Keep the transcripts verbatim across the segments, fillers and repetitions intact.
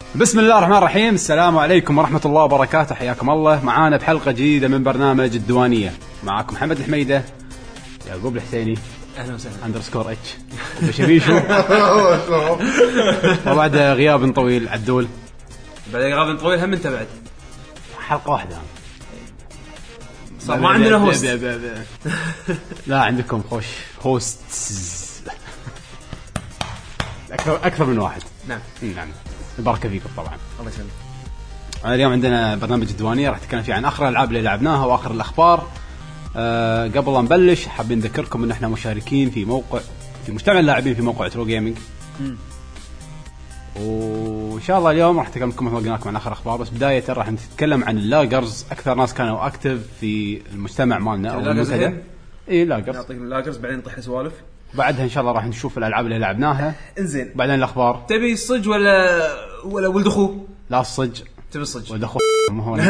بسم الله الرحمن الرحيم. السلام عليكم ورحمة الله وبركاته. حياكم الله معانا بحلقة جديدة من برنامج الديوانية. معاكم محمد الحميدة، يعقوب الحسيني، أهلا وسهلا، أندرسكور اتش، وبشبيشو. وبعد غياب طويل عدول. بعد غياب طويل هم انت بعد حلقة واحدة صار ما عندنا هوست. لا عندكم خوش هوست أكثر أكثر من واحد. نعم نعم، البركة فيكم طبعا. الله يسلمك. اليوم عندنا برنامج الديوانية، راح نتكلم فيه عن آخر الألعاب اللي لعبناها وآخر الأخبار. أه قبل لا نبلش حابين نذكركم إن إحنا مشاركين في موقع في مجتمع اللاعبين في موقع ترو جيمينج، وإن شاء الله اليوم راح نتكلم لكم مثل ما قلنا لكم عن آخر الأخبار. بس بداية راح نتكلم عن اللاجرز، أكثر ناس كانوا أكتف في المجتمع مالنا أو المنتدى. إيه لاجرز، نعطيكم اللاجرز بعدين نطيح سوالف. بعدها إن شاء الله راح نشوف الألعاب اللي لعبناها. إنزين بعدين الأخبار. تبي الصج ولا ولا ولد أخو؟ لا الصج. تبي الصج ولد أخو ما هو.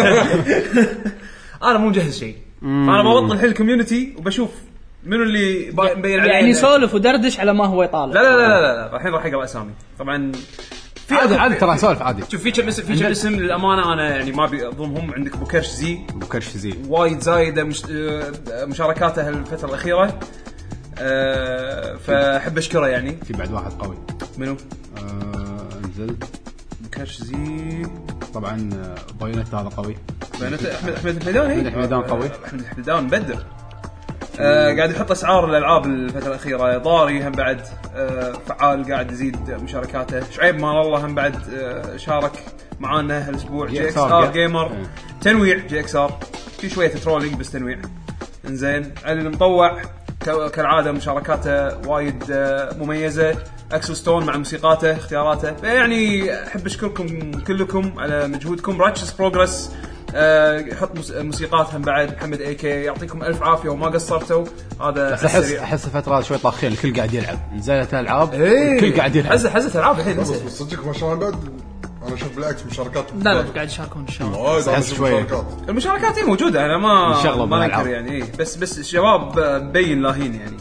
أنا مو مجهز شيء، أنا بوطن الحين الكوميونتي وبشوف منو اللي مبين يعني سولف ودردش على ما هو يطالع. لا لا لا لا, لا. الحين راح أقرأ أسامي طبعا. في عادي عادي ترى نسولف عادي. شوف في كم اسم في كم اسم للأمانة أنا يعني ما بيضمهم. عندك بوكرش زي بوكرش زي وايد زايدة مش... مشاركاته الفترة الأخيرة، أه فأحب أشكره. يعني في بعد واحد قوي. منو؟ آه نزل بوكرش زي طبعا. بايونت هذا قوي. بايونت أحمد أحمد الحميدان. أحمد الحميدان قوي. أحمد الحميدان مبدر. آه قاعد يحط أسعار الألعاب الفترة الأخيرة. ضاري هم بعد آه فعال قاعد يزيد مشاركاته. شعيب مال الله هم بعد آه شارك معانا هالأسبوع. جي إكس آر جيمر اه. تنويع جي إكس آر في شوية ترولينج بس تنويع. إنزين علي المطوع كالعادة مشاركاته وايد آه مميزة. أكسو ستون مع موسيقاته اختياراته. يعني أحب أشكركم كلكم على مجهودكم. راتشس بروجرس يحط أه موسيقاتهم بعد. محمد اي كي يعطيكم الف عافيه وما قصرتوا. هذا احس احس الفتره شوي طاخين، الكل قاعد يلعب. نزلت العاب ايه. الكل قاعد يلعب. حزه حزه العاب الحين صدق ما شاء الله. بعد انا اشوف بالعكس مشاركات. لا لا قاعد يشاركون ان شاء الله. احس شوي المشاركات موجوده. انا ما ما انكر يعني ايه. بس بس الشباب مبين لاهين يعني.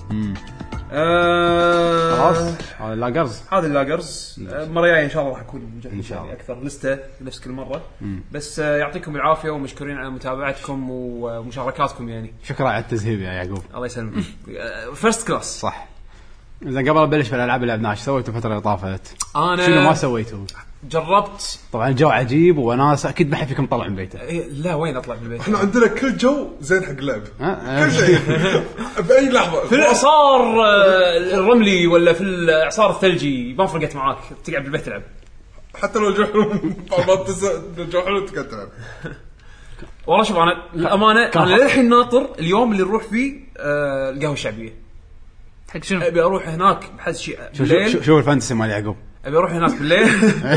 خلاص هذا اللاجرز هذا اللاجرز المره الجايه ان شاء الله راح اكون مجهز يعني اكثر لسته نفس كل مره. مم. بس يعطيكم العافيه ومشكورين على متابعتكم ومشاركاتكم. يعني شكرا على التذهيب يا يعقوب. الله يسلمك. فيرست كلاس صح. اذا قبل ابلش بالالعاب اللي لعبناها ايش سويتوا الفتره اللي طافت؟ انا شنو ما سويتوا؟ جربت طبعا الجو عجيب وناس اكيد ما حد فيكم طلع من بيته. لا وين اطلع من البيت؟ احنا عندنا كل جو زين حق اللعب. كل شيء باي لحظه في الاعصار الرملي ولا في الاعصار الثلجي ما فرقت معاك. تقعد بالبيت تلعب حتى لو جو ما الجو حلو تقعد تلعب. والله شوف انا الامانه انا للحين ناطر اليوم اللي نروح فيه آه القهوه الشعبيه. حق شنو؟ ابي اروح هناك بحس شيء. شو شو, شو الفانتسي مال يعقوب؟ ابي اروح هناك بالليل.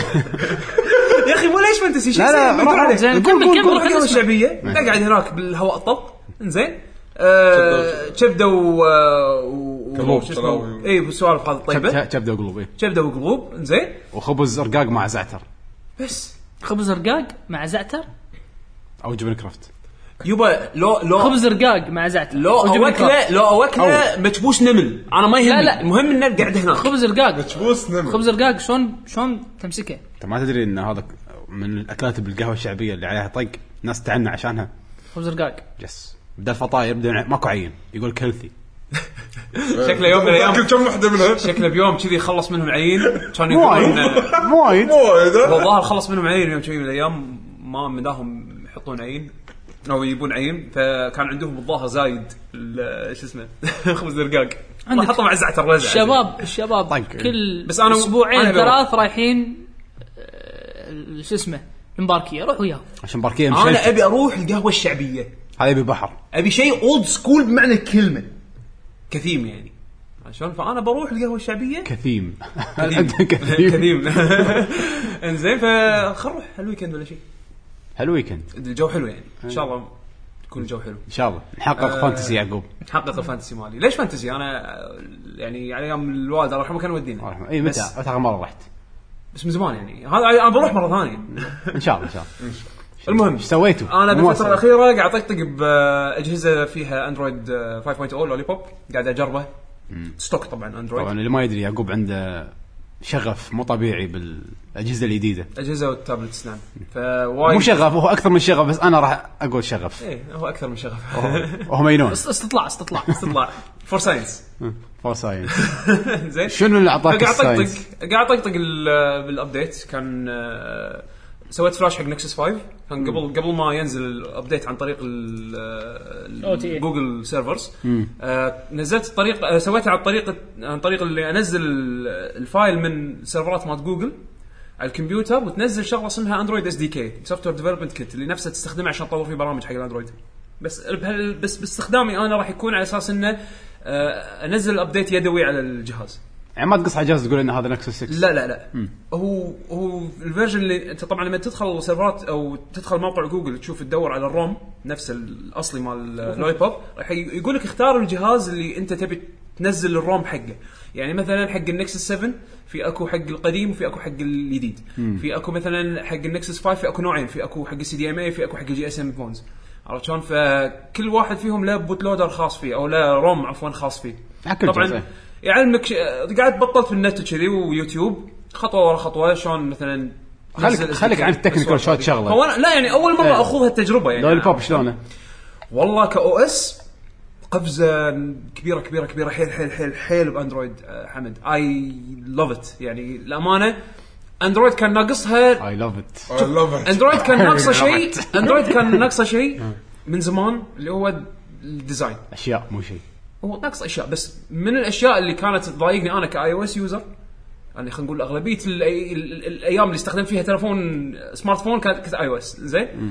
يا اخي مو ليش فانتسي شيء. لا لا روح زين كمل كمل القهوه الشعبيه. قاعد هناك بالهواء الطلق. انزين أه كبده و قلوب. اي بالسوالف هذه طيبه. كبده وقلوب. اي كبده وقلوب. انزين وخبز رقاق مع زعتر. بس خبز رقاق مع زعتر او جبن كرافت. يبا لو لو خبز رقاق مع زعتر. لو اوكله لو اوكله متبوس نمل. انا ما يهمني. لا لا. المهم انه قاعد هناك. خبز رقاق متبوس نمل. خبز رقاق شلون شلون تمسكه؟ انت ما تدري ان هذا من الاكلات بالقهوه الشعبيه اللي عليها طق ناس تعنى عشانها. خبز رقاق يس. بدل الفطاير بدل ماكو عين يقول كلثي. شكله يوم من الايام كل كم وحده منها شكله بيوم كذي خلص منهم عين. كان يقولون مو وايد والله خلص منهم عين يوم كذي من الايام ما مداهم يحطون عين او يجيبون عين. فكان عندهم الظاهر زايد شو اسمه خبز رقاق ما حطوا مع زعتر ولا زعتر. الشباب الشباب طيب. كل بس أنا اسبوعين ثلاث رايحين شو اسمه المباركيه. روح وياه عشان مباركيه. انا ابي اروح القهوه الشعبيه. هذا ابي بحر. ابي شيء اولد سكول بمعنى الكلمه. كثيم يعني عشان فانا بروح القهوه الشعبيه. كثيم كثيم كثيم. انزين فخروح الويكند ولا شيء. هالويكند الجو حلو يعني ان شاء الله يكون الجو حلو ان شاء الله. نحقق أه فانتسي يعقوب. نحقق الفانتسي مالي. ليش فانتسي؟ انا يعني على ايام الوالد الله يرحمه كان ودينا. اي متى متى مره رحت؟ بس من زمان يعني. هذا انا بروح مره ثانيه ان شاء الله ان شاء الله. المهم ايش سويتوا؟ انا بالفتره الاخيره قاعد اطقطق باجهزه فيها اندرويد خمسة نقطة صفر لولي بوب. قاعد اجربه ستوك طبعا اندرويد. طبعا اللي ما يدري يعقوب عنده شغف مو طبيعي بالاجهزه الجديده، اجهزه والتابلتس. نعم فوايد مو شغف، هو اكثر من شغف، بس انا راح اقول شغف. ايه هو اكثر من شغف. وهو مينون استطلاع استطلاع استطلاع فور ساينس فور ساينس. زين شنو اللي اعطاك الساينس؟ قاعد اطقطق بالابديت. كان سويت فلاش حق نكسس خمسة. كان قبل قبل ما ينزل الابديت عن طريق جوجل سيرفرز. نزلت الطريق، سويتها عن طريق عن طريق اللي انزل الفايل من سيرفرات مال جوجل على الكمبيوتر، وتنزل شغله اسمها اندرويد اس دي كي، سوفت وير ديفلوبمنت كيت، اللي نفسها تستخدمها عشان تطور فيه برامج حق الاندرويد. بس بس باستخدامي انا راح يكون على اساس انه انزل الابديت يدوي على الجهاز. يعني ما تقص على جهاز تقول ان هذا نكسس ستة. لا لا لا م. هو هو الفيرجن اللي انت طبعا لما تدخل سيرفرات او تدخل موقع جوجل تشوف تدور على الروم نفس الاصلي مال لوليبوب، راح يقول لك اختار الجهاز اللي انت تبي تنزل الروم حقه. يعني مثلا حق النكسس سبعة في اكو حق القديم وفي اكو حق الجديد. في اكو مثلا حق النكسس خمسة في اكو نوعين، في اكو حق السي دي ام اي، في اكو حق الجي اس ام فونز. عرفت شلون؟ فكل واحد فيهم له بوت لودر خاص فيه او له روم عفوا خاص فيه. طبعا يعلمك ش... قاعد بطلت في النت وكذي ويوتيوب خطوه ورا خطوه شلون مثلا خليك خليك عن التكنيكال شوت شغله. هو لا يعني اول مره ايه. اخذ هالتجربه يعني لوليبوب شلونه والله كاو اس قفزه كبيره كبيره كبيره حيل حيل حيل حيل باندرويد. حمد اي لاف ات يعني الامانه. اندرويد كان ناقصها اي لاف ات اندرويد كان ناقصه شيء اندرويد كان ناقصه شيء من زمان اللي هو الديزاين. اشياء مو شيء، هو ناقص اشياء. بس من الاشياء اللي كانت تضايقني انا كاي او اس يوزر، يعني خلينا نقول اغلبيه الايام اللي استخدم فيها تلفون سمارت فون كانت اي او اس. زين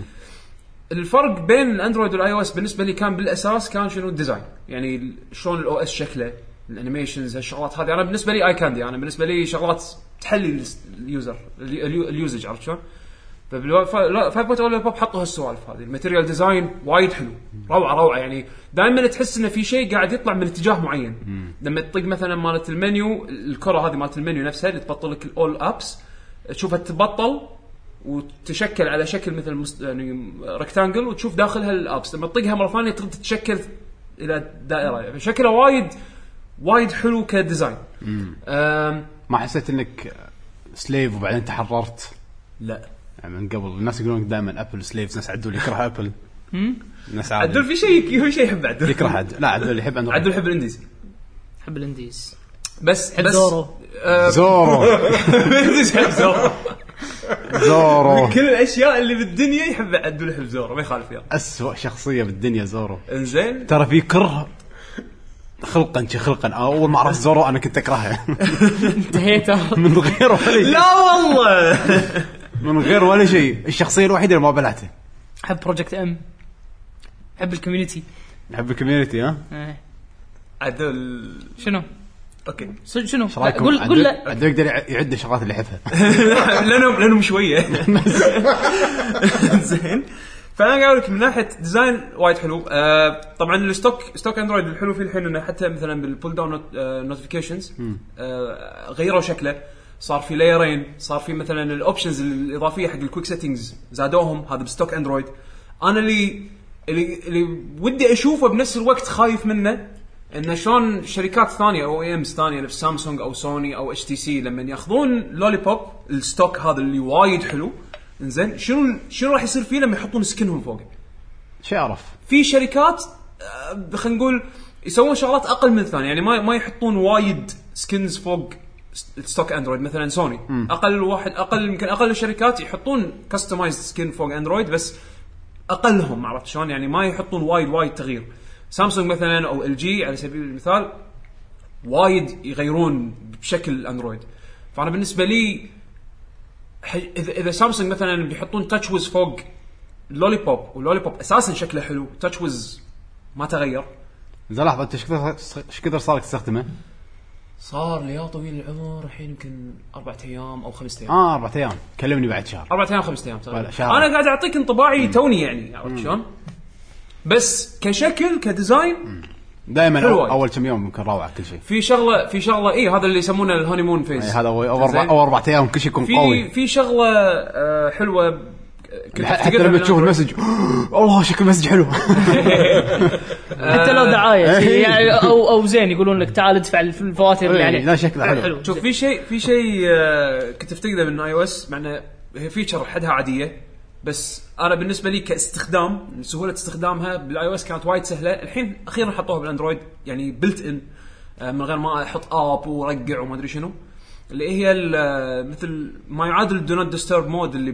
الفرق بين الاندرويد والاي او اس بالنسبه لي كان بالاساس كان شنو الديزاين، يعني شلون الاو اس شكله، الانيميشنز، هالشغلات هذه. انا بالنسبه لي اي كاندي، انا بالنسبه لي شغلات تحلي اليوزر اليوزج. عرفت شلون؟ فبالفايف لوليبوب حطوا هالسوالف هذه. الماتيريال ديزاين وايد حلو، روعه روعه. يعني دائما تحس انه في شيء قاعد يطلع من اتجاه معين. لما تطق مثلا مالت المنيو، الكره هذه مالت المنيو نفسها اللي تبطل لك الاول ابس، تشوفها تبطل وتشكل على شكل مثل مست... يعني ريكتانجل، وتشوف داخلها الابس. لما تطقها مره ثانيه تتشكل الى دائره. يعني شكلها وايد وايد حلو كديزاين. ما حسيت انك سليف وبعدين تحررت؟ لا يعني من قبل الناس يقولون دائما ابل سليفز، ناس عدول يكره ابل. ناس عدول في شيء في شيء يحب عدول يكره عدول. لا عدول يحب اندرويد. عدول يحب الانديز، يحب الانديز بس بس زورو آه زورو يحب زورو زورو. كل الاشياء اللي بالدنيا يحب عدول يحب زورو، ما يخالف فيها. اسوأ شخصيه بالدنيا زورو. انزين ترى في كره خلقا خلقا اول ما عرفت زورو انا كنت اكرهه. انتهيت من غير ولا لا والله من غير ولا شيء. الشخصيه الوحيده اللي ما بلعتها. احب بروجكت ام، احب الكوميونتي. احب الكوميونتي. ها ايه عدل شنو اوكي شنو قول قول لا عدل يقدر يعد الشغلات اللي يحبها. لانه لانه شويه زين. فانا قاعد اقول لك من ناحيه ديزاين وايد حلو. آه طبعا الستوك ستوك اندرويد الحلو في الحين انه حتى مثلا بالبول داون نوتيفيكيشنز آه غيروا شكله، صار في لايرين، صار في مثلا الاوبشنز الاضافيه حق الكويك سيتنجز زادوهم. هذا بستوك اندرويد. انا اللي اللي, اللي ودي اشوفه بنفس الوقت خايف منه انه شلون شركات ثانيه او اي امز ثانيه نفس سامسونج او سوني او اتش تي سي لما ياخذون لوليبوب الستوك هذا اللي وايد حلو، انزين شنو شنو راح يصير فيه لما يحطون سكنهم فوق. شيء اعرف في شركات خلينا نقول يسوون شغلات اقل من الثانيه، يعني ما ما يحطون وايد سكنز فوق ستوك اندرويد. مثلا سوني م. اقل واحد اقل يمكن اقل الشركات يحطون كاستمايزد سكن فوق اندرويد، بس اقلهم. عرفت شلون؟ يعني ما يحطون وايد وايد تغيير. سامسونج مثلا او ال جي على سبيل المثال وايد يغيرون بشكل اندرويد. فانا بالنسبه لي اذا اذا سامسونج مثلا بيحطون تاتش ويز فوق لوليبوب، واللوليبوب اساسا شكله حلو، تاتش ويز ما تغير. اذا لحظه انت ايش كثر صار لك تستخدمه؟ صار لي يا طويل العمر الحين يمكن أربعة أيام أو خمسة أيام. آه أربعة أيام. كلمني بعد شهر. أربعة أيام خمسة أيام تقريبا. أنا قاعد أعطيك انطباعي توني يعني عرفت شلون؟ بس كشكل كديزاين دائما أول, أول كم يوم ممكن روعة كل شيء. في شغلة في شغلة إيه هذا اللي يسمونه الهانيمون فيز. هذا هو أول أول أربعة أيام كل شيء يكون قوي. في في شغلة آه حلوة. حتى لما تشوف المسج الله شكل المسج حلو. حتى لو دعايه يعني او او زين يقولون لك تعال ادفع الفواتير اللي عليك. لا شكله حلو. شوف في شيء في شيء كنت افتقده من اي او اس، مع هي فيتشر حدها عاديه، بس انا بالنسبه لي كاستخدام سهوله استخدامها بالاي او اس كانت وايد سهله. الحين اخيرا حطوها بالاندرويد يعني بلت ان من غير ما احط اب ورقع وما ادري شنو، اللي هي مثل ما يعادل دو نوت ديسترب مود اللي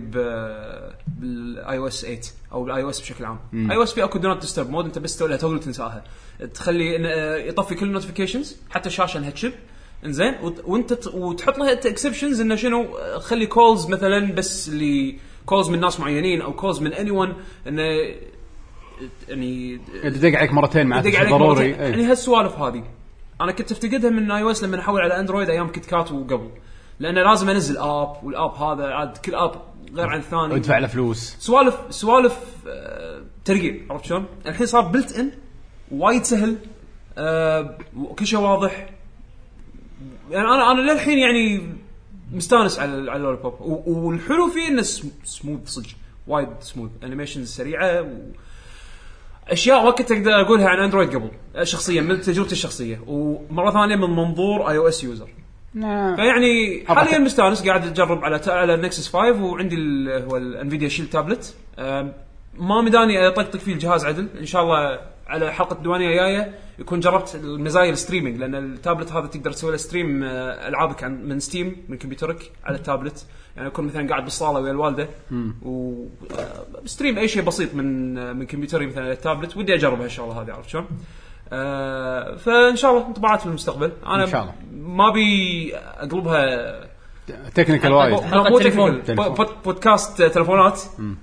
بالاي او اس ثمانية او بالاي او اس بشكل عام. اي او اس في اكو دو نوت ديسترب مود، انت بس تقولها تقدر تنساها، تخلي يطفي كل النوتيفيكيشنز حتى الشاشه انها تشب انزين، وانت وتحط لها اكسبشنز انه شنو، خلي كولز مثلا بس اللي كولز من ناس معينين او كولز من اني ون، انه يعني يدق عليك مرتين مع ضروري يعني هالسوالف هذه انا كنت افتقدها من اي او اس لما احول على اندرويد ايام كيت كات وقبل، لانه لازم انزل اب، والاب هذا عاد كل اب غير عن الثاني وادفع له فلوس، سوالف سوالف آه ترقيع، عرفت شلون؟ الحين صار بلت ان وايد سهل، آه وكل شيء واضح. يعني انا انا للحين يعني مستانس على على اللوليبوب، والحلو فيه انه سموث صدق، وايد سموث، انيميشنز سريعه واشياء ما كنت اقدر اقولها عن اندرويد قبل شخصيا من تجربتي الشخصيه، ومره ثانيه من منظور اي او اس يوزر. نعم. فيعني حاليا مستانس قاعد اجرب على على نكسس خمسة، وعندي هو الانفيديا شيل تابلت، ما مداني اطقطق فيه الجهاز عدل، ان شاء الله على حلقه الديوانيه جايه يكون جربت المزايا الستريمينج، لان التابلت هذا تقدر تسوي له ستريم العابك عن من ستيم من كمبيوترك على التابلت، يعني يكون مثلا قاعد بالصاله ويا الوالده وستريم اي شيء بسيط من من كمبيوتري مثلا على التابلت. ودي اجرب هالشغله هذه، عرفت شلون؟ آه فان شاء الله انطباعات في المستقبل. انا إن شاء الله. ما بي اقلبها تكنيكال وايد، مو تليفون بودكاست تلفونات،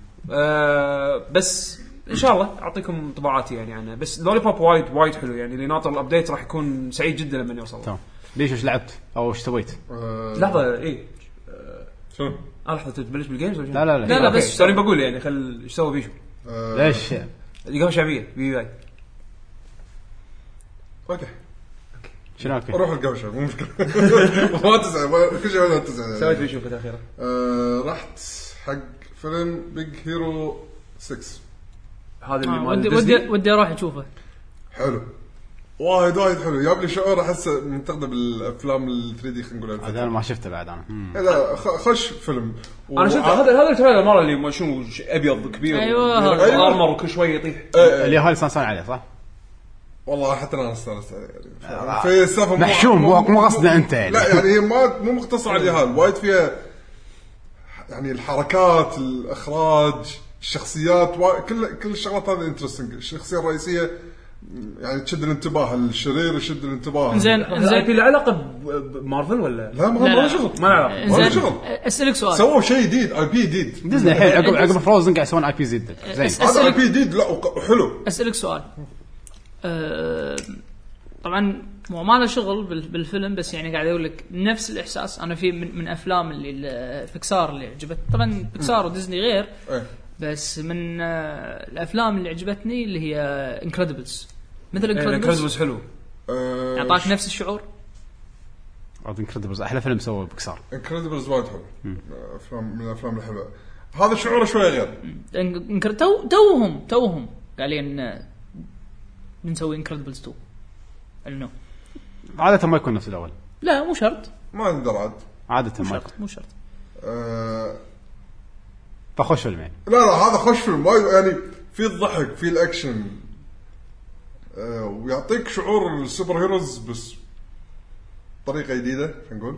آه بس ان شاء الله اعطيكم انطباعاتي يعني عنه. بس لوليبوب وايد وايد حلو، يعني اللي ناطر الابديت راح يكون سعيد جدا لما يوصل. تمام. ليش ايش لعبت او ايش سويت؟ أه لحظه ايه شو اه لحظه تبلش بالجيمز ولا لا لا لا, لا, لا بس توني بقول يعني خل ايش سوى بيشو. أه ليش القهوه شعبيه بي باي اوكي شنو اوكي روح القهوه شعبيه مو مشكله ما تزعل كل شيء ما تزعل. سويت بيشو في الاخيره أه رحت حق فيلم بيج هيرو ستة، هذا اللي آه ودي ودي ودي اروح اشوفه. حلو وايد وايد حلو، جاب لي شعور احس منتقده بالافلام ال ثري دي. خلينا نقول هذا ما شفته بعد انا. لا خش فيلم و... انا شفت هذا هذا التريلر مره اللي ما شنو ابيض كبير ايوه أيوة. ارمر وكل شوي يطيح أيوة. اللي هاي صار عليه صح والله حتى انا استانست عليه في سالفه محشوم مو مو قصده انت يعني. لا يعني هي ما مو مختصره على اليهال، وايد فيها يعني الحركات الاخراج الشخصيات و... كل كل الشغلات هذه انترستنج. الشخصيه الرئيسيه يعني تشد الانتباه، الشرير يشد الانتباه. زين زين في علاقه بمارفل ولا لا؟ ما ما شغل ما له ما شغل. اسالك سؤال، سووا شيء جديد اي بي جديد ديزني الحين عقب عقب فروزن قاعد يسوون اي بي جديد زين. هذا اي بي جديد لا حلو. اسالك سؤال أه طبعا مو ما له شغل بالفيلم، بس يعني قاعد اقول لك نفس الاحساس انا في من, من افلام اللي بيكسار اللي عجبت. طبعا بيكسار وديزني غير أه. بس من الافلام اللي عجبتني اللي هي انكريدبلز، مثل انكريدبلز حلو اعطاك نفس الشعور. انكريدبلز احلى فيلم سواه بيكسار. انكريدبلز وايد حلو، افلام من الافلام الحلوه. هذا شعوره شوي غير. تو توهم توهم قالين بنسوي انكريدبلز تو انه عاده ما يكون نفس الاول. لا مو شرط، ما ندري عاد عاده مو ما شرط مو شرط أه فخش فيلم يعني. لا لا هذا خوش فيلم وايد يعني، في الضحك في الاكشن أه ويعطيك شعور السوبر هيروز بس طريقه جديده نقول.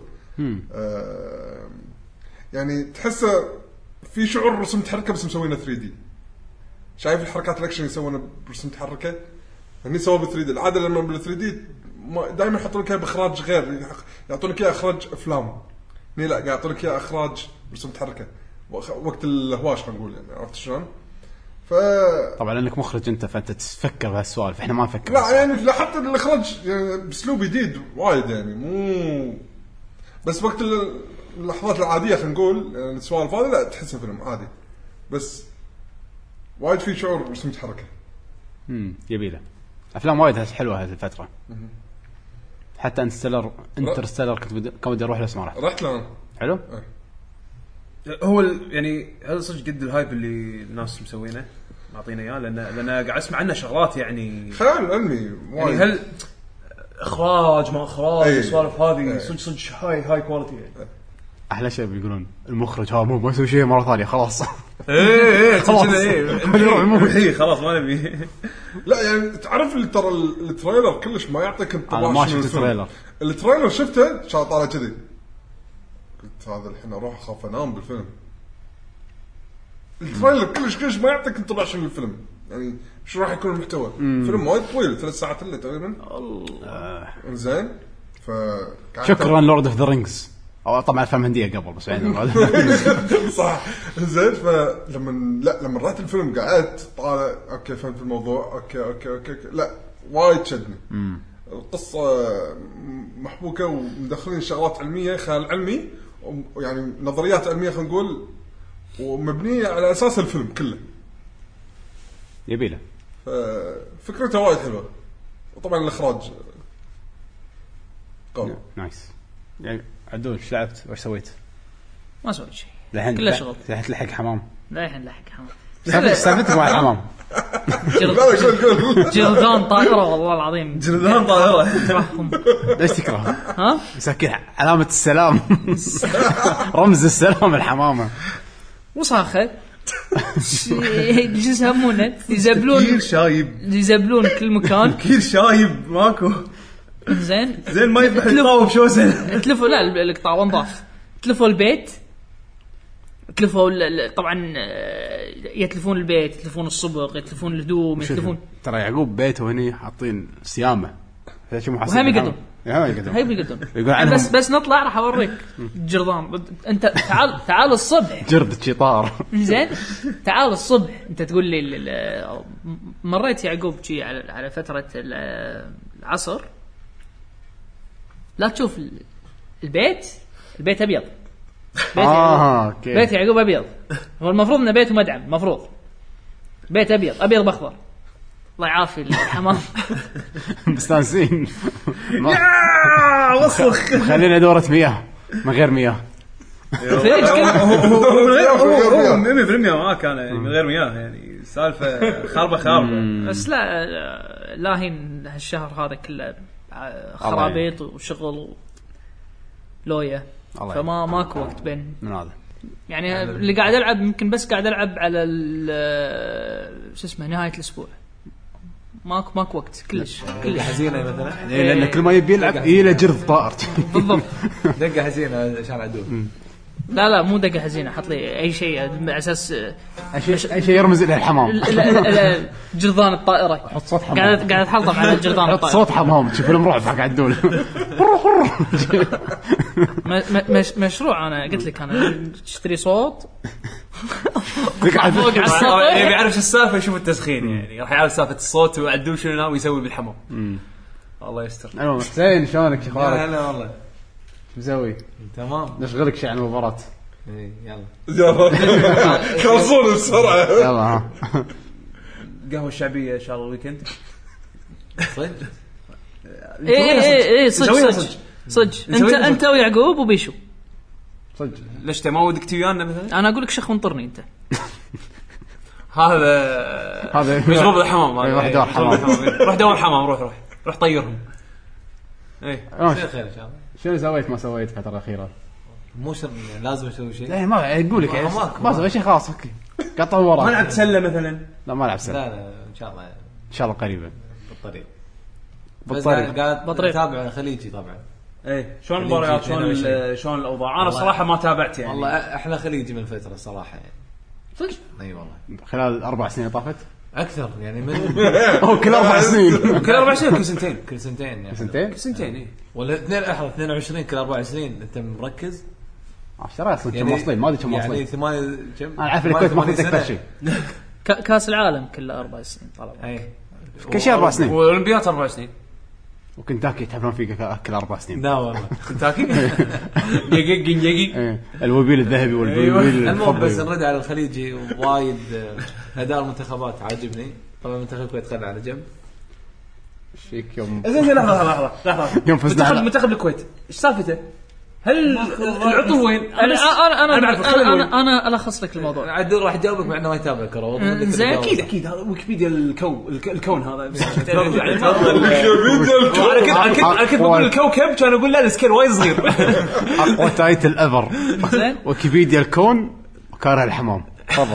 أه يعني تحسه في شعور رسم تحركه بس مسوينه ثري دي. شايف الحركات الاكشن يسوونها برسم تحركه هني سووا ب ثري دي. العاده لما بال ثري دي دائما يحطوا لك باخراج غير، يعطونك اياه اخراج افلام. هني لا قاعد يعطونك اياه اخراج برسم تحركه وقت الهواش خلينا نقول يعني. عرفت شلون؟ ف طبعا لانك مخرج انت فانت تفكر بهالسوالف، احنا ما نفكر. لا يعني لا حتى الاخراج يعني باسلوب جديد وايد يعني، مو بس وقت اللحظات العاديه خلينا نقول يعني السوالف هذه لا تحسه فيلم عادي، بس وايد في شعور رسم حركه. امم يبيله افلام وايد حلوه هذه الفتره. حتى انترستيلر انترستيلر كنت بدي كنت بدي اروح له اسمه. رحت له حلو. أه. هو يعني هذا صدق قد الهايب اللي الناس مسوينه. معطينا اياه لان لان قاعد اسمع عنه شغلات يعني خيال علمي يعني هل اخراج ما اخراج أيه. السوالف هذه أيه. صدق صدق هاي هاي كواليتي يعني. احلى شيء بيقولون المخرج ها مو ما يسوي شيء مره ثانيه خلاص. ايه ايه خلاص. ايه خلاص ما نبي. لا يعني تعرف اللي ترى التريلر كلش ما يعطيك انطباع. انا ما شنو شفت الفيلم. التريلر. التريلر شفته شا طالع كذي قلت هذا الحين اروح اخاف انام بالفيلم. التريلر كلش كلش ما يعطيك انطباع شنو الفيلم يعني شو راح يكون المحتوى. فيلم وايد طويل ثلاث ساعات الا تقريبا. زين ف شكرا لورد اوف ذا رينجز او طبعا فهم هنديه قبل بس يعني صح. زين فلما لا لما رحت الفيلم قعدت طالع اوكي فهمت الموضوع اوكي اوكي اوكي, أوكي. لا وايد شدني. القصه محبوكه ومدخلين شغلات علميه خيال علمي يعني نظريات علميه خلينا نقول ومبنيه على اساس الفيلم كله يبيله. فكرته وايد حلوه وطبعا الاخراج قوي. نايس. يعني عدول ايش لعبت وايش سويت؟ ما سويت شيء الحين كله شغل. الحين تلحق حمام. لا الحين لحق حمام. سافرت مع الحمام. جلدان طائرة والله العظيم. جلدان طائرة. ليش تكره؟ ها؟ مساكين علامة السلام. رمز السلام الحمامة. وصاخة. جزء همونه يزبلون. كير شايب. يزبلون كل مكان. كير شايب ماكو. زين. زين ما يذبح يطاوب شو سنة. تلفوا لا القطاع ونضاف. تلفوا البيت. تلفوا طبعا يتلفون البيت يتلفون الصبغ يتلفون الهدوم يتلفون. ترى يعقوب بيته هني حاطين سيامة. هذا شو محاسب. وهم يقدم. هم يقدم. هم يقدم. يقول عنهم. بس بس نطلع راح أوريك جرذان. أنت تعال تعال الصبح. جرد شطار. زين. تعال الصبح أنت تقول لي مريت يعقوب شيء على على فترة العصر. لا تشوف البيت البيت أبيض. بيت آه يعقوب. بيت يعقوب أبيض. هو المفروض إنه بيته مدعم مفروض. بيت أبيض أبيض بأخضر. الله يعافي الحمام. مستانسين. يا وسخ. خلينا دورة مياه من غير مياه. فريج هو مية بالمية ما كان يعني من غير مياه يعني سالفة خربة خربة. بس لا لاهين هالشهر هذا كله خرابيط وشغل ولوية. فما ماكو وقت بين من هذا يعني اللي قاعد ألعب يمكن بس قاعد ألعب على شو اسمه نهاية الأسبوع. ماكو ماكو وقت كلش كلش حزينة مثلا إيه لأن كل ما يبي يلعب إلى جرذ طائر. بالضبط. دقة حزينة عشان عدو. لا لا مو دقة حزينة حط لي أي شيء على أساس أي شيء أي شيء يرمز إلى الحمام. جرذان الطائرة. حط صوت حمام. قاعد قاعد أتحلطم على جرذان حط الطائرة. صوت حمام تشوف فيلم رعب حق عدول. مش مشروع أنا قلت لك أنا اشتري صوت. تقعد فوق على السطح. اللي بيعرف السالفة يشوف التسخين يعني راح يعرف سالفة الصوت وعدول شنو ناوي يسوي بالحمام. الله يستر. أيوة حسين شلونك شخبارك؟ هلا والله. شو مسوي؟ تمام. نشغلك شيء عن المباراة. إيه يلا. يلا خلصون بسرعة. يلا ها. قهوة الشعبية إن شاء الله الويكند. صدق. إيه إيه إيه صدق صدق صدق. أنت أنت ويعقوب وبيشو. صدق. ليش ما ودك تيانا مثلا؟ أنا أقول لك شخ وانطرني أنت. هذا هذا مشروب الحمام. روح دور حمام. روح دور حمام روح روح روح طيرهم. إيه. خير خير إن شاء الله. شنو سويت ما سويت الفترة الأخيرة؟ مو شرط لازم أسوي شيء. لا ما يقول لك ما سوي شيء خلاص اوكي قطع ورا. ما لعبت سلة مثلا؟ لا ما لعب سلة. لا لا إن شاء الله. ان شاء الله قريبا بالطريق. بالطريق. قاعد بالطريق. أتابع الخليجي طبعا. ايه شلون المباريات شلون شلون الاوضاع؟ انا صراحه ما تابعت يعني. والله احنا خليجي من فتره صراحه يعني. صدق؟ اي والله. خلال اربع سنين طافت اكثر يعني من او كل اربع سنين. كل اربع سنين كل سنتين كل سنتين يعني. سنتين كل سنتين ايه ولا اثنين احد اثنين وعشرين كل اربع سنين انت مركز. عشرة اصلا كم واصلين ما ادري كم يعني واصلين. ثمانية كم انا عارف الكويت ما في اكثر شيء. كاس العالم كله اربع سنين طلع. اي كل شيء اربع سنين. والاولمبياد اربع سنين. وكنتاكي يتحفلون فيه كل اربع سنين. لا والله كنتاكي يقق يقق الوبيل الذهبي والوبيل المهم بس الفضي. نرد على الخليجي وايد اداء المنتخبات عاجبني. طبعا منتخب الكويت خلى على جنب. شيك يوم زين لحظه لحظه لحظه يوم فزنا منتخب على- منتخب الكويت ايش سالفته؟ هل العطل وين؟ انا انا انا انا انا, أنا الخص لك الموضوع. عدل راح اجاوبك مع انه ما يتابع كره. زين اكيد اكيد هذا ويكيبيديا الكون الكون هذا ويكيبيديا انا كنت انا كنت بقول الكوكب كان اقول لا السكيل وايد صغير. اقوى تايتل ايفر ويكيبيديا الكون وكاره الحمام. تفضل.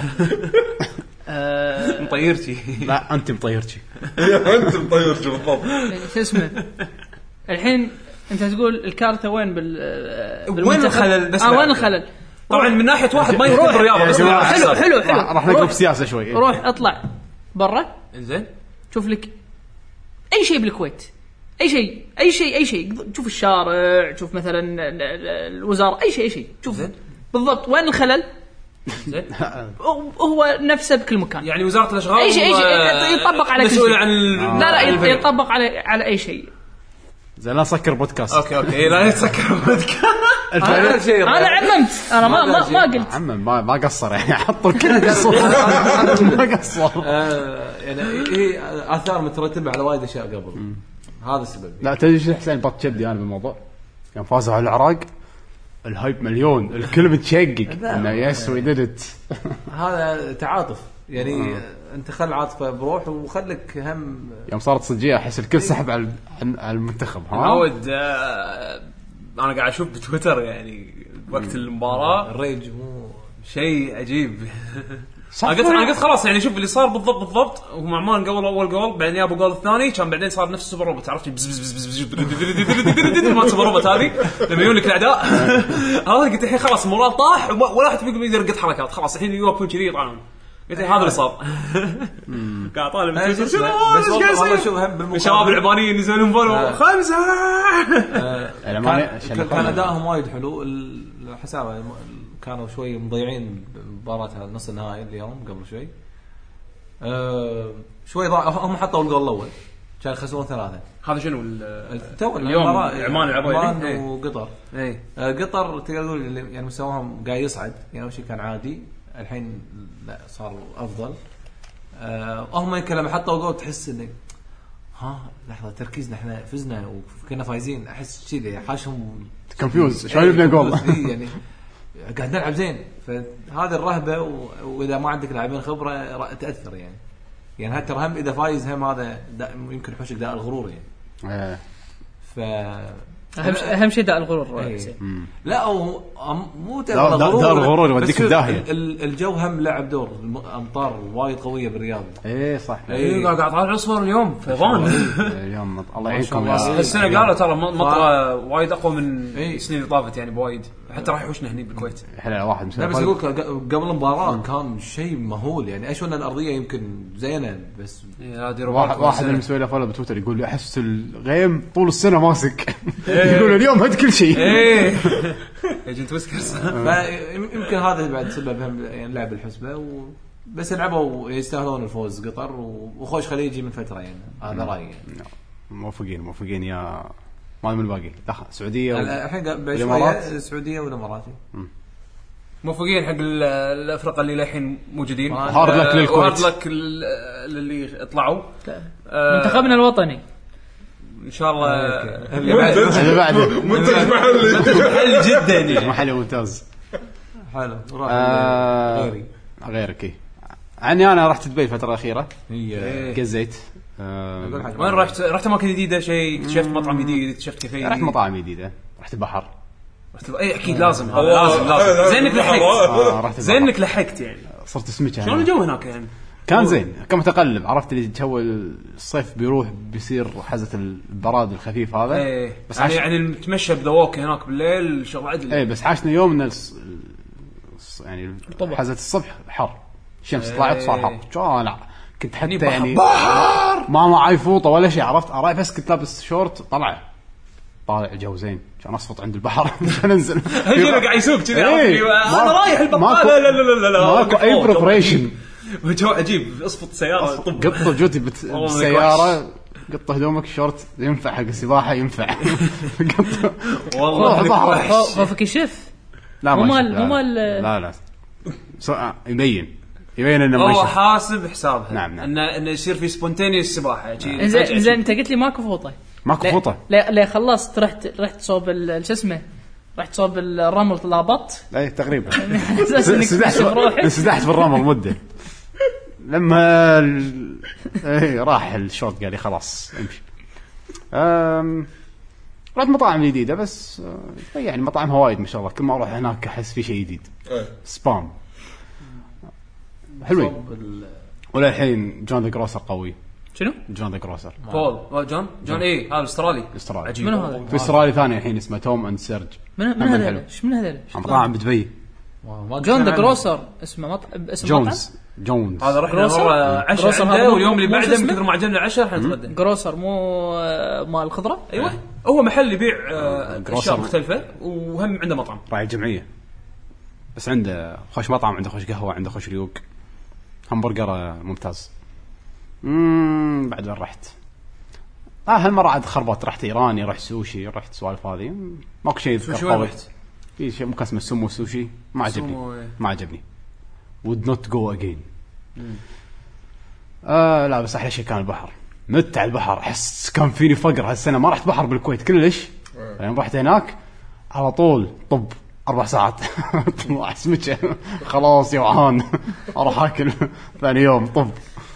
مطيرتي. لا انت مطيرتي. انت مطيرتي بالضبط. شو اسمه الحين انت تقول الكارته وين بال وين الخلل بس آه وين الخلل طبعا من ناحيه واحد ما يحب الرياضه بس حلو حلو حلو راح نقلب سياسه شوي. روح اطلع برا زين شوف لك اي شيء بالكويت اي شيء اي شيء اي شيء شوف الشارع شوف مثلا الوزاره اي شيء اي شيء شوف بالضبط وين الخلل. زين هو نفسه بكل مكان يعني وزاره الاشغال اي شيء اي شيء يطبق على كل شيء عن لا لا يطبق على على اي شيء. زين لا سكر بودكاست. اوكي اوكي لا يسكر بودكاست. انا شيء انا عممت انا ما ما, ما قلت عمم ما ما قصر يعني حط الكل قصر ما قصر. يعني هي اثار مترتبه على وايد اشياء قبل هذا السبب. لا تدري شو حسين بط شدي انا بالموضوع كان فازوا على العراق الهايب مليون الكل متشقق انه يس وي ديد ات. هذا تعاطف يعني انت خل عاطفه بروح وخلك هم يوم صارت صجيه احس الكل سحب على على المنتخب. ها عود آه انا قاعد اشوف بتويتر يعني وقت المباراه الريج مو شيء عجيب. انا قلت انا قلت خلاص يعني شوف اللي صار بالضبط بالضبط وهم عمان قبل اول جول بعدين يابو جول الثاني كان بعدين صار نفس السوبر روبوت عرفت بز بز بز بز ما السوبر روبوت هذه لما يجون لك الاعداء هذا قلت الحين خلاص المورال طاح ولا واحد فيكم يقدر يقط حركات خلاص الحين يوقفون كذي يطلعون. قلت هذا اللي صار. قاعد طالب بس والله شوف هم بالمقابل الشباب العبانيين ينزلون فولو خمسه كان ادائهم وايد حلو. الحسابه كانوا شوي مضيعين مباراة نص النهائي اليوم قبل شوي أه شوي ضاع هم حطوا الجول الأول كان خسرون ثلاثة. هذا شنو تو اليوم عمان عمان وقطر اي أه قطر تقدر تقول يعني مستواهم قاعد يصعد يعني أول شيء كان عادي الحين لا صار أفضل. أه هم يمكن لما حطوا جول تحس إنه ها لحظة تركيزنا احنا فزنا وكنا فايزين أحس شيء حاشهم كونفيوز شوي بدنا جول يعني قاعد نلعب زين. فهذه الرهبة و... وإذا ما عندك لاعبين خبرة تأثر يعني يعني حتى هم إذا فايز هم هذا يمكن يحوشك داء الغرور يعني. ف أهم أهم شيء داء الغرور. إيه. لا أو مو داء الغرور يوديك الداهية. الجو هم لعب دور الأمطار وايد قوية بالرياض. إيه صح. إيه قاعد قاعد طالع عصفور اليوم فيضان. اليوم الله يعينكم. السنة قالوا ترى مطرة وايد أقوى من السنين اللي طافت يعني بوايد حتى راح يحوشنا هني بالكويت. حلا واحد لا بس أقولك قبل المباراة كان شيء مهول يعني أشوف أن الأرضية يمكن زينة بس واحد واحد من مسوي فولو بتويتر يقول لي أحس الغيم طول السنة ماسك يقول اليوم هد كل شيء. إيه ايجنت ويسكرز. فيمكن هذا بعد سبب هم يعني لعب الحسبة و بس لعبوا يستاهلون الفوز قطر وخوش خليجي من فترة يعني هذا رأيي يعني. موافقين موافقين يا ما من الباقي دخل سعودية الحين بشوية السعودية والإماراتي موافقين حق الأفرقة اللي للحين موجودين. هارد لك للكويت هارد لك اللي طلعوا منتخبنا الوطني ان شاء الله. اللي بعده منتج محلي محلي جدا محلي ممتاز حلو. غيري غيرك عني انا رحت دبي الفتره الاخيره هي قزيت. وين رحت؟ رحت اماكن جديده شيء اكتشفت مطعم جديد اكتشفت كافيه رحت مطاعم جديده رحت البحر رحت اي اكيد لازم هذا لازم لازم زينك لحقت زينك لحقت يعني صرت سمكه. شلون الجو هناك يعني؟ كان زين كان متقلب عرفت اللي جو الصيف بيروح بيصير حزة البراد الخفيف هذا. ايه بس يعني يعني نتمشى بذواك هناك بالليل شغل عدل. ايه بس عاشنا يوم ان يعني حزة الصبح حر الشمس ايه طلعت صار حر شو لا كنت حتى يعني ما معي فوطه ولا شيء عرفت اراي بس كنت لابس شورت طلع طالع جو زين كان اصفط عند البحر عشان انزل. هنا قاعد يسوق كذي انا رايح البحر لا لا لا لا ماكو اي بريبريشن وجو عجيب اصفط سياره طب قطه جوتي بالسياره قطه هدومك شورت ينفع حق السباحه ينفع قطه والله خوفك يشف. لا مو مال مو مال لا لا يبين يبين انه هو حاسب حسابها. نعم نعم. انه انه يصير في سبونتينيوس سباحه شيء. زين انت قلت لي ماكو فوطه ماكو فوطه لا لا خلصت رحت رحت صوب شو اسمه رحت صوب الرمل طلابط اي تقريبا اساس انك سدحت بروحك انسدحت في الرمل مده لما ال... ايه راح الشوط قال لي خلاص امشي. أم... رحت مطاعم جديده بس آه، يعني مطاعم وايد ما شاء الله، كل ما اروح هناك احس في شيء جديد. إيه. سبام حلوين. صوب ال- ولا الحين جون ذا جروسر قوي. شنو؟ جون ذا جروسر بول جون جون ايه هذا الاسترالي استرالي. عجيب. منو هذا؟ في استرالي ثاني الحين اسمه توم اند سيرج. من من هم هذول؟ حلو. ايش من هذول؟ مطاعم بدبي. ما جون ذا عنه. جروسر اسمه مط... اسم جونز جونز هذا رحنا جروسر؟ مره عشاء جروسر عنده هذا مو- واليوم اللي مو بعده شو من اسمه؟ كثر ما عجبنا العشاء راح نتغدى. جروسر مو آه، مال الخضره. ايوه هو محل يبيع آه، جروسر. اشياء مختلفه وهم عنده مطعم. راعي جمعيه بس عنده خوش مطعم، عنده خوش قهوه، عنده خوش ريوق، همبرجر ممتاز. امم بعد وين رحت؟ اه هالمره عاد خربت، رحت ايراني، رحت سوشي، رحت سوالف هذه ماكو شيء شو يذكر وين قوي. رحت؟ في شيء ممكن اسمه سمو سوشي ما عجبني سمو، إيه. ما عجبني would not go again. آه لا بس احلى شيء كان البحر، مت على البحر، احس كان فيني فقر هالسنه، ما رحت بحر بالكويت كلش. يعني رحت هناك على طول طب اربع ساعات طلع سمكه خلاص يوعان اروح اكل ثاني يوم طب.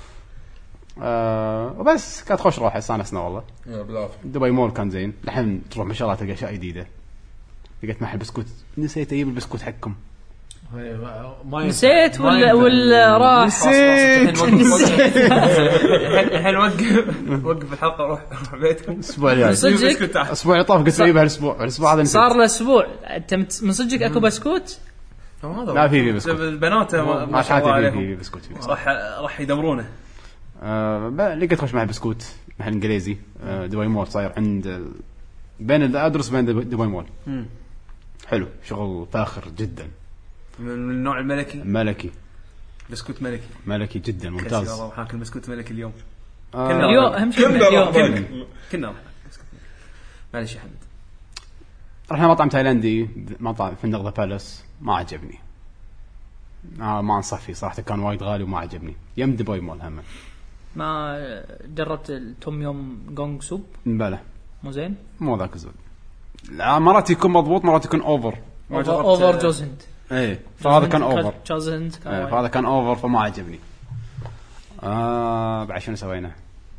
آه وبس كانت خوش روحه، استانسنا والله. يا بالعافيه. دبي مول كان زين، الحين تروح ما شاء الله تلقى اشياء جديده. لقيت محل بسكوت، نسيت اجيب البسكوت حقكم. هي ما- ما نسيت ينفع. ولا ما ولا راح؟ نسيت. الحين وقف وقف الحلقه روح روح بيتكم. الاسبوع الجاي صدق الاسبوع اللي طاف قلت اجيبها الاسبوع الاسبوع هذا نسيت. صار له اسبوع انت مت- من صدقك اكو بسكوت؟ لا في في بسكوت. البنات ما ما شاء الله شحاتي في عليهم في بسكوت في. راح راح يدورونه. آه ب- لقيت خوش محل بسكوت، محل انجليزي. آه دبي مول صاير عند ال- بين الادرس بين دب- دبي مول. مم. حلو، شغل فاخر جدا، من النوع الملكي، ملكي بسكوت ملكي ملكي جدا ممتاز. ممتاز. والله حاكل بسكوت ملكي اليوم. آه كنا- اليوم اهم شيء كنا اليوم راح كنا بالك. كنا راح بسكوت ملكي. معلش يا حمد. رحنا مطعم تايلاندي، مطعم فندق ذا بالاس، ما عجبني. آه ما انصح فيه صراحه، كان وايد غالي وما عجبني. يم دبي مول هم ما جربت التوم يوم جونغ سوب بلا مو زين؟ مو ذاك الزود. لا مرات يكون مضبوط مرات يكون اوفر. ما جربت- اوفر جوز هند. ايه فهذا كان اوفر. جوز هند كان ايه وايد. فهذا كان اوفر فما عجبني. آه بعد شنو سوينا؟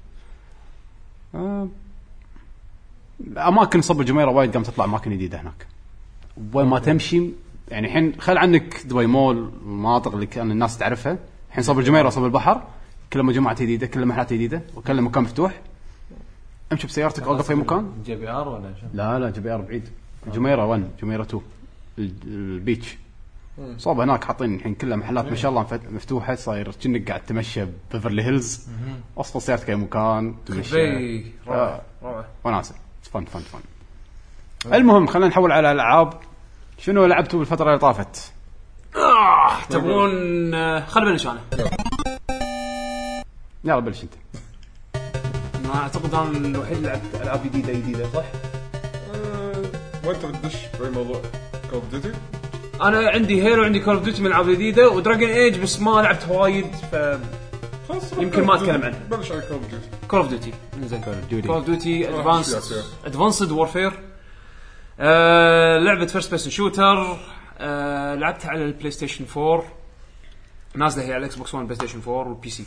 آه اماكن صب الجميره وايد قام تطلع اماكن جديده هناك، وين ما تمشي يعني. الحين خل عنك دبي مول المناطق اللي كان الناس تعرفها، الحين صب الجميره صب البحر كلها مجموعات جديده، كلها محلات جديده، وكل مكان مفتوح. امشي بسيارتك اوقف في مكان. جي بي ار ولا شو؟ لا لا جي بي ار بعيد، جميره واحد جميره اثنين ال- البيتش صوب هناك حاطين الحين كلها محلات ما شاء الله مفت- مفتوحه، صاير كأنك قاعد تمشى ببيفرلي هيلز، وصل سيارتك اي مكان تمشي بي روعه آه. روعه. وناسه فن فن فن. المهم خلينا نحول على الالعاب. شنو لعبتوا بالفتره اللي طافت؟ آه تبون آه، خل بلش انا. يلا بلش انت. انا اعتقد انا الوحيد اللي لعبت العاب جديده جديده صح. وانت بتدش في موضوع كول اوف ديوتي؟ انا عندي هيرو، عندي كول اوف ديوتي من العاب جديده، ودراجون ايج بس ما لعبت وايد ف خلاص يمكن ما أتكلم عنه. بلش على كول اوف ديوتي. كول اوف ديوتي زين. كول اوف ديوتي آه، ادفانسد أشياء. ادفانسد وورفير. لعبه فيرست بيرسون شوتر. آه لعبتها على البلاي ستيشن فور، نازله هي على الاكس بوكس ون، بلاي ستيشن فور والبي سي.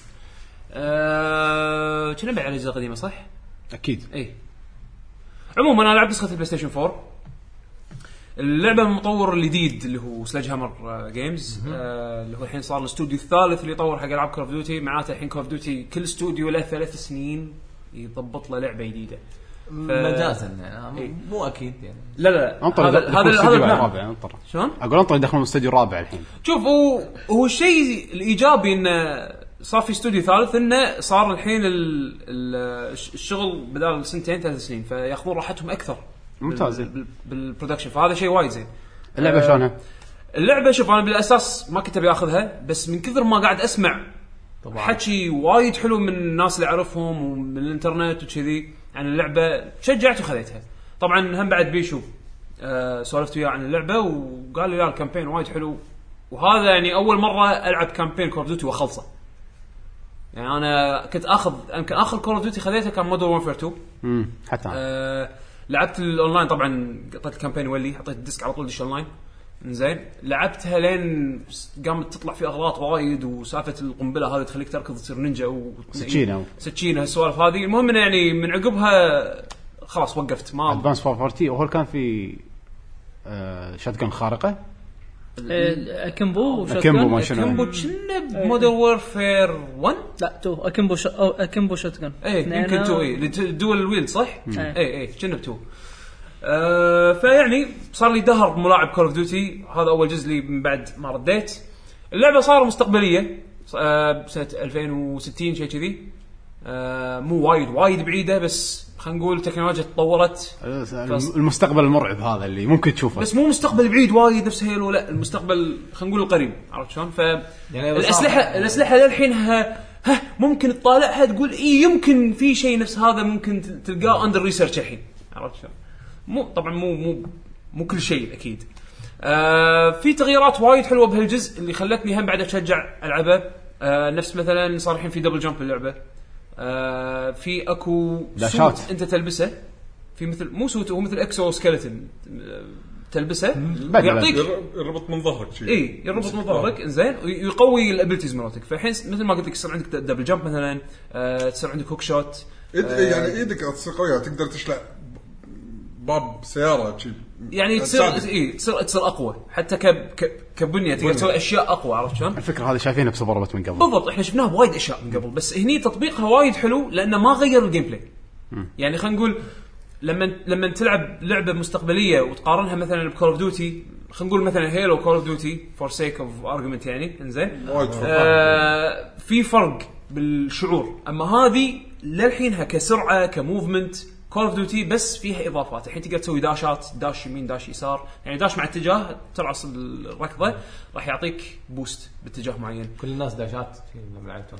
آه كنا على الاجهزه القديمه صح؟ اكيد. اي عموما انا لعبت نسخه البلاي ستيشن فور. اللعبه من المطور الجديد اللي هو سلاج هامر جيمز، آه اللي هو الحين صار الاستوديو الثالث اللي يطور حق العاب كول اوف ديوتي. معناته الحين كول اوف ديوتي كل استوديو له ثلاث سنين يضبط له لعبه جديده. مجازا يعني إيه. مو اكيد يعني. لا لا انطر هذا هذا هذا هذا هذا البلان. الرابع انطر. شلون؟ اقول انطر يدخلون الاستوديو الرابع الحين. شوف هو هو الشيء الايجابي انه صار في استوديو ثالث، انه صار الحين ال ال الشغل بدال سنتين ثلاث سنين فياخذون راحتهم اكثر. ممتاز. بال- بال- بالبرودكشن، فهذا شيء وايد زين. اللعبه آه، شلونها؟ اللعبه شوف انا بالاساس ما كنت ابي اخذها، بس من كثر ما قاعد اسمع طبعاً. حكي وايد حلو من الناس اللي اعرفهم ومن الانترنت وكذي عن اللعبه، شجعت وخذيتها. طبعا هم بعد بيشو آه سولفت وياه عن اللعبه وقال لي لا الكامبين وايد حلو، وهذا يعني اول مره العب كامبين كول اوف ديوتي واخلصه. يعني انا كنت اخذ يمكن اخر كول اوف ديوتي خذيته كان مودرن وورفير تو. امم حتى أنا. آه لعبت الاونلاين طبعا، قطعت الكامبين ولي حطيت الديسك على طول دش اونلاين. زين لعبتها لين قامت تطلع في اغلاط وايد، وسالفه القنبله هذه تخليك تركض تصير نينجا سكينه سكينه هالسوالف هذه. المهم إنه يعني من عقبها خلاص وقفت. ما ادفانس فور فورتي وهو كان في آه شاتجن خارقه اكمبو اكمبو ما شنو كمبو كنا بمودرن وورفير واحد لا تو اكمبو ش... اكمبو شاتجن ايه يمكن تو ايه دول الويل صح ايه ايه كنا بتو. أه فيعني صار لي دهر ملاعب كول اوف ديوتي. هذا اول جزء لي من بعد ما رديت. اللعبه صار مستقبليه أه بسنه ألفين وستين شيء كذي. أه مو وايد وايد بعيده، بس خلينا نقول التكنولوجيا تطورت. المستقبل المرعب هذا اللي ممكن تشوفه، بس مو مستقبل بعيد وايد نفس هيلو، لا المستقبل خلينا نقول القريب. عرفت شلون؟ ف يعني الاسلحه الاسلحه للحين ها ها ممكن تطالعها تقول اي يمكن في شيء نفس هذا ممكن تلقاه اندر ريسيرش الحين. عرفت شلون؟ مو طبعا مو مو مو كل شيء اكيد. آه في تغييرات وايد حلوه بهالجزء اللي خلتني هم بعد اشجع العبه. آه نفس مثلا صار الحين في دبل جامب باللعبه. آه في اكو سوت انت تلبسه، في مثل مو سوت، هو مثل اكسو سكيلتون تلبسه يعطيك يربط من ظهرك شيء. اي يربط من ظهرك انزين ويقوي الابيلتيز مالتك. فالحين مثل ما قلت لك يصير عندك دبل جامب مثلا، آه تصير عندك هوك شوت. آه يعني ايدك تصير قويه تقدر تشلع باب سياره شيء يعني تصير اي تصير تصير اقوى حتى ك كبنيه تقدر تسوي اشياء اقوى. عرفت شلون؟ الفكره هذه شايفينها بسوبر روبوت من قبل. بالضبط احنا شفناها بوايد اشياء من قبل، بس هني تطبيقها وايد حلو لانه ما غير الجيم بلاي. يعني خلينا نقول لما لما تلعب لعبه مستقبليه وتقارنها مثلا بكول اوف ديوتي، خلينا نقول مثلا هيلو كول اوف ديوتي فور سيك اوف ارجيومنت يعني انزين آه في فرق بالشعور. اما هذه للحينها كسرعه كموفمنت كول اوف ديوتي بس فيها اضافات. الحين تقدر تسوي داشات، داش يمين داش يسار، يعني داش مع اتجاه ترعص الركضه راح يعطيك بوست باتجاه معين. كل الناس داشات لما لعبتها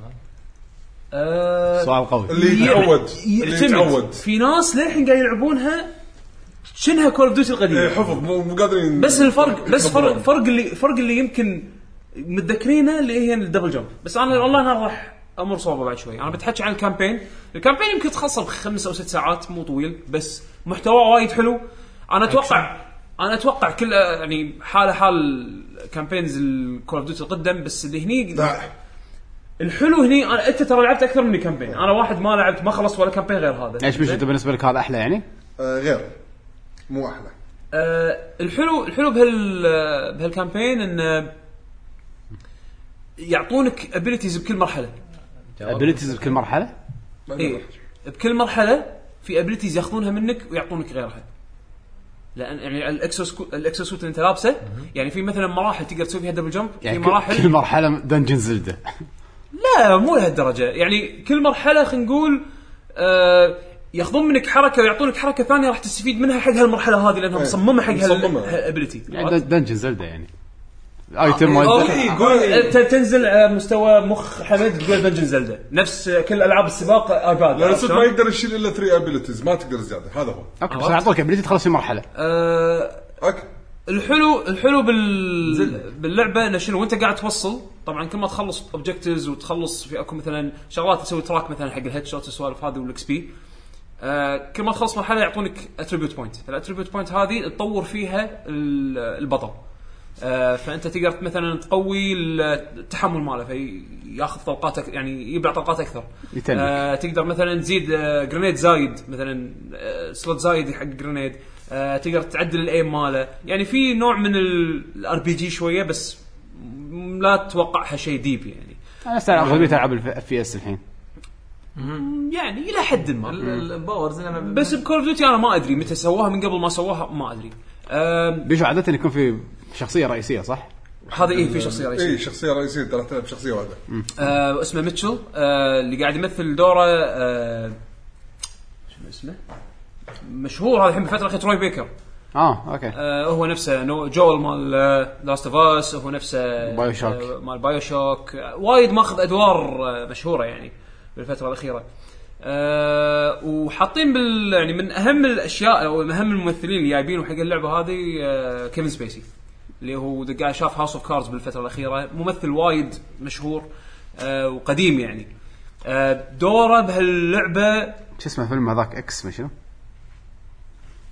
أه سؤال قوي اللي يتعود اللي يتعود. في ناس للحين قاعد يلعبونها شنها كول اوف ديوتي القديمه ايه حفظ مو قادرين. بس الفرق بس فرق فرق اللي فرق اللي يمكن متذكرينه اللي هي الدبل جامب. بس انا الاونلاين راح امر صوبه بعد شوي. انا بتحكي عن الكامبين. الكامبين يمكن تخلصه بخمس او ست ساعات، مو طويل بس محتوى وايد حلو. انا اتوقع انا اتوقع كل يعني حاله حال كامبينز الكول اوف ديوتي القدم، بس اللي هني لا. الحلو هني انا انت ترى لعبت اكثر من كامبين. انا واحد ما لعبت ما خلصت ولا كامبين غير هذا. ايش مش انت بالنسبه لك هذا احلى يعني؟ آه غير مو احلى. آه الحلو الحلو بهال بهالكامبين ان يعطونك ابيليتيز بكل مرحله. ابيليتيز بكل مرحله؟ اي بكل مرحله في ابيليتيز ياخذونها منك ويعطونك غيرها. لان يعني الاكسوس الاكسوسوت اللي انت لابسه يعني في مثلا مراحل تقدر تسوي فيها دبل جامب. يعني في مراحل كل مرحله دنجن زلده. لا مو لهالدرجه. يعني كل مرحله خلينا نقول آه ياخذون منك حركه ويعطونك حركه ثانيه راح تستفيد منها حق هالمرحله هذه لانها مصممه حق هالابيليتي. يعني دنجن زلده يعني ايتم ما يقول تنزل مستوى مخ حمد تقول دنجن زلده نفس كل العاب السباق ايباد. لا صدق ما يقدر يشيل الا ثلاثة ابيليتيز ما تقدر زياده. هذا هو اوكي بس يعطوك ابيليتي تخلص في مرحله. أه اوكي الحلو الحلو بال باللعبه انه شنو وانت قاعد توصل. طبعا كل ما تخلص اوبجكتيفز وتخلص في اكو مثلا شغلات تسوي تراك مثلا حق الهيد شوت والسوالف هذه والاكس بي. أه كل ما تخلص مرحله يعطونك اتريبيوت بوينت. الاتريبيوت بوينت هذه تطور فيها البطل. آه فانت تقدر مثلا تقوي التحمل ماله فياخذ طلقات يعني يبلع طلقات اكثر. آه تقدر مثلا تزيد آه جرينيد زايد مثلا آه سلوت زايد حق جرينيد. آه تقدر تعدل الايم ماله. يعني في نوع من الار بي جي شويه بس لا تتوقعها شيء ديب. يعني انا استعمل اغلبيه العاب الاف بي اس الحين يعني الى حد ما الباورز. بس بكول اوف ديوتي انا ما ادري متى سواها من قبل ما سواها ما ادري. آه بيجوا عاده يكون في شخصيه رئيسيه صح؟ هذا ايه في شخصيه رئيسيه. اي شخصيه رئيسيه ترى تلعب شخصيه واحده. آه اسمه ميتشل. آه اللي قاعد يمثل دوره آه شو اسمه مشهور هذا الحين بفتره اخيره تروي بيكر. اه اوكي آه هو نفسه نو جول مال لاست اوف اس. هو نفسه بايو شوك آه مال بايو شوك. آه وايد ماخذ ادوار آه مشهوره يعني بالفتره الاخيره. أه وحاطين بال يعني من اهم الاشياء او اهم الممثلين اللي جايبينه حق اللعبه هذه أه كيفن سبيسي اللي هو ذا شاف هاوس اوف كاردز بالفتره الاخيره. ممثل وايد مشهور أه وقديم يعني. أه دوره بهاللعبه شو اسمه فيلم هذاك اكس مشو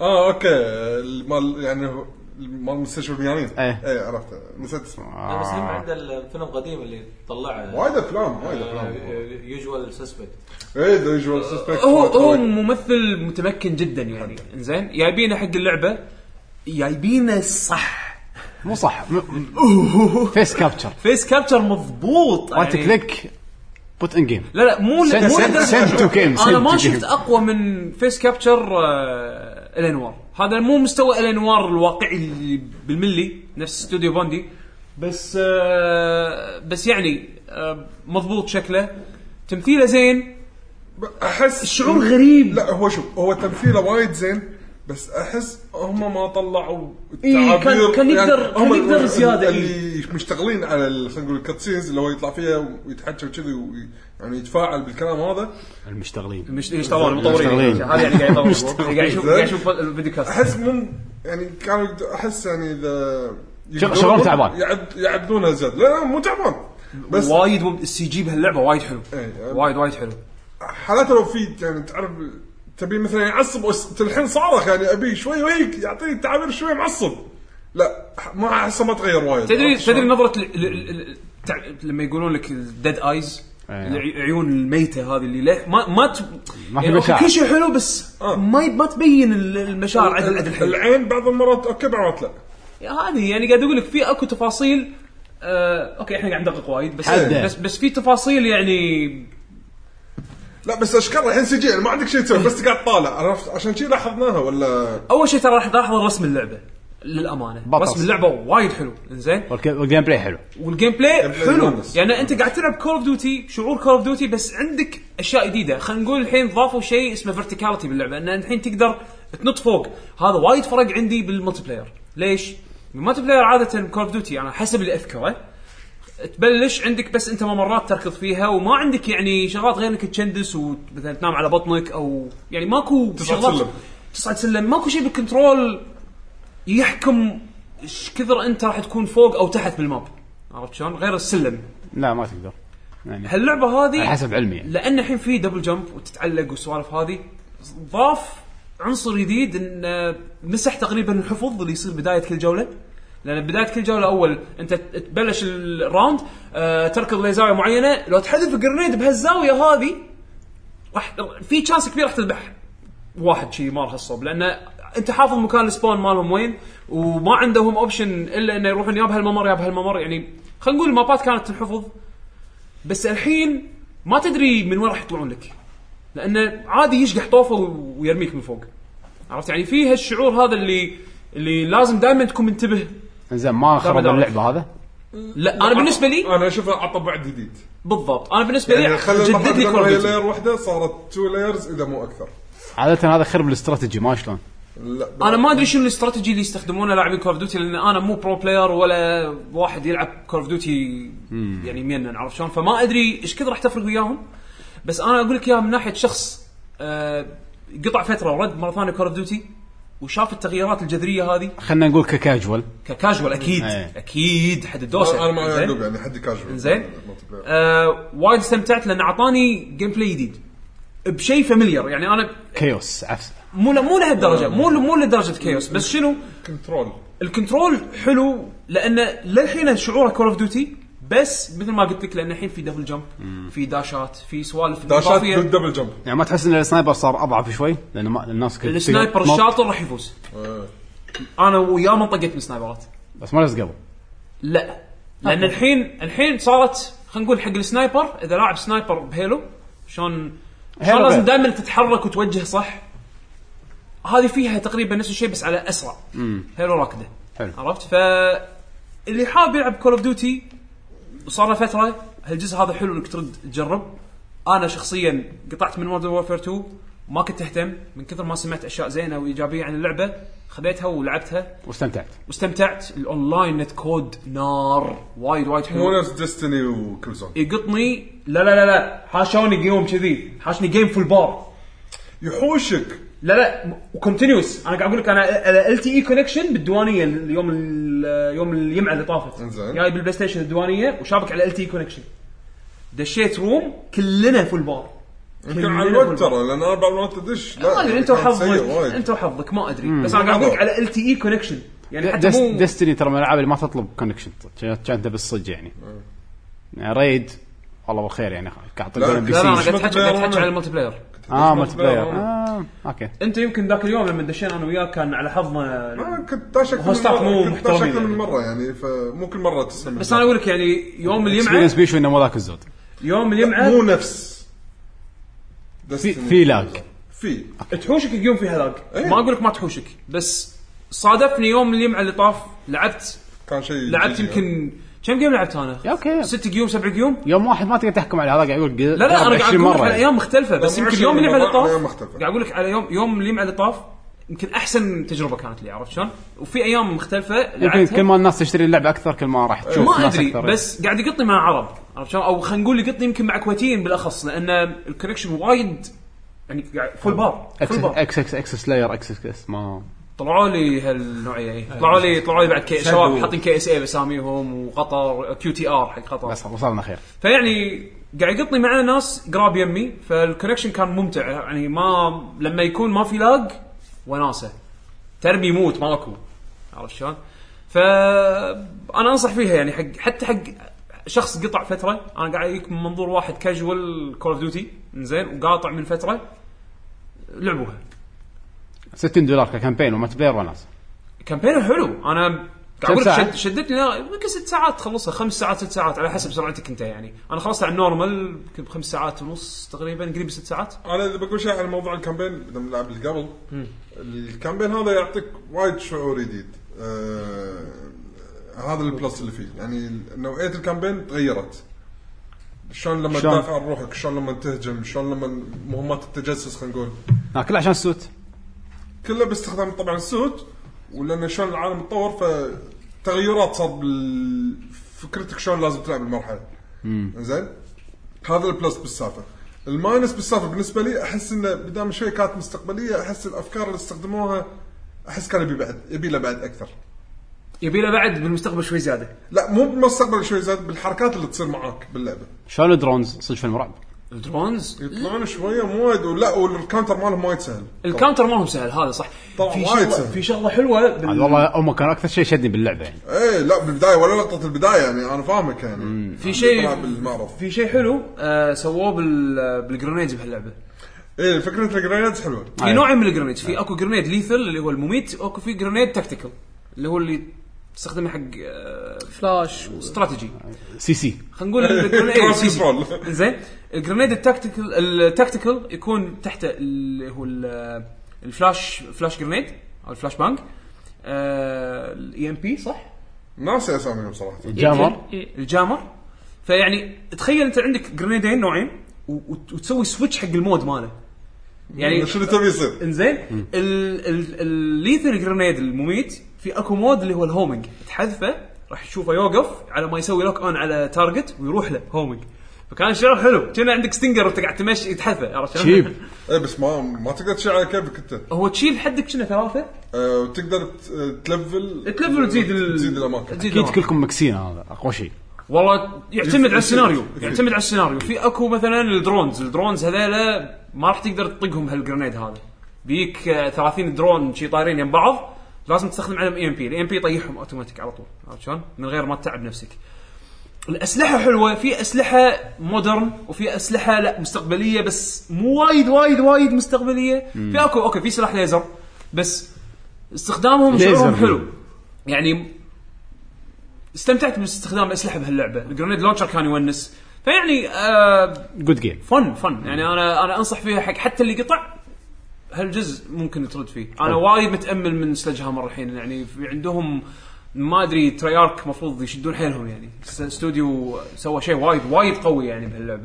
اه اوكي المال يعني مال مستشفى المجانين إيه. ايه عرفته نسيت اسمه لا بس هم عنده الفيلم قديم اللي طلع وايد افلام وايد افلام يوجوال سسبكت. ايه ذا يوجوال سسبكت هو هو ممثل متمكن جدا يعني انزين جايبينه حق اللعبه جايبينه صح مو صح م... فيس كابتشر فيس كابتشر مضبوط وانت كليك بوت ان جيم لا لا مو سن- مو سن- لدرجة- سن تو جيم، سن انا ما تو شفت جيم. اقوى من فيس كابتشر آه الانوار. هذا مو مستوى الانوار الواقعي اللي بالملي نفس استوديو بوندي بس آه بس يعني آه مضبوط شكله تمثيله زين احس الشعور غريب. لا هو شوف هو تمثيله وايد زين بس احس هم ما طلعوا إيه، التعابير كان- كان يقدر- هم كان يقدر ال- زيادة، اللي مشتغلين على ال- خلينا نقول الكاتسينز اللي هو يطلع فيها ويتحكى وكذي وي- يعني يتفاعل بالكلام هذا المشتغلين مش يشتغلون مطورين مشتغلين. هذا يعني قاعد يطور قاعد يشوف قاعد يشوف الفيديو كاست. احس من يعني كانوا يقد- احس يعني اذا شغ- شغلهم تعبان. يعد يعدونها زيادة لا لا مو تعبان بس وايد مم... السي جي بهاللعبه وايد حلو إيه، يعني وايد وايد حلو. حالته لو في يعني تعرف تبي مثلا يعصب بس الحين صارخ يعني ابي شوي وهيك يعطيني تعابير شوي معصب لا ما احسه ما تغير وايد تدري تدري نظره ال... ال... ال... تع... لما يقولون لك الديد ايز العيون الميته هذه اللي لا ما ما ت... ما في يعني مشاعر. كل شيء حلو بس آه. ما ي... ما تبين ال- المشاعر عدل عدل حلو. العين بعض المرات اوكي بعض لا هذه يعني قاعد اقول لك في اكو تفاصيل آه... اوكي احنا قاعد ندقق وايد بس حدة. بس بس في تفاصيل يعني لا بس اشكال الحين سي جي يعني ما عندك شيء تسوي بس قاعد طالع عرفت عشان شي لاحظناها ولا اول شيء ترى راح تلاحظ رسم اللعبه للامانه بطل. رسم اللعبه وايد حلو زين والك- والجيم بلاي حلو. والجيم بلاي بلاي حلو يونس. يعني انت قاعد تلعب كول اوف ديوتي شعور كول اوف ديوتي بس عندك اشياء جديده. خلينا نقول الحين ضافوا شيء اسمه فيرتيكاليتي باللعبه ان الحين تقدر تنط فوق. هذا وايد فرق عندي بالملتي بلاير. ليش الملتي بلاير عاده كول اوف ديوتي انا حسب اللي اذكره تبلش عندك بس انت ممرات تركض فيها وما عندك يعني شغلات غير انك تشندس ومثلا تنام على بطنك او يعني ماكو تصعد شغلات سلم. تصعد سلم ماكو شيء بالكنترول يحكم ايش كثر انت راح تكون فوق او تحت بالماب. عرفت شلون غير السلم. لا ما تقدر يعني هاللعبه هذه على حسب علمي يعني. لان الحين في دبل جمب وتتعلق والسوالف هذه ضاف عنصر جديد ان مسح تقريبا الحفظ اللي يصير بدايه كل جوله. لان بدايه كل جوله اول انت تبلش الراوند أه تركض لزاويه معينه لو تحذف الجرنيد بهالزاويه هذه راح في تشانس كبير راح تذبح واحد شيء مال هالصوب لان انت حافظ مكان السبون مالهم وين وما عندهم اوبشن الا انه يروحون يا بهالممر يا بهالممر. يعني خلينا نقول المابات كانت تنحفظ بس الحين ما تدري من وين راح يطلعون لك لانه عادي يشقح طوفه ويرميك من فوق. عرفت يعني في هالشعور هذا اللي اللي لازم دائما تكون منتبه. زين ما خرب دعم. اللعبه هذا. لا انا بالنسبه لي انا اشوفه عطى بعد جديد بالضبط انا بالنسبه يعني لي خلى جدد المرحله لي الأولى هي كواليتي. لاير واحده صارت تو لايرز اذا مو اكثر. عاده هذا خرب الاستراتيجي ما شلون. لا انا ما ادري شنو الاستراتيجي اللي يستخدمونه لاعبين كول اوف ديوتي لان انا مو برو بلاير ولا واحد يلعب كول اوف ديوتي يعني مينن عرفت شلون فما ادري ايش كذا راح تفرق وياهم. بس انا اقول لك اياها من ناحيه شخص آه قطع فتره ورد مره ثانيه كول اوف ديوتي وشاف التغييرات الجذريه هذه خلينا نقول ككاجوال. ككاجوال اكيد أيه. اكيد حد الدوسه. انا ما زين؟ يعقوب يعني حد كاجوال زين آه وايد استمتعت لان اعطاني جيم بلاي جديد بشيء فاميليار. يعني انا كيوس عفسه. مو مو لهالدرجه مو مو لدرجه كيوس بس شنو كنترول الكنترول حلو لان للحين شعوره كول اوف ديوتي بس مثل ما قلت لك لان الحين في دبل جمب في داشات في سوالف داشات إضافية. بالدبل جمب يعني ما تحس ان السنايبر صار اضعف شوي لان ما الناس كل السنايبر الشاطر راح يفوز. انا وياه ما طقيت من السنايبرات بس ما لازم قبل. لا لان الحين الحين صارت خلينا نقول حق السنايبر اذا لاعب سنايبر بهيلو شلون شلون هيلو لازم غير. دائما تتحرك وتوجه صح. هذه فيها تقريبا نفس الشيء بس على اسرع هيلو راكده. حلو. عرفت فاللي حاب يلعب كول اوف ديوتي وصار له فتره هالجزء هذا حلو انك ترد تجرب. انا شخصيا قطعت من مودرن وورفير تو ما كنت اهتم من كثر ما سمعت اشياء زينه وايجابيه عن اللعبه خذيتها ولعبتها واستمتعت. واستمتعت. الاونلاين نت كود نار وايد وايد مو حلو نفس ديستني وكلزون يقطني. لا لا لا لا حاشوني جيم كذي حاشني جيم فول بار يحوشك لا لا وكونتينيوس. انا قاعد اقول لك انا ال تي اي كونكشن بالديوانيه اليوم اليوم الجمعه اللي طافت إنزين. جاي بالبلاي ستيشن الديوانيه وشابك على ال تي اي كونكشن دشيت روم كلنا فول بار يمكن على الوقت ترى لان انا بعد ما تدش ما ادري انت وحظك انت وحظك ما ادري بس انا قاعد اقول لك على ال تي اي كونكشن يعني حتى مو ديستني ترى من الالعاب اللي ما تطلب كونكشن كانت بالصج يعني يعني ريد والله بالخير يعني قاعد لا لا انا قاعد احكي قاعد احكي على الملتي بلاير اه ملتي بلاير اه اوكي انت يمكن ذاك اليوم لما دشينا انا وياك كان على حظنا ما كنت داشك مو محترمين من مره يعني فمو كل مره تسمع بس انا اقول لك يعني يوم الجمعه اكسبيرينس بيشو انه مو ذاك الزود يوم الجمعه مو نفس في في لاج في تحوشك اليوم فيها لاج ايه؟ ما اقول لك ما تحوشك بس صادفني يوم الجمعه اللي طاف لعبت كان شيء لعبت يمكن كم جيم لعبت انا اوكي ست جيوم سبع جيوم يوم واحد ما تقدر تحكم على هذا قاعد يقول لا لا انا قاعد اقول لك على ايام مختلفه بس يمكن يوم الجمعه اللي طاف قاعد اقول لك على يوم يوم الجمعه اللي طاف يمكن احسن تجربه كانت لي عرفت شلون وفي ايام مختلفه يمكن كل ما الناس تشتري اللعبه اكثر كل ما راح تشوف ما ادري بس قاعد يقطني مع عرب عرفت شلون او خلينا نقول يقطني يمكن مع كويتيين بالاخص لان الكونكشن وايد يعني فول بار اكس اكس اكس سلاير اكس اكس ما طلعوا لي هالنوعيه طلعوا لي طلعوا لي بعد كي شباب حاطين كي اس اي بساميهم وقطر كيو تي ار حق قطر بس وصلنا خير فيعني قاعد يقطني معنا ناس قراب يمي فالكونكشن كان ممتع يعني ما لما يكون ما في لاج وناسه ترمي يموت ماكو عرفت شلون فانا انصح فيها يعني حق حتى حق شخص قطع فتره انا قاعد اجيك من منظور واحد كاجوال كول اوف ديوتي زين وقاطع من فتره لعبوها ستين دولار ككامبين ومالتي بلاير وناس كامبين حلو انا قاعد شد شدتني يمكن ست ساعات تخلصها خمس ساعات ست ساعات على حسب سرعتك انت يعني انا خلصت على النورمال بخمس ساعات ونص تقريبا قريب ست ساعات انا اذا بقول شيء عن موضوع الكامبين بدنا نلعب اللي قبل الكامبين هذا يعطيك وايد شعور جديد آه هذا البلس اللي فيه يعني نوعيه الكامبين تغيرت شلون لما تدافع عن روحك شلون لما تهجم شلون لما مهمات التجسس خلينا نقول اه كله عشان السوت كله باستخدام طبعا السوت ولأن شلون العالم تطور فتغيرات صار بالفكرتك شلون لازم تلعب المرحلة زين هذا البلس بالسالفة الماينس بالسالفة بالنسبة لي أحس إنه بدام شوي كانت مستقبلية أحس الأفكار اللي استخدموها أحس كان يبي بعد يبي له بعد أكثر يبي له بعد بالمستقبل شوي زيادة لا مو بالمستقبل شوي زيادة بالحركات اللي تصير معاك باللعبة شلون الدرونز صدق فيلم رعب الدرونز يطلعون شويه مو وايد ولا والكاونتر مالهم وايد سهل الكاونتر مالهم سهل هذا صح في شغله في شغله حلوه بال... والله هم كان اكثر شيء شدني باللعبه يعني ايه لا بالبدايه ولا لقطه البدايه يعني انا فاهمك يعني مم. في شيء في شيء حلو آه سووه بال بالجرينيدز بهاللعبه ايه فكره الجرينيدز حلوه في نوعين من الجرينيدز في اكو جرينيد ليثل اللي هو المميت واكو في جرينيد تكتيكال اللي هو اللي تستخدمه حق فلاش واستراتيجي سي سي خلينا نقول الجرينيد سي سي زين الجرينيد التكتيكال التكتيكال يكون تحت اللي هو الفلاش فلاش جرينيد او الفلاش بانج الاي ام بي صح ناسي اساميهم صراحه الجامر الجامر فيعني تخيل انت عندك جرينيدين نوعين وتسوي سويتش حق المود ماله يعني شنو تبي يصير انزين الليثل جرينيد المميت في اكو مود اللي هو الهومينج تحذفه راح تشوفه يوقف على ما يسوي لوك اون على تارجت ويروح له هومينج فكان شيء حلو كنا عندك ستينجر وانت قاعد تمشي يتحذف عرفت شيب اي بس ما ما تقدر تشيل على كيفك انت هو تشيل حدك كنا ثلاثه أه وتقدر تلفل تلفل وتزيد تزيد الاماكن اكيد كلكم مكسين هذا اقوى شيء والله يعتمد على السيناريو يعتمد على السيناريو في اكو مثلا الدرونز الدرونز هذيلا ما راح تقدر تطقهم هالجرينيد هذا بيك ثلاثين درون شي طايرين يم بعض لازم تستخدم عليهم اي ام بي الاي ام بي يطيحهم اوتوماتيك على طول عرفت شلون من غير ما تتعب نفسك الاسلحه حلوه في اسلحه مودرن وفي اسلحه لا مستقبليه بس مو وايد وايد وايد مستقبليه مم. في اكو اوكي في سلاح ليزر بس استخدامهم شعورهم حلو يعني استمتعت باستخدام الاسلحه بهاللعبه الجرينيد لونشر كان يونس فيعني جود جيم فن فن يعني انا انا انصح فيها حق حتى اللي قطع هالجزء ممكن ترد فيه انا وايد متامل من سلج هامر الحين يعني في عندهم ما ادري تريارك مفروض يشدون حيلهم يعني استوديو سوى شيء وايد وايد قوي يعني بهاللعبه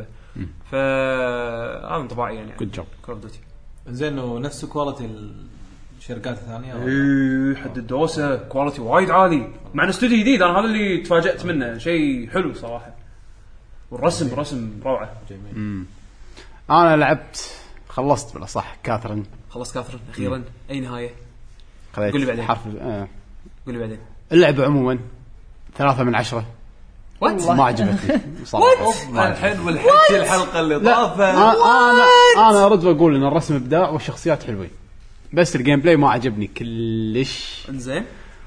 فهذا انطباعي يعني جود جوب كول اوف ديوتي زين ونفس كواليتي الشركات الثانيه ايه حد الدوسه كواليتي وايد عالي مع استوديو جديد انا هذا اللي تفاجأت منه شيء حلو صراحه والرسم رسم روعه جميل انا لعبت خلصت بلا صح كاثرين خلصت كاثرين اخيرا اي نهايه قول لي بعدين حرف آه. قول لي بعدين اللعبه عموما ثلاثة من عشرة ما عجبتني صراحه. الحين والحين الحلقه اللي طافت انا انا ارد واقول ان الرسم ابداع والشخصيات حلوين بس الجيم بلاي ما عجبني كلش. انزين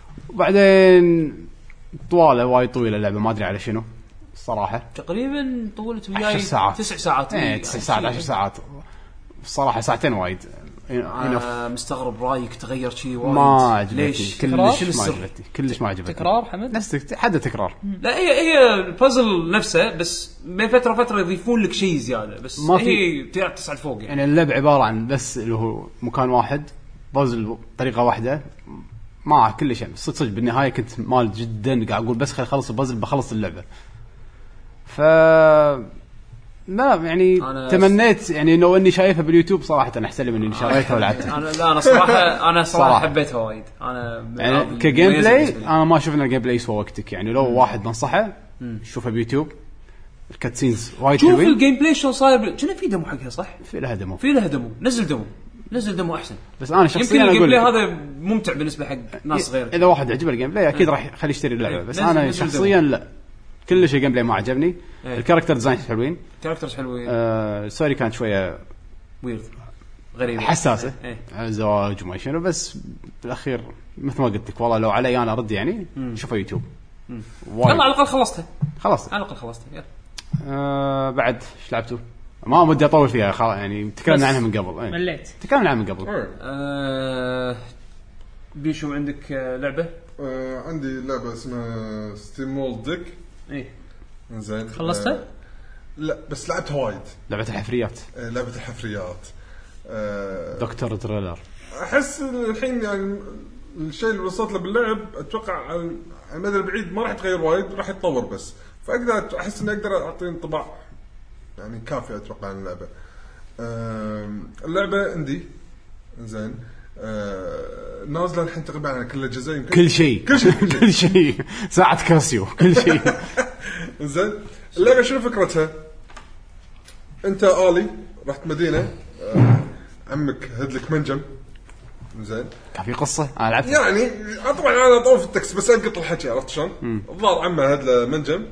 وبعدين طواله وايد طويله اللعبه ما ادري على شنو الصراحه. تقريبا طولت وياي عشر ساعات تسع ساعات ايه تسع ساعات عشر ساعات الصراحه ساعتين وايد. انا مستغرب رايك تغير شيء وايد. ما عجبتني ليش كلش ما عجبتني كلش ما عجبتني. تكرار حمد نفس حد تكرار. لا هي هي البازل نفسه بس بين فتره فتره يضيفون لك شيء زياده بس ما هي تصعد فوق يعني. يعني اللعبه عباره عن بس اللي هو مكان واحد بازل بطريقه واحده ما كل شيء صدق صدق بالنهايه كنت مال جدا قاعد اقول بس خلي اخلص البازل بخلص اللعبه. ف لا يعني تمنيت يعني لو اني شايفها باليوتيوب صراحه انا احسن لي من اني شريتها ولعبتها. انا لا انا صراحه انا صراحه, صراحة. حبيتها وايد انا يعني كجيم بلاي انا ما اشوف ان الجيم بلاي يسوى وقتك يعني لو مم. واحد بنصحه شوفها بيوتيوب الكاتسينز وايد حلوين. شوف الجيم بلاي شلون صاير كنا في دمو حقها صح في لها دمو في لها دمو نزل دمو نزل دمو احسن. بس انا شخصيا يمكن الجيم بلاي هذا ممتع بالنسبه حق ناس غير. اذا واحد عجبه الجيم بلاي اكيد راح يخلي يشتري اللعبه بس انا نزل شخصيا دمو. لا كلش الجيم بلاي ما عجبني. ايه. الكاركتر ديزاين حلوين كاركترز حلوين آه سوري كانت شويه ويرد غريبه حساسه ايه. زواج وما شنو بس بالاخير مثل ما قلت لك والله لو علي انا ارد يعني شوفها يوتيوب. يلا على الاقل خلصتها خلصت على الاقل خلصتها يلا آه بعد ايش لعبتوا ما ودي اطول فيها خلاص يعني تكلمنا عنها من قبل ايه. مليت تكلمنا عنها من قبل آه بيشو عندك لعبه آه عندي لعبه اسمها ستيم مول ديك ايه زين خلصتها آه لا بس لعبتها وايد لعبه الحفريات آه لعبه الحفريات آه دكتور دريلر. احس الحين يعني الشيء اللي وصلت له باللعب اتوقع على المدى البعيد ما راح يتغير وايد راح يتطور بس فاقدر احس اني اقدر اعطي انطباع يعني كافي اتوقع عن اللعبه. آه اللعبه عندي زين آه نازله الحين تقريبا على كل الاجهزه يمكن كل شيء كل شيء كل شيء ساعه كاسيو كل شيء زين اللعبه شنو فكرتها انت آلي رحت مدينه آه عمك هدلك منجم زين كان في قصه انا لعبت يعني طبعا انا طوف التكست بس انقط الحكي عرفت شلون الظاهر عمه هدله منجم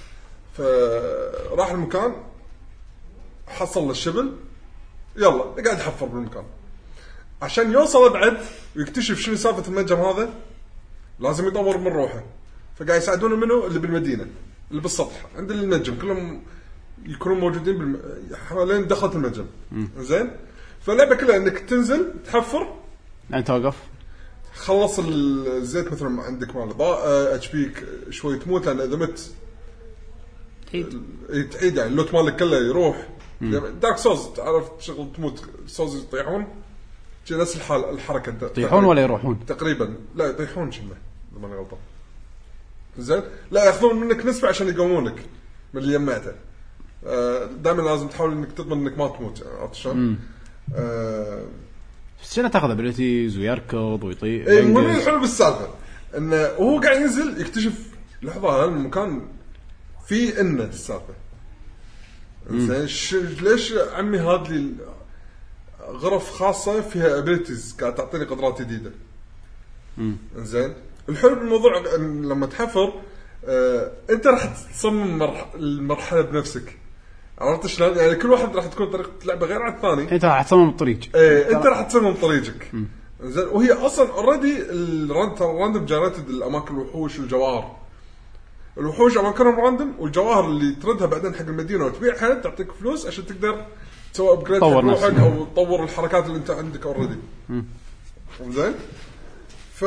فراح المكان حصل له الشبل يلا قاعد يحفر بالمكان عشان يوصل بعد ويكتشف شنو سالفه المنجم هذا لازم يطور من روحه فقاعد يساعدونه منه اللي بالمدينه اللي بالسطح عند المنجم كلهم يكونوا موجودين بالم... حوالين دخلة المنجم زين فاللعبه كلها انك تنزل تحفر انت توقف خلص الزيت مثلا عندك مال ضاء اتش بيك شوي تموت لان اذا مت تعيد تعيد يعني اللوت مالك كله يروح دارك سوز تعرف شغل تموت سوز يطيحون نفس الحال الحركه يطيحون ولا يروحون تقريبا لا يطيحون شنو اذا ماني غلطان زين لا ياخذون منك نسبه عشان يقومونك من اللي جمعته دائما لازم تحاول انك تضمن انك ما تموت عرفت شلون أه شنو تاخذ ابيليتيز ويركض ويطيح اي مو الحلو بالسالفه انه وهو قاعد ينزل يكتشف لحظه هالمكان في انه السالفه زين ليش عمي هذا لي غرف خاصه فيها ابيليتيز قاعد تعطيني قدرات جديده زين الحلو بالموضوع لما تحفر آه، انت راح تصمم مرح... المرحله بنفسك عرفت شلون يعني كل واحد راح تكون طريقه لعبه غير عن الثاني انت راح تصمم الطريق ايه انت راح تصمم طريقك زين وهي اصلا اوريدي الراندوم جنريتد الاماكن الوحوش والجواهر الوحوش اماكنهم راندوم والجواهر اللي تردها بعدين حق المدينه وتبيعها تعطيك فلوس عشان تقدر تسوي ابجريد روحك او تطور الحركات اللي انت عندك اوريدي زين ف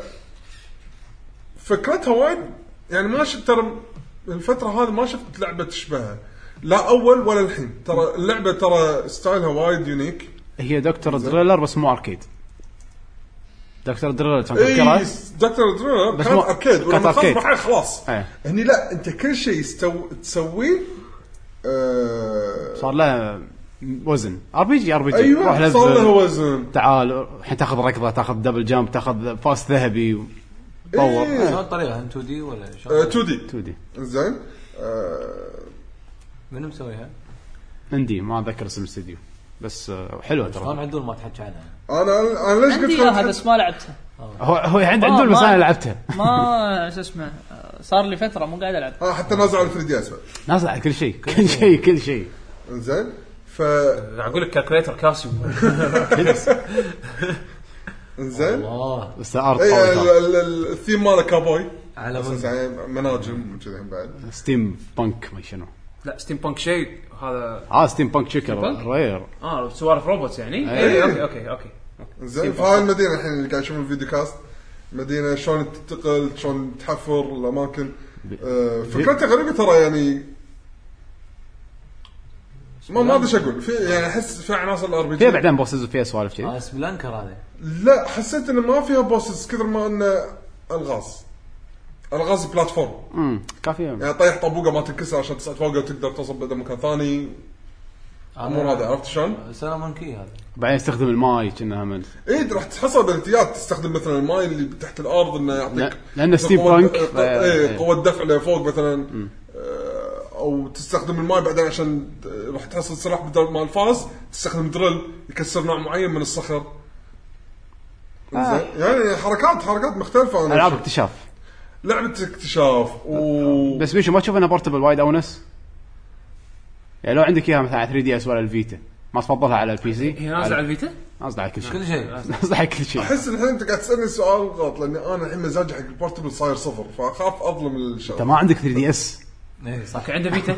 فكرتها وايد يعني ما شفت ترى الفتره هذه ما شفت لعبه تشبهها لا اول ولا الحين ترى اللعبه ترى ستايلها وايد يونيك هي دكتور دريلر بس مو اركيد دكتور دريلر كان فكره اي دكتور دريلر كان اركيد ولما خلص محل خلاص ايه. هني لا انت كل شيء يستو... تسويه أه... صار له وزن ار بي جي ار بي جي ايوه صار له وزن تعال الحين تاخذ ركضه تاخذ دبل جامب تاخذ فاست ذهبي طور شلون إيه. الطريقه ان تو دي ولا شلون أه تو دي تو دي زين أه... من مسويها عندي ما اتذكر اسم الاستديو بس حلوه ترى شلون عدول ما تحكي عنها انا انا ليش قلت هذا بس ما لعبتها هو هو عند ما- عدول بس ما- انا لعبتها ما شو اسمه صار لي فتره مو قاعد العب. اه حتى نازل على ثري دي اس بعد. نازل على كل شيء كل شيء كل شيء. زين ف اقول لك كالكوليتر كاسيو. زين الله بس ارت اي قوي ال- ال- الثيم ماله كابوي على اساس من يعني مناجم وكذا بعد. ستيم بانك ما شنو لا ستيم بانك شيء هذا. اه ستيم بانك شكر بانك؟ رير. اه سوالف روبوتس يعني. إيه. اي اوكي اوكي اوكي. زين فهاي المدينه الحين اللي قاعد نشوف الفيديو كاست مدينه شلون تنتقل شلون تحفر الاماكن. آه فكرتها غريبه ترى يعني ما ما ادري ايش اقول في يعني احس في عناصر الار بي فيها جي. بعدين بوسز وفيها سوالف كذي. اه سبلانكر هذا لا حسيت انه ما فيها بوسز كثر ما انه الغاز الغاز بلاتفورم امم كافيه. يعني طيح طابوقه ما تنكسر عشان تصعد فوقه وتقدر توصل بدل مكان ثاني. امور هذا عرفت شلون؟ سلامانكي هذا بعدين يستخدم الماي كأنها من ايه راح تحصل بالتيات تستخدم مثلا الماي اللي تحت الارض انه يعطيك لا، لأن ستيم قوة- بانك. قوة- ايه قوه دفع لفوق مثلا. آه، او تستخدم الماي بعدين عشان راح تحصل سلاح بدل ما الفاس تستخدم درل يكسر نوع معين من الصخر. آه. زين يعني حركات حركات مختلفه. أنا العاب أشوف. اكتشاف. لعبه اكتشاف و بس بيشو ما تشوف انها بورتبل وايد اونس. يعني لو عندك اياها مثلا على ثري دي اس ولا الفيتا ما تفضلها على البي سي. هي نازله على الفيتا. نازله على كل شيء كل شيء نازله على كل شيء. احس الحين انت قاعد تسالني سؤال غلط لاني انا الحين مزاجي حق البورتبل صاير صفر فاخاف اظلم انت الشغل. ما عندك ثري دي اس. ايه صح اوكي عنده فيتا.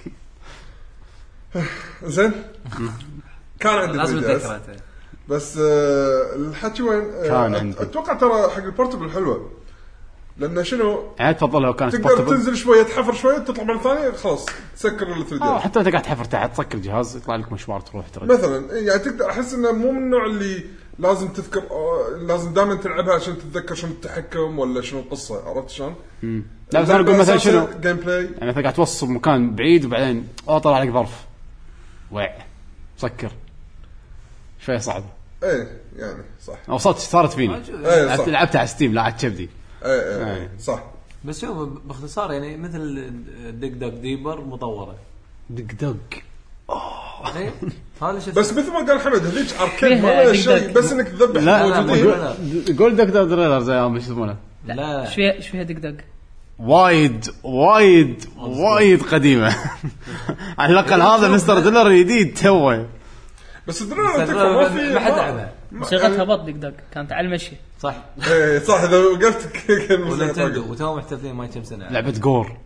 زين كان عندي لازم ثري دي إس. اتذكر انت. بس آه الحكي وين آه كان أت- عندي. اتوقع ترى حق البورتبل حلوه لان شنو يعني تفضلها لو كانت تقدر بورتبل. تنزل شويه تحفر شويه تطلع مره ثانيه خلاص تسكر ال ثري اه دي حتى انت قاعد تحفر تحت تسكر الجهاز يطلع لك مشوار تروح ترد. مثلا إيه، يعني تقدر احس انه مو من النوع اللي لازم تذكر آه لازم دائما تلعبها عشان تتذكر شنو التحكم ولا شنو القصه عرفت شلون؟ لا بس انا اقول مثلا شنو جيم بلاي يعني مثلا قاعد توصل مكان بعيد وبعدين اوه طلع لك ظرف وع سكر شوي صعبه. ايه يعني صح وصلت صارت فيني. ايه لعبت صح لعبتها على ستيم لا على كبدي. ايه ايه إيه. إيه صح بس شوف باختصار يعني مثل ديك دوك ديبر مطوره دق دق. ايه هذا شفت بس مثل ما قال حمد هذيك اركيد ما فيها لها دق شيء دق. بس انك تذبح لا لا، موجودين. موجود. قول دق دق دريلر زي ما يسمونه. لا لا ايش فيها ايش فيها دق دق؟ وايد وايد وايد قديمه. على الاقل هذا مستر ديلر جديد توه. بس درون تكفى ما في ما حد لعبها موسيقتها بط دق دق كانت على المشي. صح ايه صح اذا وقفت كان ونينتندو وتو محتفلين ما كم سنه لعبه جور.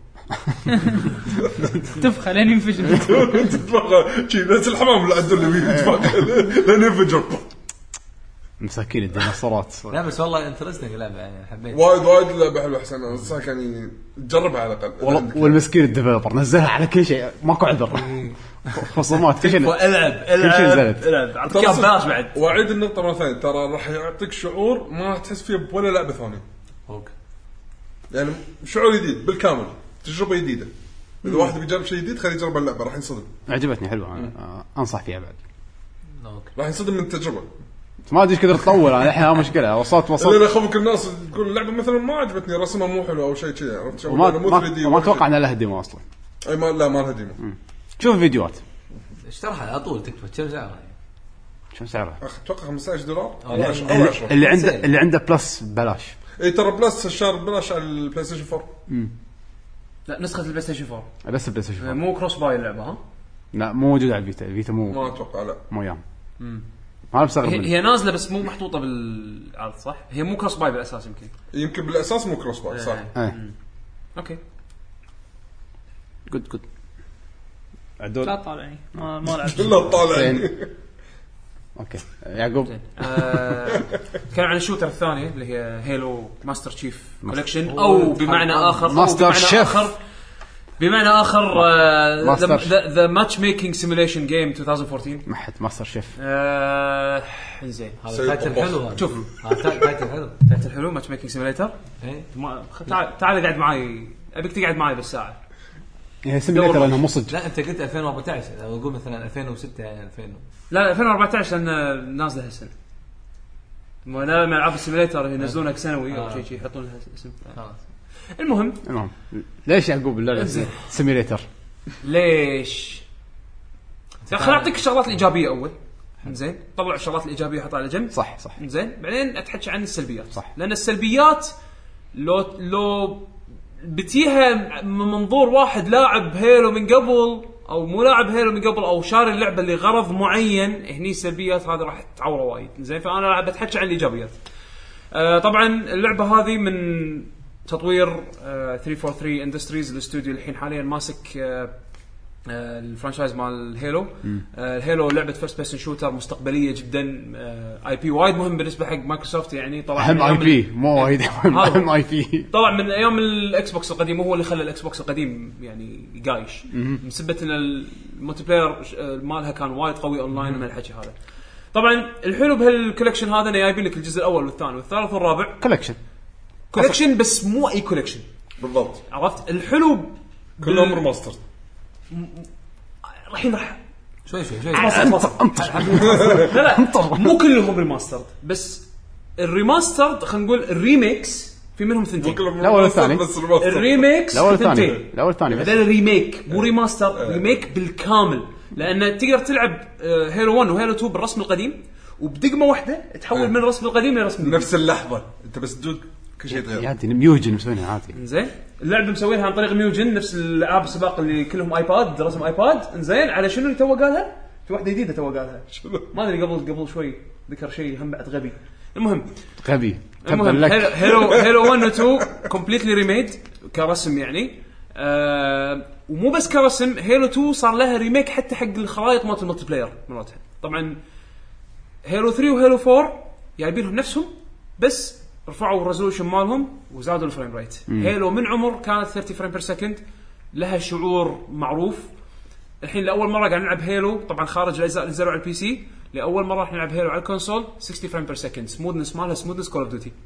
تفخى لين ينفجر. تتفقع شي نفس الحمام اللي عدل اللي يتفقع لين ينفجر مساكين الديناصورات. لا بس والله انترستنج لعبه يعني حبيت وايد وايد لعبه حلوه حسن انصحك يعني تجربها على الاقل والله والمسكين الديفلوبر نزلها على كل شيء ماكو عذر. خصومات كل شيء. العب كل شيء العب نزلت. العب اعطيك إياه ببلاش بعد. واعيد النقطه مره ثانيه ترى راح يعطيك شعور ما تحس فيه بولا لعبه ثانيه اوكي يعني شعور جديد بالكامل تجربه جديده اذا واحد بيجرب شيء جديد خليه يجرب اللعبه راح ينصدم عجبتني حلوه أنا انصح فيها بعد. اوكي راح ينصدم من التجربه ما ادري ايش قدرت اطول انا الحين مشكله وصلت اللي وصلت انا خوفك الناس تقول اللعبه مثلا ما عجبتني رسمها مو حلو او شيء كذا عرفت شلون وما لأنه مو ما, ثري دي ما اتوقع ان لها ديمو اصلا. اي ما لا ما لها ديمو شوف فيديوهات اشترها على طول تكفى كم سعرها شو سعرها. اخ اتوقع خمسة عشر دولار أو او لا، عشرة او اللي, عشرة اللي عنده سيل. اللي عنده بلس ببلاش. اي ترى بلس الشهر بلاش على البلاي ستيشن فور لا نسخه البلاي ستيشن فور بس البلاي ستيشن. مو كروس باي اللعبه ها. لا مو موجود على الفيتا. الفيتا مو ما اتوقع لا مو يام. ما بستغرب هي, منه. هي نازله بس مو محطوطه بالعرض صح. هي مو كروس باي بالاساس يمكن. يمكن بالاساس مو كروس باي صح ايه اوكي جود جود. لا عدول طالعني ما ما لعبت. الا طالع زين. اوكي يعقوب. آه، كان عن الشوتر الثانيه اللي هي هيلو ماستر تشيف كولكشن او بمعنى اخر أو ماستر بمعنى شيف. آخر بمعنى اخر ماستر ذا ماتش ميكينج سيميليشن جيم ألفين وأربعطعش. محد ماستر شيف. آه، زين هذا سيد تايتل طباخ. حلو هذا. شوف. هذا تا- تايتل حلو تايتل حلو ماتش ميكينج سيميليتر. ايه ما تعال تعال قاعد معي ابيك تقعد معي بالساعه. هي سيميليتر انه مو صدق. لا انت قلت ألفين وأربعطعش لو اقول مثلا ألفين وستة يعني ألفين لا ألفين وأربعطعش لان نازله هالسنه. ما انا العاب السيميليتر ينزلونها سنوي او آه. شيء شيء يحطون لها اسم. خلاص المهم المهم ليش يعقوب اللعبه زين. سيميليتر. ليش؟ خليني اعطيك الشغلات الايجابيه اول. زين طلع الشغلات الايجابيه حطها على جنب صح صح زين بعدين اتحكي عن السلبيات صح. لان السلبيات لو لو بتيها من منظور واحد لاعب هيلو من قبل او مو لاعب هيلو من قبل او شاري اللعبه لغرض معين هني السلبيات هذه راح تعوره وايد زين فانا راح بتحكي عن الايجابيات. آه طبعا اللعبه هذه من تطوير آه ثلاثمية وثلاثة وأربعين اندستريز الاستوديو الحين حاليا ماسك آه آه الفرانشايز مال هيلو. آه الهيلو لعبه فيرست بيرسون شوتر مستقبليه جدا آه اي بي وايد مهم بالنسبه حق مايكروسوفت يعني طلع اهم اي بي مو وايد اهم اي بي طلع من ايام الاكس بوكس القديم وهو اللي خلى الاكس بوكس القديم يعني قايش بسبب ان الملتي بلاير مالها كان وايد قوي اونلاين من الحكي هذا. طبعا الحلو بهالكولكشن هذا انه جايبين لك الجزء الاول والثاني والثالث والرابع كولكشن كولكشن بس مو اي كولكشن بالضبط عرفت الحلو كلهم ريماستر الحين راح شوي شوي شوي لا لا مو كلهم ريماستر بس الريماستر خلينا نقول الريميكس في منهم ثنتين الاول والثاني الريميكس الاول والثاني الاول والثاني هذا الريميك مو ريماستر ريميك بالكامل لان تقدر تلعب هيلو واحد وهيلو اثنين بالرسم القديم وبدقمه واحده تحول من الرسم القديم لرسم الجديد نفس اللحظه انت بس تدوق كل شيء تغير يعني ميوجن مسوينها عادي زين اللعبه مسوينها عن طريق ميوجن نفس الالعاب السباق اللي كلهم ايباد رسم ايباد زين على شنو اللي تو قالها في واحده جديده تو قالها ما ادري قبل قبل شوي ذكر شيء هم بعد غبي المهم غبي المهم هيلو هيلو واحد و اثنين كومبليتلي ريميد كرسم يعني آه ومو بس كرسم هيلو اثنين صار لها ريميك حتى حق الخرائط مالت الملتي بلاير مالتها. طبعا هيلو ثلاثة وهيلو أربعة جايبين لهم نفسهم بس رفعوا الريزولوشن مالهم وزادوا الفريم ريت. هيلو من عمر كانت ثلاثين فريم بير سكند لها شعور معروف. الحين لاول مره قاعد نلعب هيلو طبعا خارج الاجزاء اللي نزلوا على البي سي لاول مره راح نلعب هيلو على الكونسول ستين فريم بير سكند سموثنس مالها سموثنس كول اوف ديوتي.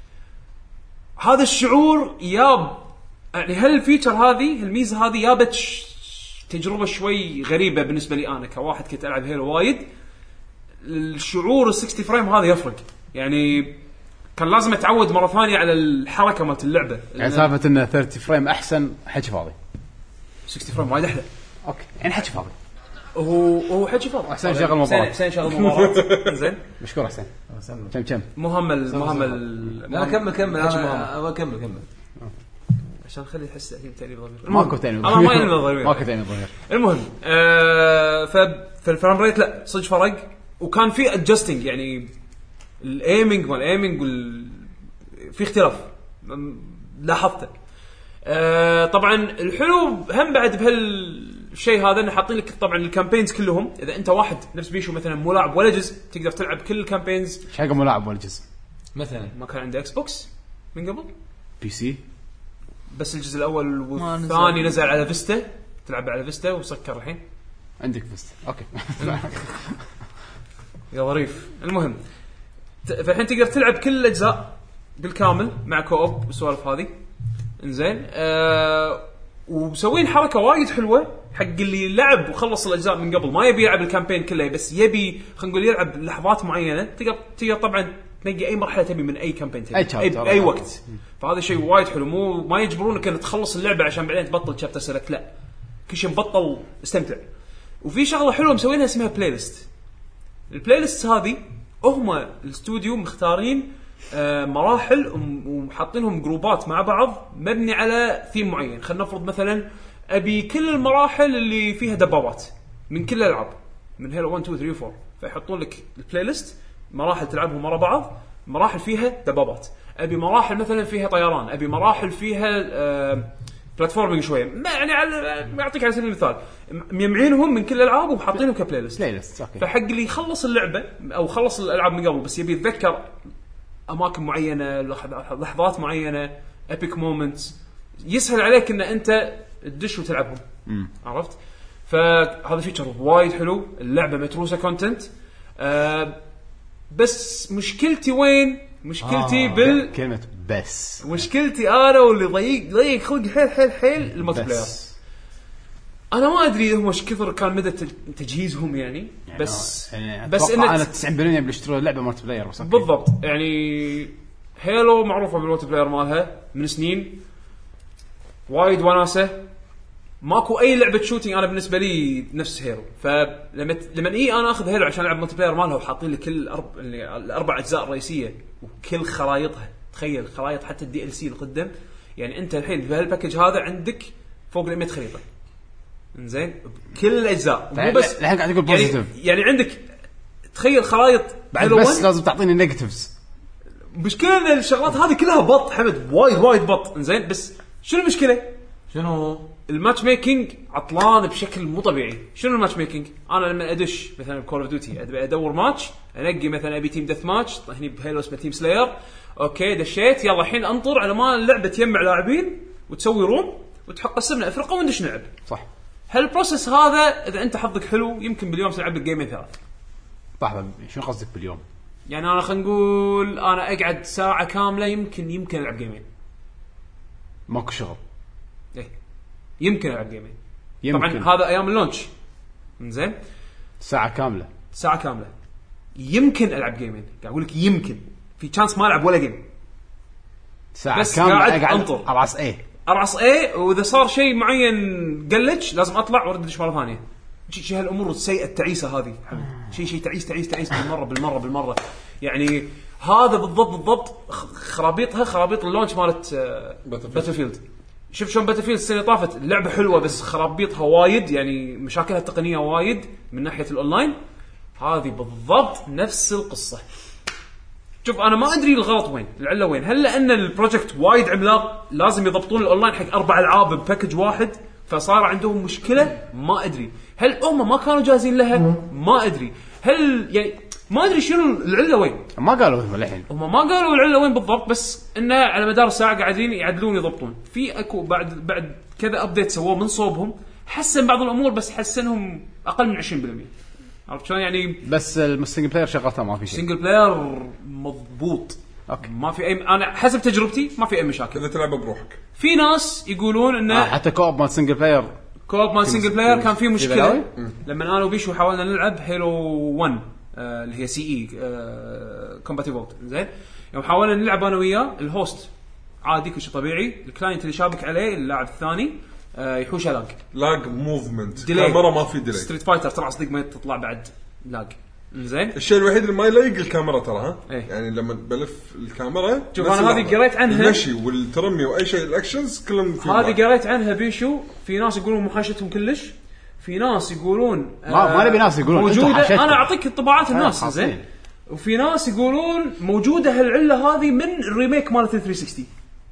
هذا الشعور ياب يعني هالفيتشر هذه الميزه هذه يابت تجربه شوي غريبه بالنسبه لي انا كواحد كنت العب هيلو وايد. الشعور ال ستين فريم هذا يفرق يعني كان لازم اتعود مره ثانيه على الحركه مالت اللعبه يعني سالفه ان ثلاثين فريم احسن حكي فاضي ستين فريم وايد احلى اوكي يعني حكي فاضي هو هو حكي فاضي احسن شغل مباراه احسن شغل مباراه زين مشكور حسين كم كم مهم المهم لا كمل كمل انا اكمل كمل عشان خلي يحس تأثير تاني ضمير ماكو تاني انا ما ينبغي ضمير ماكو تاني ضمير المهم آه فالفريم ريت لا صدق فرق وكان في ادجستنج يعني الايمنج والايمنج وال... في اختلاف لاحظته. آه طبعا الحلو هم بعد بهالشيء هذا انه حاطين لك طبعا الكامبينز كلهم اذا انت واحد نفس بيشو مثلا مو لاعب ولا جزء تقدر تلعب كل الكامبينز. ايش حق مو لاعب ولا جزء مثلا ما كان عنده اكس بوكس من قبل بي سي بس الجزء الاول والثاني نزل على فيستا تلعب على فيستا وسكر الحين عندك فيستا اوكي يا ظريف. المهم فالحين تقدر تلعب كل الاجزاء بالكامل مع كوب والسوالف هذه انزين. آه ومسوين حركه وايد حلوه حق اللي لعب وخلص الاجزاء من قبل ما يبي يلعب الكامبين كله بس يبي خلينا نقول يلعب لحظات معينه تقدر تقدر طبعا تنقي اي مرحله تبي من اي كامبين تبي اي, أي, أي وقت. فهذا شيء وايد حلو مو ما يجبرونك ان تخلص اللعبه عشان بعدين تبطل شابتر سلكت لا كل شيء مبطل استمتع. وفي شغله حلوه مسوينها اسمها بلاي ليست. البلاي ليست هذه هم الاستوديو مختارين آه مراحل وحاطينهم جروبات مع بعض مبني على ثيم معين. خلينا نفرض مثلا ابي كل المراحل اللي فيها دبابات من كل الالعاب من هيلو واحد اثنين ثلاثة أربعة فيحطون لك البلاي ليست مراحل تلعبهم مع بعض مراحل فيها دبابات. ابي مراحل مثلا فيها طيران ابي مراحل فيها آه بلاتفورمينج شويه ما يعني على اعطيك على سبيل المثال مجمعينهم من كل الالعاب وحاطينهم كبلاي ليست. بلاي ليست اوكي. فحق اللي يخلص اللعبه او خلص الالعاب من قبل بس يبي يتذكر اماكن معينه لحظات معينه ايبك مومنتس يسهل عليك ان انت تدش وتلعبهم. م. عرفت. فهذا فيتشر وايد حلو. اللعبه متروسه كونتنت آه بس مشكلتي وين مشكلتي آه بال كلمه بس مشكلتي انا واللي ضيق ضيق خلق حيل حيل حيل الملتي بلاير. انا ما ادري هم ايش كثر كان مدى تجهيزهم يعني, يعني بس يعني بس ان انا تسعين بالمية بيشتروا اللعبه مالتي بلاير بس بالضبط. يعني هيلو معروفه بالملتي بلاير مالها من سنين وايد وناسه ماكو اي لعبه شوتينج انا بالنسبه لي نفس هيرو. فلما لما اي انا اخذ هيرو عشان العب ملتي بلاير مالها وحاطين لي كل أرب... الاربع اجزاء الرئيسيه وكل خرايطها. تخيل خرايط حتى الدي ال سي اللي قدام. يعني انت الحين بهالباكج هذا عندك فوق ال مية خريطه انزين كل الاجزاء مو بس الحين قاعد اقول بوزيتيف يعني, يعني عندك تخيل خرايط بعد بس لازم تعطيني نيجاتيفز. مشكلة ان الشغلات هذه كلها بط حمد وايد وايد بط انزين. بس شنو المشكله؟ شنو الماتش ميكينج عطلان بشكل مو طبيعي. شنو الماتش ميكينج؟ انا لما ادش مثلا بكول اوف ديوتي ادور ماتش انقي مثلا ابي تيم دث ماتش هني بهيلو اسمه تيم سلاير اوكي دشيت يلا الحين انطر على ما اللعبه تجمع لاعبين وتسوي روم وتحط قسمنا افرقه وندش نلعب. صح. هالبروسيس هذا اذا انت حظك حلو يمكن باليوم تلعب لك جيمين ثلاث. لحظه شنو قصدك باليوم؟ يعني انا خلينا نقول انا اقعد ساعه كامله يمكن يمكن العب جيمين. ماكو شغل. ايه يمكن العب جيمين. يمكن. طبعا هذا ايام اللونش انزين ساعه كامله ساعه كامله يمكن العب جيمين. قاعد اقول لك يمكن في تشانس ما العب ولا جيم ساعه بس كامله قاعد اقعد انطر ارعص ايه ارعص ايه واذا صار شيء معين قلج لازم اطلع وارد ادش مره ثانيه. شيء هالامور السيئه التعيسه هذه شيء شيء تعيس تعيس تعيس بالمره بالمره بالمره. يعني هذا بالضبط بالضبط خرابيطها خرابيط اللونش مالت باتلفيلد. شوف شلون باتلفيلد السنه طافت اللعبه حلوه بس خرابيطها وايد يعني مشاكلها التقنيه وايد من ناحيه الاونلاين. هذه بالضبط نفس القصه. شوف انا ما ادري الغلط وين العله وين. هل لان البروجكت وايد عملاق لازم يضبطون الاونلاين حق اربع العاب بباكج واحد فصار عندهم مشكله؟ ما ادري. هل هم ما كانوا جاهزين لها؟ ما ادري. هل يعني ما ادري شنو العله وين. ما قالوا هم الحين هم ما قالوا العله وين بالضبط بس انه على مدار الساعه قاعدين يعدلون يضبطون. في اكو بعد بعد كذا ابديت سووه من صوبهم حسن بعض الامور بس حسنهم اقل من عشرين بالمية. عرفت شلون يعني؟ بس السنجل بلاير شغلتها ما في شيء. سنجل بلاير مضبوط أوكي. ما في اي انا حسب تجربتي ما في اي مشاكل اذا تلعب بروحك. في ناس يقولون انه آه حتى كوب مال سنجل بلاير كوب مال سنجل بلاير كان فيه مشكله في لما انا وبيشو حاولنا نلعب هيلو واحد آه اللي هي سي اي آه كومباتيبل زين. يوم حاولنا نلعب انا وياه الهوست عادي كل شيء طبيعي. الكلاينت اللي شابك عليه اللاعب الثاني آه يحوش لاج لاج موفمنت ديلي. كاميرا ما في ديلي. ستريت فايتر طلع صدق ما تطلع بعد لاج زين. الشيء الوحيد اللي ما يلايق الكاميرا ترى ها إيه؟ يعني لما بلف الكاميرا شوف انا هذه قريت عنها المشي والترمي واي شيء الاكشنز كلهم هذه قريت عنها بيشو. في ناس يقولون محاشتهم كلش في ناس يقولون ما ما نبي ناس يقولون موجوده. انا اعطيك انطباعات الناس زين. وفي ناس يقولون موجوده هالعله هذه من الريميك مال ثلاثمية وستين.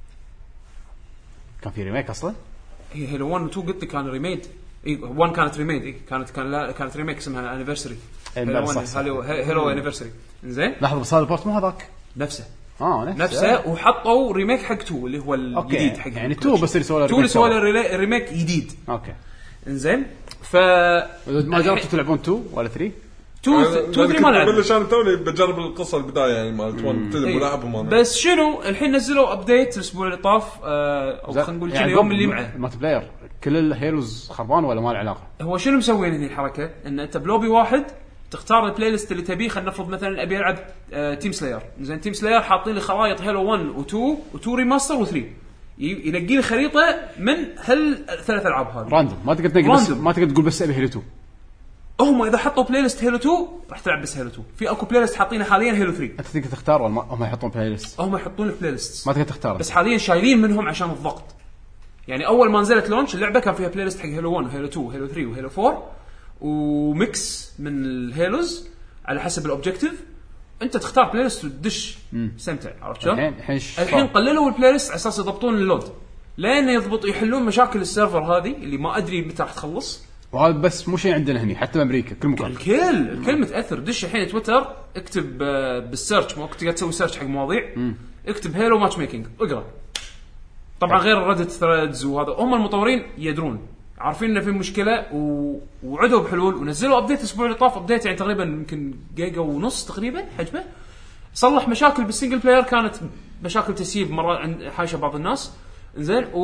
كان في ريميك اصلا هي هيلو واحد و اثنين قلت لك كان ريميد. اي واحد كانت ريميد إيه كانت كان لا كانت ريميك اسمها انيفرساري هيلو هيلو انيفرساري زين. لحظه بس هذا البورت مو هذاك نفسه اه نفسه, نفسه وحطوا ريميك حق تو اللي هو الجديد حق يعني تو بس اللي سووا تو اللي سووا الريميك جديد. اوكي انزين. ف ما جربتوا تلعبون تو ولا ثلاثة تو تو ثري ما لعب بس انا توني بجرب القصه البدايه يعني مالت واحد تدري ملعبهم انا. بس شنو الحين نزلوا ابديت الاسبوع اللي طاف آه او خلينا نقول يعني يوم اللي معه مالتي بلاير كل الهيروز خربان ولا ما له علاقه. هو شنو مسوين هذه الحركه ان انت بلوبي واحد تختار البلاي ليست اللي تبيه. خلينا نفرض مثلا ابي العب آه تيم سلاير زين. تيم سلاير حاطين لي خرائط هيلو واحد و2 و2 ريماستر و3 ينقي لي خريطه من هل ثلاث العاب هذه راندوم. ما تقدر تنقي بس ما تقدر تقول بس ابي هيلو تو. هم اذا حطوا بلاي ليست هيلو تو راح تلعب بس هيلو تو. في اكو بلاي ليست حاطينها حاليا هيلو ثري. انت تقدر تختار ولا هم يحطون بلاي ليست؟ هم يحطون لك بلاي ليست ما تقدر تختار بس حاليا شايلين منهم عشان الضغط. يعني اول ما نزلت لونش اللعبه كان فيها بلاي ليست حق هيلو واحد هيلو تو هيلو ثري وهيلو فور وميكس من الهيلوز على حسب الاوبجكتيف. انت تختار بلاي ليست وتدش استمتع. عرفت شلون؟ الحين الحين قللوا البلاي ليست على اساس يضبطون اللود لين يضبط يحلون مشاكل السيرفر هذه اللي ما ادري متى راح تخلص. وهذا بس مو شيء عندنا هني حتى بامريكا كل مكان الكل الكل متاثر. دش الحين تويتر اكتب بالسيرش ما تقدر تسوي سيرش حق مواضيع اكتب هيلو ماتش ميكينج اقرا. طبعا غير الريدت ثريدز وهذا هم المطورين يدرون عارفين انه في مشكله و... وعدوا بحلول ونزلوا ابديت الاسبوع اللي طاف. ابديت يعني تقريبا يمكن جيجا ونص تقريبا حجمه. صلح مشاكل بالسنجل بلاير كانت مشاكل تسييب مره عند حاشه بعض الناس زين و...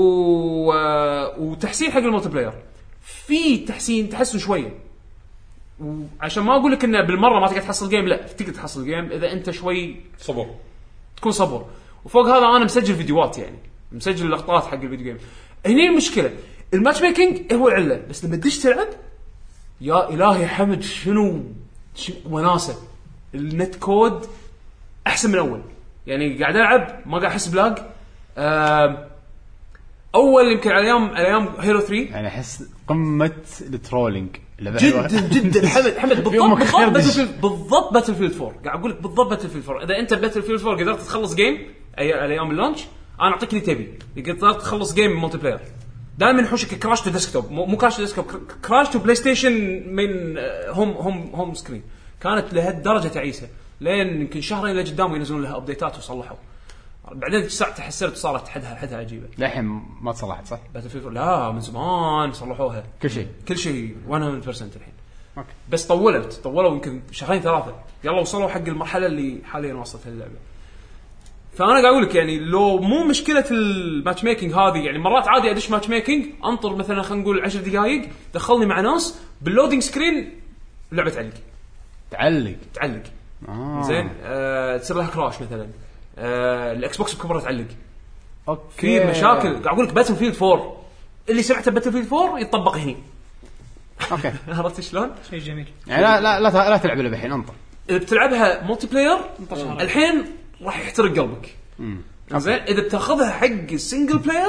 وتحسين حق الملتي بلاير. في تحسين تحسن شويه وعشان ما اقول لك انه بالمره ما تقدر تحصل جيم لا تقدر تحصل جيم اذا انت شوي صبر تكون صبر. وفوق هذا انا مسجل فيديوهات يعني مسجل لقطات حق الفيديو جيم. هني المشكله الماتش ميكينج هو العله، بس لما تدش تلعب يا الهي حمد شنو, شنو وناسه. النت كود احسن من اول، يعني قاعد العب ما قاعد احس بلاج. أه اول يمكن على ايام على ايام هيرو ثري يعني احس قمه الترولينج جدا جدا. حمد حمد بالضبط بالضبط باتل بالضبط باتل فيلد فور. قاعد اقول لك بالضبط باتل فيلد فور. اذا انت باتل فيلد فور قدرت تخلص جيم اي على ايام اللانش، انا اعطيك اللي تبي. قدرت تخلص جيم مولتي بلاير دائما يحوشك كراش تو ديسكتوب، مو كراش تو ديسكتوب، كراش تو بلاي ستيشن من هوم هوم هوم سكرين. كانت لهالدرجه تعيسه لين يمكن شهرين لقدام ينزلون لها ابديتات وصلحوا. بعدين ساعه تحسرت وصارت حدها حدها عجيبه. للحين ما تصلحت صح؟ باتل فيلد لا من زمان صلحوها كل شيء كل شيء مية بالمية الحين. أوكي. بس طولت طولوا يمكن شهرين ثلاثه يلا وصلوا حق المرحله اللي حاليا وصلت اللعبه. فانا قاعد اقول لك يعني لو مو مشكله الماتش ميكينج هذه، يعني مرات عادي ادش ماتش ميكينج انطر مثلا خلينا نقول عشر دقائق دخلني مع ناس باللودينج سكرين لعبه تعلق تعلق تعلق آه. زين أه تصير لها كراش مثلا. أه الاكس بوكس بكبره تعلق. اوكي في مشاكل. قاعد اقول لك باتل فيلد فور اللي سمعته باتل فيلد فور يطبق هني. اوكي عرفت شلون؟ شيء جميل. يعني لا لا لا, لا تلعب الحين انطر. اذا بتلعبها مولتي بلاير الحين راح يحترق قلبك. زين اذا بتاخذها حق السنجل بلاير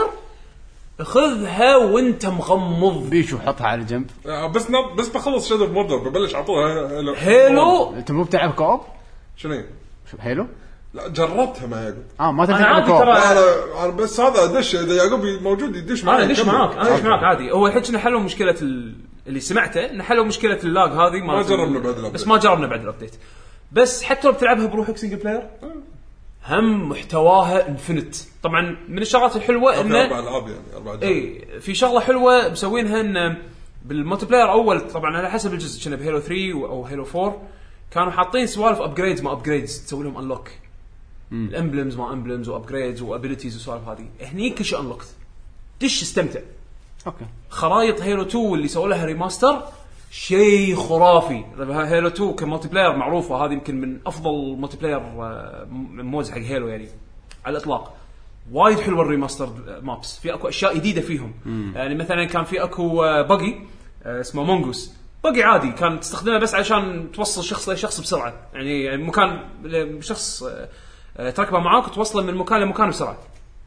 خذها وانت مغمض. بيشو حطها على جنب. بس نب... بس بخلص شادو موردر ببلش اعطوها هيلو. هيلو انت مو بتلعب كوب؟ شنو شوف هيلو. لا جربتها مع يعقوب. اه ما أنا تلعب عادي كوب. ترى. انا انا بس هذا ادش اذا يعقوب موجود يدش معي. انا ادش معاك انا ادش معاك عادي. هو الحين كنا حلوا مشكله ال... اللي سمعته نحلوا مشكله اللاج هذه ما جربنا بعد الابديت. بس ما جربنا بعد الابديت. بس حتى لو بتلعبها بروحك سنجل بلاير هم محتواها انفنت. طبعا من الشغلات الحلوه انه اربع العاب يعني اربع العاب. اي في شغله حلوه مسوينها ان بالملتي بلاير اول طبعا على حسب الجزء كنا بهيلو ثري او هيلو فور كانوا حاطين سوالف ابجريدز ما ابجريدز تسوي لهم انلوك الامبلمز ما امبلمز وابجريدز وابيليتيز وسوالف هذه. هني كل شيء انلوكت دش استمتع. اوكي خرايط هيلو تو اللي سووا لها ريماستر شيء خرافي. هيلو تو كملتي بلاير معروفه هذه يمكن من افضل ملتي بلاير مودز حق هيلو يعني على الاطلاق. وايد حلوه الريماستر مابس. في اكو اشياء جديده فيهم. يعني مثلا كان في اكو باجي اسمه مونغوس. باجي عادي كان تستخدمه بس عشان توصل شخص لشخص بسرعه. يعني مكان شخص تركبه معاك وتوصله من مكان لمكان بسرعه.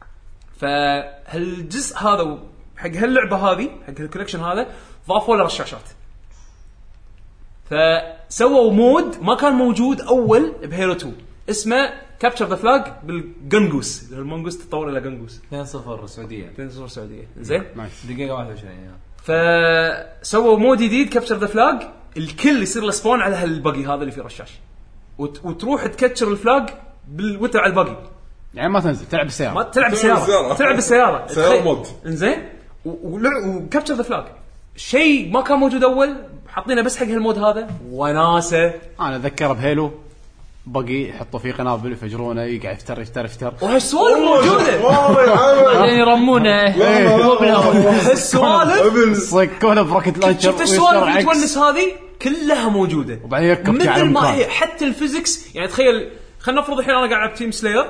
فهالجزء هذا حق هاللعبه هذه حق الكولكشن هذا ضافوا له رشاشات. فسووا مود ما كان موجود اول بهيرو تو اسمه كابتشر ذا فلاج بالجنجوس. المونغوس تطور الى جنجوس. اثنين صفر سعوديه اثنين صفر سعوديه زين دقيقه واحد وعشرين. فسووا مود جديد كابتشر ذا فلاج الكل يصير له سبون على هالبقي هذا اللي فيه رشاش وت... وتروح تكتشر الفلاج بالوتر على البقي. يعني ما تنزل تلعب بالسياره ما تلعب بالسياره تلعب بالسياره سياره مود انزين وكابتشر ذا فلاج شيء ما كان موجود اول حاطينه بس حق هالمود هذا وناسه. انا اتذكر بهيلو بقي يحطوا فيه قنابل يفجرونه يقعد يفتر يفتر يفتر وهالسوالف موجوده بعدين يرمونه هو بالاول. هالسوالف صكونه بروكت لانشر. شفت السوالف اللي تونس هذه كلها موجوده وبعدين يركب على مثل ما مكان. هي حتى الفيزكس. يعني تخيل خلينا نفرض الحين انا قاعد العب تيم سلاير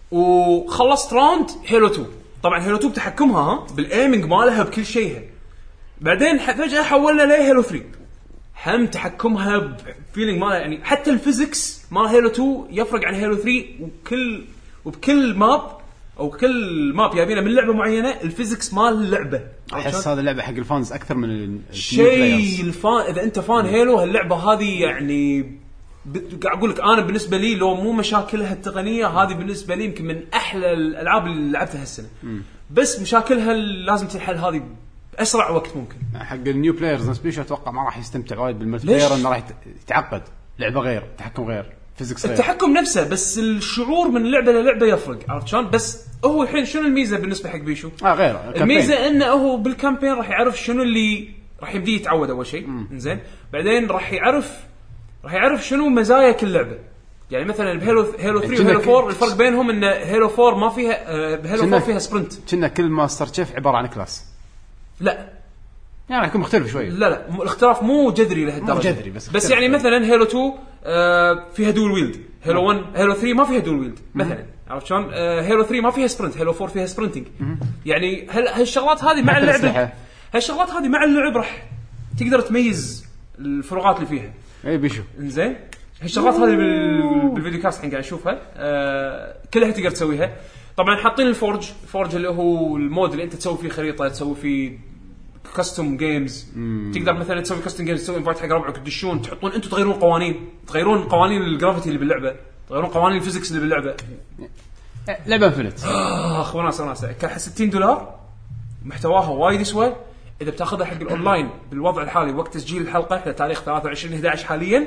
وخلصت راوند هيلو تو. طبعا هيلو تو بتحكمها بالايمنج مالها بكل شيء. بعدين فجاه حولنا ليه هيلو ثري هم تحكمها بفيلينج مالها. يعني حتى الفيزكس مال هيلو تو يفرق عن هيلو ثري. وكل وبكل ماب او كل ماب يابينا من لعبه معينه الفيزكس مال اللعبه. احس هذا اللعبه حق الفانز اكثر من شيء الفان. اذا انت فان هيلو هاللعبه هذه يعني ب... قاعد اقول لك انا بالنسبه لي لو مو مشاكلها التقنيه هذه بالنسبه لي يمكن من احلى الالعاب اللي لعبتها هالسنه. بس مشاكلها لازم تنحل هذه باسرع وقت ممكن. حق النيو بلايرز نسبيشو اتوقع ما راح يستمتع وايد بالملتي بلاير انه راح يتعقد. لعبه غير تحكم غير فيزكس غير. التحكم نفسه بس الشعور من لعبه للعبه يفرق. عرفت شلون؟ بس هو الحين شنو الميزه بالنسبه حق بيشو؟ اه غير الميزه انه هو بالكامبين راح يعرف شنو اللي راح يبدي يتعود اول شيء. زين بعدين راح يعرف راح يعرف شنو مزايا كل لعبه. يعني مثلا بهيلو هيلو ثري وهيلو فور الفرق بينهم ان هيلو فور ما فيها بهيلو فور فيها سبرنت. كنا كل ماستر شيف عباره عن كلاس. لا يعني يكون مختلف شوي. لا لا الاختلاف مو جذري لهالدرجه. مو جذري بس بس يعني مثلا هيلو تو آه فيها دول ويلد. هيلو ون هيلو ثري ما فيها دول ويلد مثلا. عرفت شلون؟ آه هيلو ثري ما فيها سبرنت. هيلو فور فيها سبرنتنج. يعني هل هالشغلات هذه مع اللعبه هالشغلات هذه مع اللعب راح تقدر تميز الفروقات اللي فيها. اي بيشو انزين هالشغلات هذه بال... بالفيديو كاست الحين قاعد اشوفها آه... كلها تقدر تسويها. طبعا حاطين الفورج الفورج اللي هو المود اللي انت تسوي فيه خريطه تسوي فيه كاستم جيمز. تقدر مثلا تسوي كاستم جيمز تسوي انفايت حق ربعك تدشون تحطون انتم تغيرون قوانين تغيرون قوانين الجرافيتي اللي باللعبه تغيرون قوانين الفيزيكس اللي باللعبه. لعبه فلت اخ وناس وناس كان ستين دولار محتواها وايد يسوى. اذا بتاخذها حق الاونلاين بالوضع الحالي وقت تسجيل الحلقه احنا تاريخ ثلاثة وعشرين إحدى عشر حاليا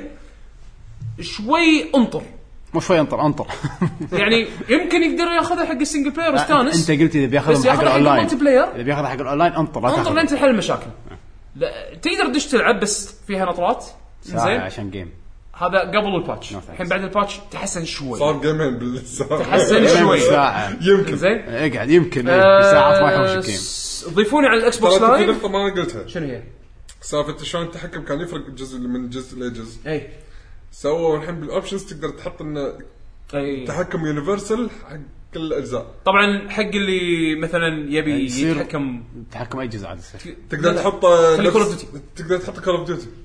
شوي انطر مو شوي انطر انطر يعني يمكن يقدر ياخذها حق السنجل بلاير واستانس. انت قلت اذا بياخذها حق الاونلاين اذا بياخذها حق الاونلاين انطر لا انطر لين تحل المشاكل. لا تقدر تدش تلعب بس فيها نطرات زين عشان جيم. هذا قبل الباتش الحين بعد الباتش تحسن شوي صار جيمين بالساعه تحسن شوي ساعه يمكن زين اقعد يمكن ساعات ما يحوش الجيم. ضيفوني على الاكس بوكس لايف. لايف ما قلتها شنو هي سالفه شلون التحكم كان يفرق جزء من جزء لجزء. اي سووا الحين بالاوبشنز تقدر تحط انه اي تحكم يونيفرسال حق كل الاجزاء. طبعا حق اللي مثلا يبي يتحكم تحكم اي جزء عاد يصير تقدر تحط تقدر تحط كول اوف ديوتي.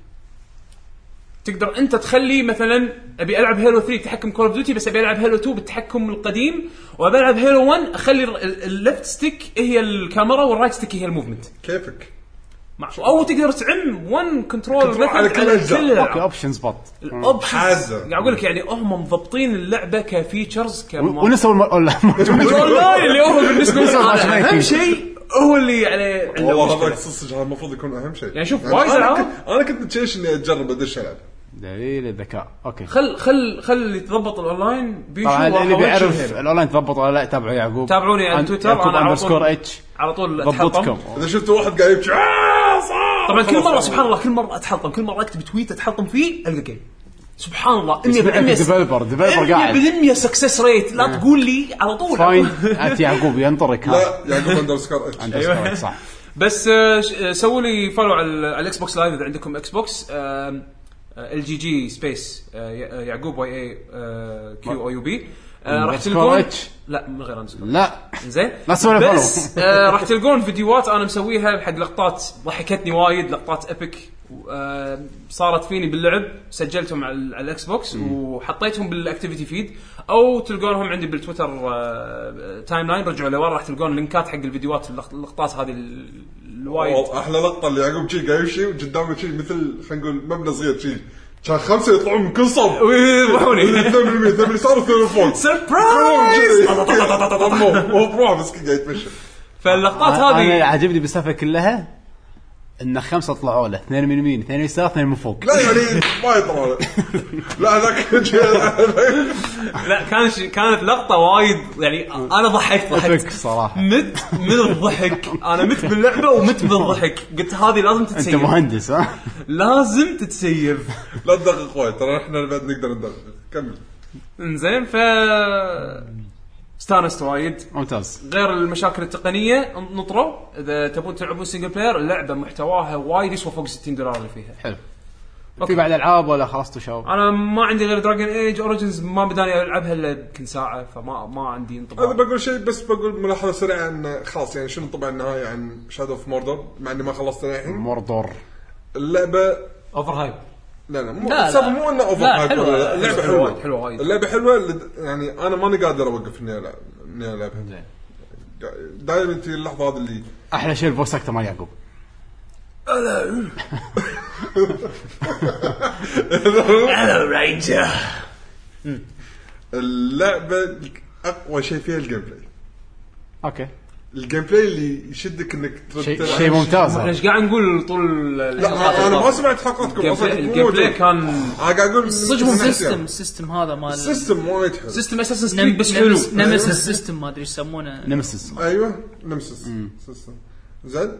تقدر انت تخلي مثلا ابي العب هيلو ثري تحكم كول اوف ديوتي بس ابي العب هيلو تو بالتحكم القديم وابي العب هيلو ون اخلي الليفت ستيك هي الكاميرا والرايت ستيك هي الموفمنت كيفك. او تقدر تعم ون كنترول على كل الاجزاء. اوكي اوبشنز بط الاوبشنز قاعد اقول لك يعني هم مضبطين اللعبه كفيتشرز ونسوا الاونلاين اللي هو بالنسبه لي اهم شيء هو اللي يعني والله هذا صدق هذا المفروض يكون اهم شيء. يعني شوف وايد انا كنت متشيش اني اجرب ادش العب دليل الذكاء. اوكي خل خل خل يتضبط الاونلاين بيشوف. طبعا اللي بيعرف الاونلاين تضبط ولا لا تابعوا يعقوب تابعوني على تويتر انا على طول اتش على طول ضبطكم. اذا شفت واحد قاعد يبكي طبعا كل مره سبحان الله كل مره اتحلطم كل مره اكتب تويت اتحلطم فيه القى جيم سبحان الله مية بالمية ديفلوبر ديفلوبر قاعد مية بالمية سكسس ريت لا تقول لي على طول فاين ات يعقوب ينطرك. لا يعقوب اندرسكور اتش اندرسكور صح. بس سووا لي فولو على الاكس بوكس لايف اذا عندكم اكس بوكس ال جي جي سبيس يعقوب واي اي كيو او يو بي راح تلقون لا من غير اندرسكور لا زين لا سوي بس راح تلقون فيديوهات انا مسويها حق لقطات ضحكتني وايد لقطات ابيك صارت فيني باللعب سجلتهم على الاكس بوكس وحطيتهم بالاكتيفيتي فيد او تلقونهم عندي بالتويتر تايم لاين رجعوا لورا راح تلقون لينكات حق الفيديوهات اللقطات هذه الوايد. احلى لقطه اللي يعقوب شي قاعد يمشي وقدامه شيء مثل خلينا نقول مبنى صغير شيء كان خمسه يطلعون من كل صوب ويروحوني اثنين بالمية ثمانية صار اثنين فوق سربرايز هو بروح بس قاعد يتمشى. فاللقطات هذه انا عجبني بالسالفه كلها ان خمسه طلعوا له اثنين من يمين اثنين يسار اثنين من فوق. لا يعني ما يطلعوا لا ذاك لا كان كانت لقطه وايد يعني انا ضحكت ضحكت صراحه مت من الضحك انا مت باللعبه ومت بالضحك قلت هذه لازم تتسيب. انت مهندس ها لازم تتسيب لا تدقق وايد ترى احنا بعد نقدر ندقق. كمل انزين ف استانست وايد ممتاز. غير المشاكل التقنيه نطروا اذا تبون تلعبون سنجل بلاير اللعبه محتواها وايد يسوى فوق ستين دولار اللي فيها. حلو. في بعد العاب ولا خلصتوا شو؟ انا ما عندي غير دراجون ايج اوريجنز ما بداني العبها الا يمكن ساعه فما ما عندي انطباع. انا بقول شيء بس بقول ملاحظه سريعه ان خلاص يعني شنو طبعا النهايه عن شادو اوف موردور مع اني ما خلصت الحين. موردور اللعبه اوفر هايب. لا لا مو لا لا. مو انه اوفر لا، هايب. حلوة. اللعبه حلوه حلوه وايد. اللعبه حلوه يعني انا ماني قادر اوقف اني العب اني العبها. دائما انت اللحظه هذه اللي احلى شيء الفويس اكتر مال يعقوب. هلو رينجر. اللعبه اقوى شيء فيها الجيم بلاي. اوكي الجيم بلاي اللي يشدك انك شيء شيء ممتاز. احنا ايش قاعد نقول طول لا انا ما سمعت حلقاتكم اصلا. الجيم بلاي كان قاعد اقول صدق السيستم السيستم هذا مال السيستم وايد حلو. سيستم اساسن كريد بس حلو. نمس السيستم ما ادري يسمونه نمسس. ايوه نمسس سيستم زين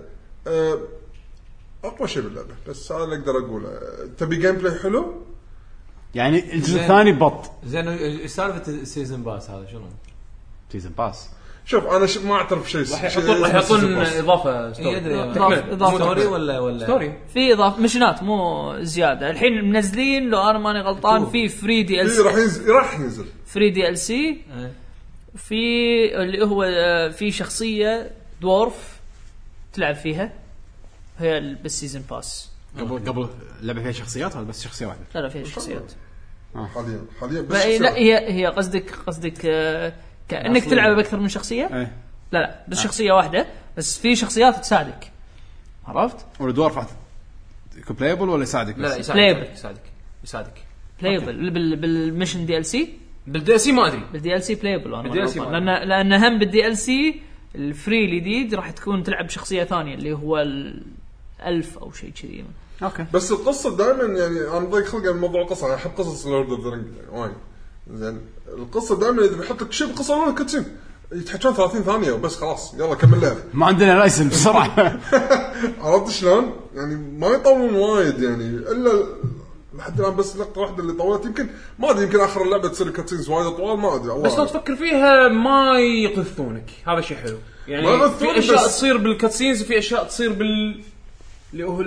اقوى شيء باللعبه بس هذا اللي اقدر اقوله. تبي جيم بلاي حلو يعني الجزء الثاني بط زين. سالفه السيزون باس هذا شنو؟ سيزون باس شوف انا ش... ما اعترف شيء يحطون يحطون اضافه اضافه ستوري ولا ولا ستوري في اضافه مشينات مو زياده. الحين منزلين لو انا ماني غلطان في فري دي ال سي راح ينزل راح ينزل فري دي ال سي في اللي هو في شخصيه دورف تلعب فيها هي بالسيزن باس. قبل قبل اللعبه فيها شخصيات ولا بس شخصيه واحده؟ لا لا فيها شخصيات حاليا حاليا بس لا, شخصيات. لا هي هي قصدك قصدك آه، كأنك تلعب بأكثر من شخصية. ايه لا لا بس آه. شخصية واحدة بس في شخصيات تساعدك عرفت. والدوار فات بلايبل ولا يساعدك؟ لا لا بس يساعدك يساعدك يساعدك بلايبل بال بالميشن دي ال سي بالدي سي ما ادري بالدي ال سي بلايبل انا بالدي ال سي لان لان هم بالدي ال سي الفري الجديد راح تكون تلعب شخصية ثانية اللي هو الألف او شيء كذي. اوكي بس القصه دائما يعني انا ضيق خلق الموضوع قصه انا احب قصص لورد اوف ذا رينج وايد زين. القصه دائما اذا بيحط لك شيء بالقصه ولا كتسين يتحكون ثلاثين ثانيه وبس خلاص يلا كمل لعب. ما عندنا لايسن بسرعه. عرفت شلون يعني ما يطولون وايد يعني الا لحد الان بس لقطه واحده اللي طولت يمكن ما ادري يمكن اخر اللعبه تصير كاتسينز وايد طوال ما ادري. بس لو تفكر فيها ما يقذفونك هذا شيء حلو يعني في اشياء تصير بالكاتسينز وفي اشياء تصير بال اللي هو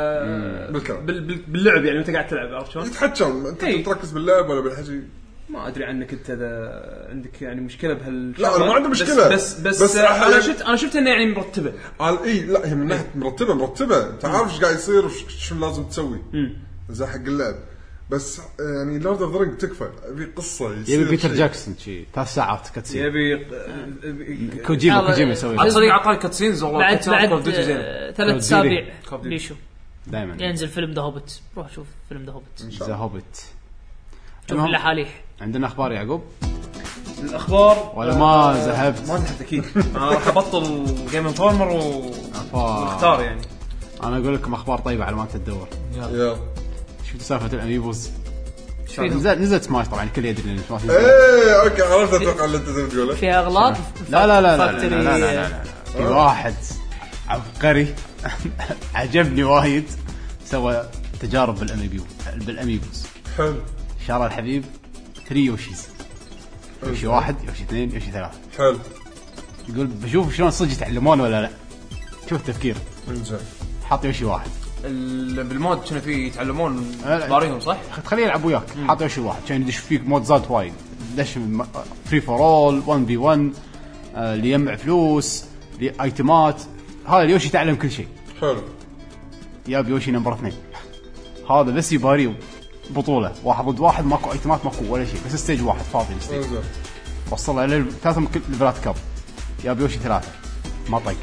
بال باللعب يعني انت قاعد تلعب عرفت شلون يتحكم انت تركز باللعب ولا بالحكي. ما ادري عنك انت اذا عندك يعني مشكله بهال لا انا ما عندي مشكله بس بس, بس انا شفت انا شفت انه يعني مرتبه قال اي لا هي من ناحيه مرتبه مرتبه انت عارف ايش قاعد يصير وشو لازم تسوي زي حق اللعب. بس يعني لورد اوف ذا رينج تكفى في قصه يصير يبي بيتر جاكسون شيء ثلاث ساعات كاتسين يبي كوجيما كوجيما يسوي على طريقه عطاك كاتسينز والله بعد بعد ثلاث اسابيع ليشو دائما ينزل فيلم ذا هوبت. روح شوف فيلم ذا هوبت ذا هوبت شوف لحاليح. عندنا اخبار يعقوب الاخبار ولا ما ذهبت؟ ما ذهبت اكيد انا راح ابطل جيم انفورمر واختار يعني. انا اقول لكم اخبار طيبه على ما تدور. يلا شفت سالفه الاميبوز نزلت نزلت سماش طبعا الكل يدري ان سماش ايه اوكي عرفت اتوقع اللي انت تقوله فيها اغلاط. لا لا لا لا لا لا لا في واحد عبقري عجبني وايد سوى تجارب بالاميبو بالاميبوز. حلو شارع الحبيب ثري يوشيز يوشي واحد يوشي اثنين يوشي ثلاثة. حلو يقول بشوف شلون صدق يتعلمون ولا لا. شوف التفكير انزين حاط يوشي واحد بالمود كانوا فيه يتعلمون باريهم صح تخليه يلعب وياك. حاط يوشي واحد كان يدش فيك مود زاد وايد دش فري فور اول واحد في واحد اللي يجمع فلوس لي ايتمات. هذا اليوشي تعلم كل شيء. حلو يا يوشي نمبر اثنين هذا بس يباري بطوله واحد ضد واحد ماكو ايتمات ماكو ولا شيء بس ستيج واحد فاضي الستيج وصل على ثلاثه ليفلات كاب. يا بيوشي ثلاثه ما طق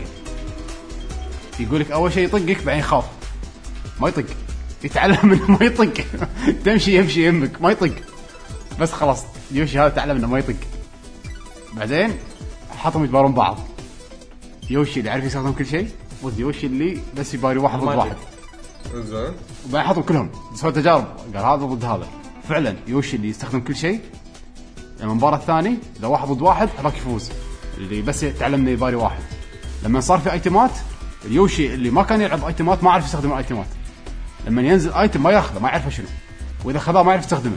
يقولك اول شيء يطقك بعدين يخاف ما يطق يتعلم انه ما يطق. تمشي يمشي يمك ما يطق بس خلاص يوشي هذا تعلم انه ما يطق. بعدين حطهم يتبارون بعض. يوشي اللي يعرف يستخدم كل شيء ضد يوشي اللي بس يباري واحد ضد واحد. زين وبعدين حطهم كلهم سووا تجارب قال هذا ضد هذا. فعلا يوشي اللي يستخدم كل شيء لما المباراة الثاني لو واحد ضد واحد هذاك يفوز اللي بس يتعلم يباري واحد. لما صار في ايتمات اليوشي اللي ما كان يلعب ايتمات ما عرف يستخدم الايتمات. لما ينزل ايتم ما ياخذه ما يعرف شنو واذا خذاه ما يعرف يستخدمه.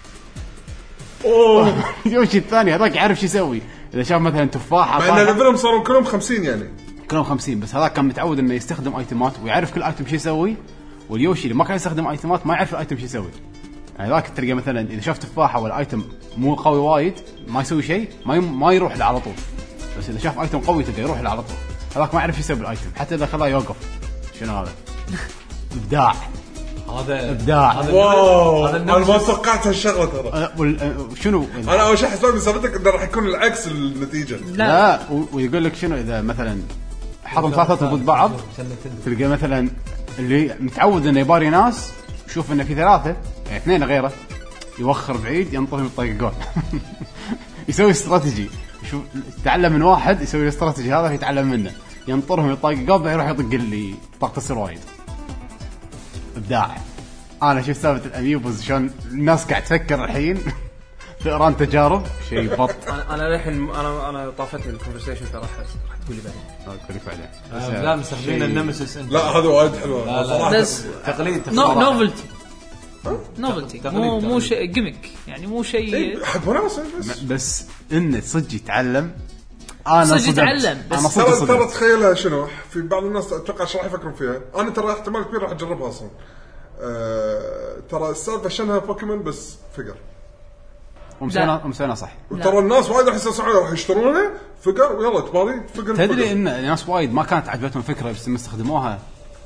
اوه يوشي الثاني هذاك يعرف شو يسوي اذا شاف مثلا تفاحه مع ان ليفلهم صاروا كلهم خمسين يعني كلهم خمسين بس هذاك كان متعود انه يستخدم ايتمات ويعرف كل ايتم شو يسوي. واليوشي اللي ما كان يستخدم ايتمات ما يعرف الايتم شو يسوي. يعني ذاك تلقى مثلا اذا شاف تفاحه ولا ايتم مو قوي وايد ما يسوي شيء ما يم... ما يروح له على طول. بس اذا شاف ايتم قوي تلقى يروح له على طول. هذاك ما يعرف يسوي الايتم حتى اذا خلاه يوقف. شنو هذا ابداع هذا ابداع. واو انا ما توقعت هالشغله ترى. شنو انا اول شيء حسيت بسبتك انه راح يكون العكس النتيجه. لا, لا. ويقول لك شنو اذا مثلا حطهم ثلاثه ضد بعض تلقى مثلا اللي متعود انه يباري ناس شوف انه في ثلاثه يعني اثنين غيره يوخر بعيد ينطرهم يطق جول. يسوي استراتيجي شوف تعلم من واحد يسوي الاستراتيجي هذا يتعلم منه ينطرهم يطق جول يروح يطق اللي طاقته تصير وايد. ابداع. انا شفت سالفه الاميبوز شلون الناس قاعد تفكر الحين في ايران تجارب شيء بط. انا انا الحين انا انا طافتني الكونفرسيشن ترى راح تقول لي بعدين اقول لك بعدين. لا مستخدمين النمسيس لا هذا وايد حلو صراحه بس تقليد نوفلتي نوفلتي مو مو شيء جيمك يعني مو شيء حب وناس بس بس انه صدق يتعلم. انا صدق يتعلم انا ترى صدق ترى تخيلها شنو في بعض الناس اتوقع ايش راح يفكرون فيها. انا ترى احتمال كبير راح اجربها اصلا. أه ترى السالفه شنها بوكيمون بس فقر ومسوينا ومسوينا صح. وترى الناس وايد راح يستسعون راح يشترونه فقر ويلا تباري فقر. تدري ان الناس وايد ما كانت عجبتهم الفكره بس استخدموها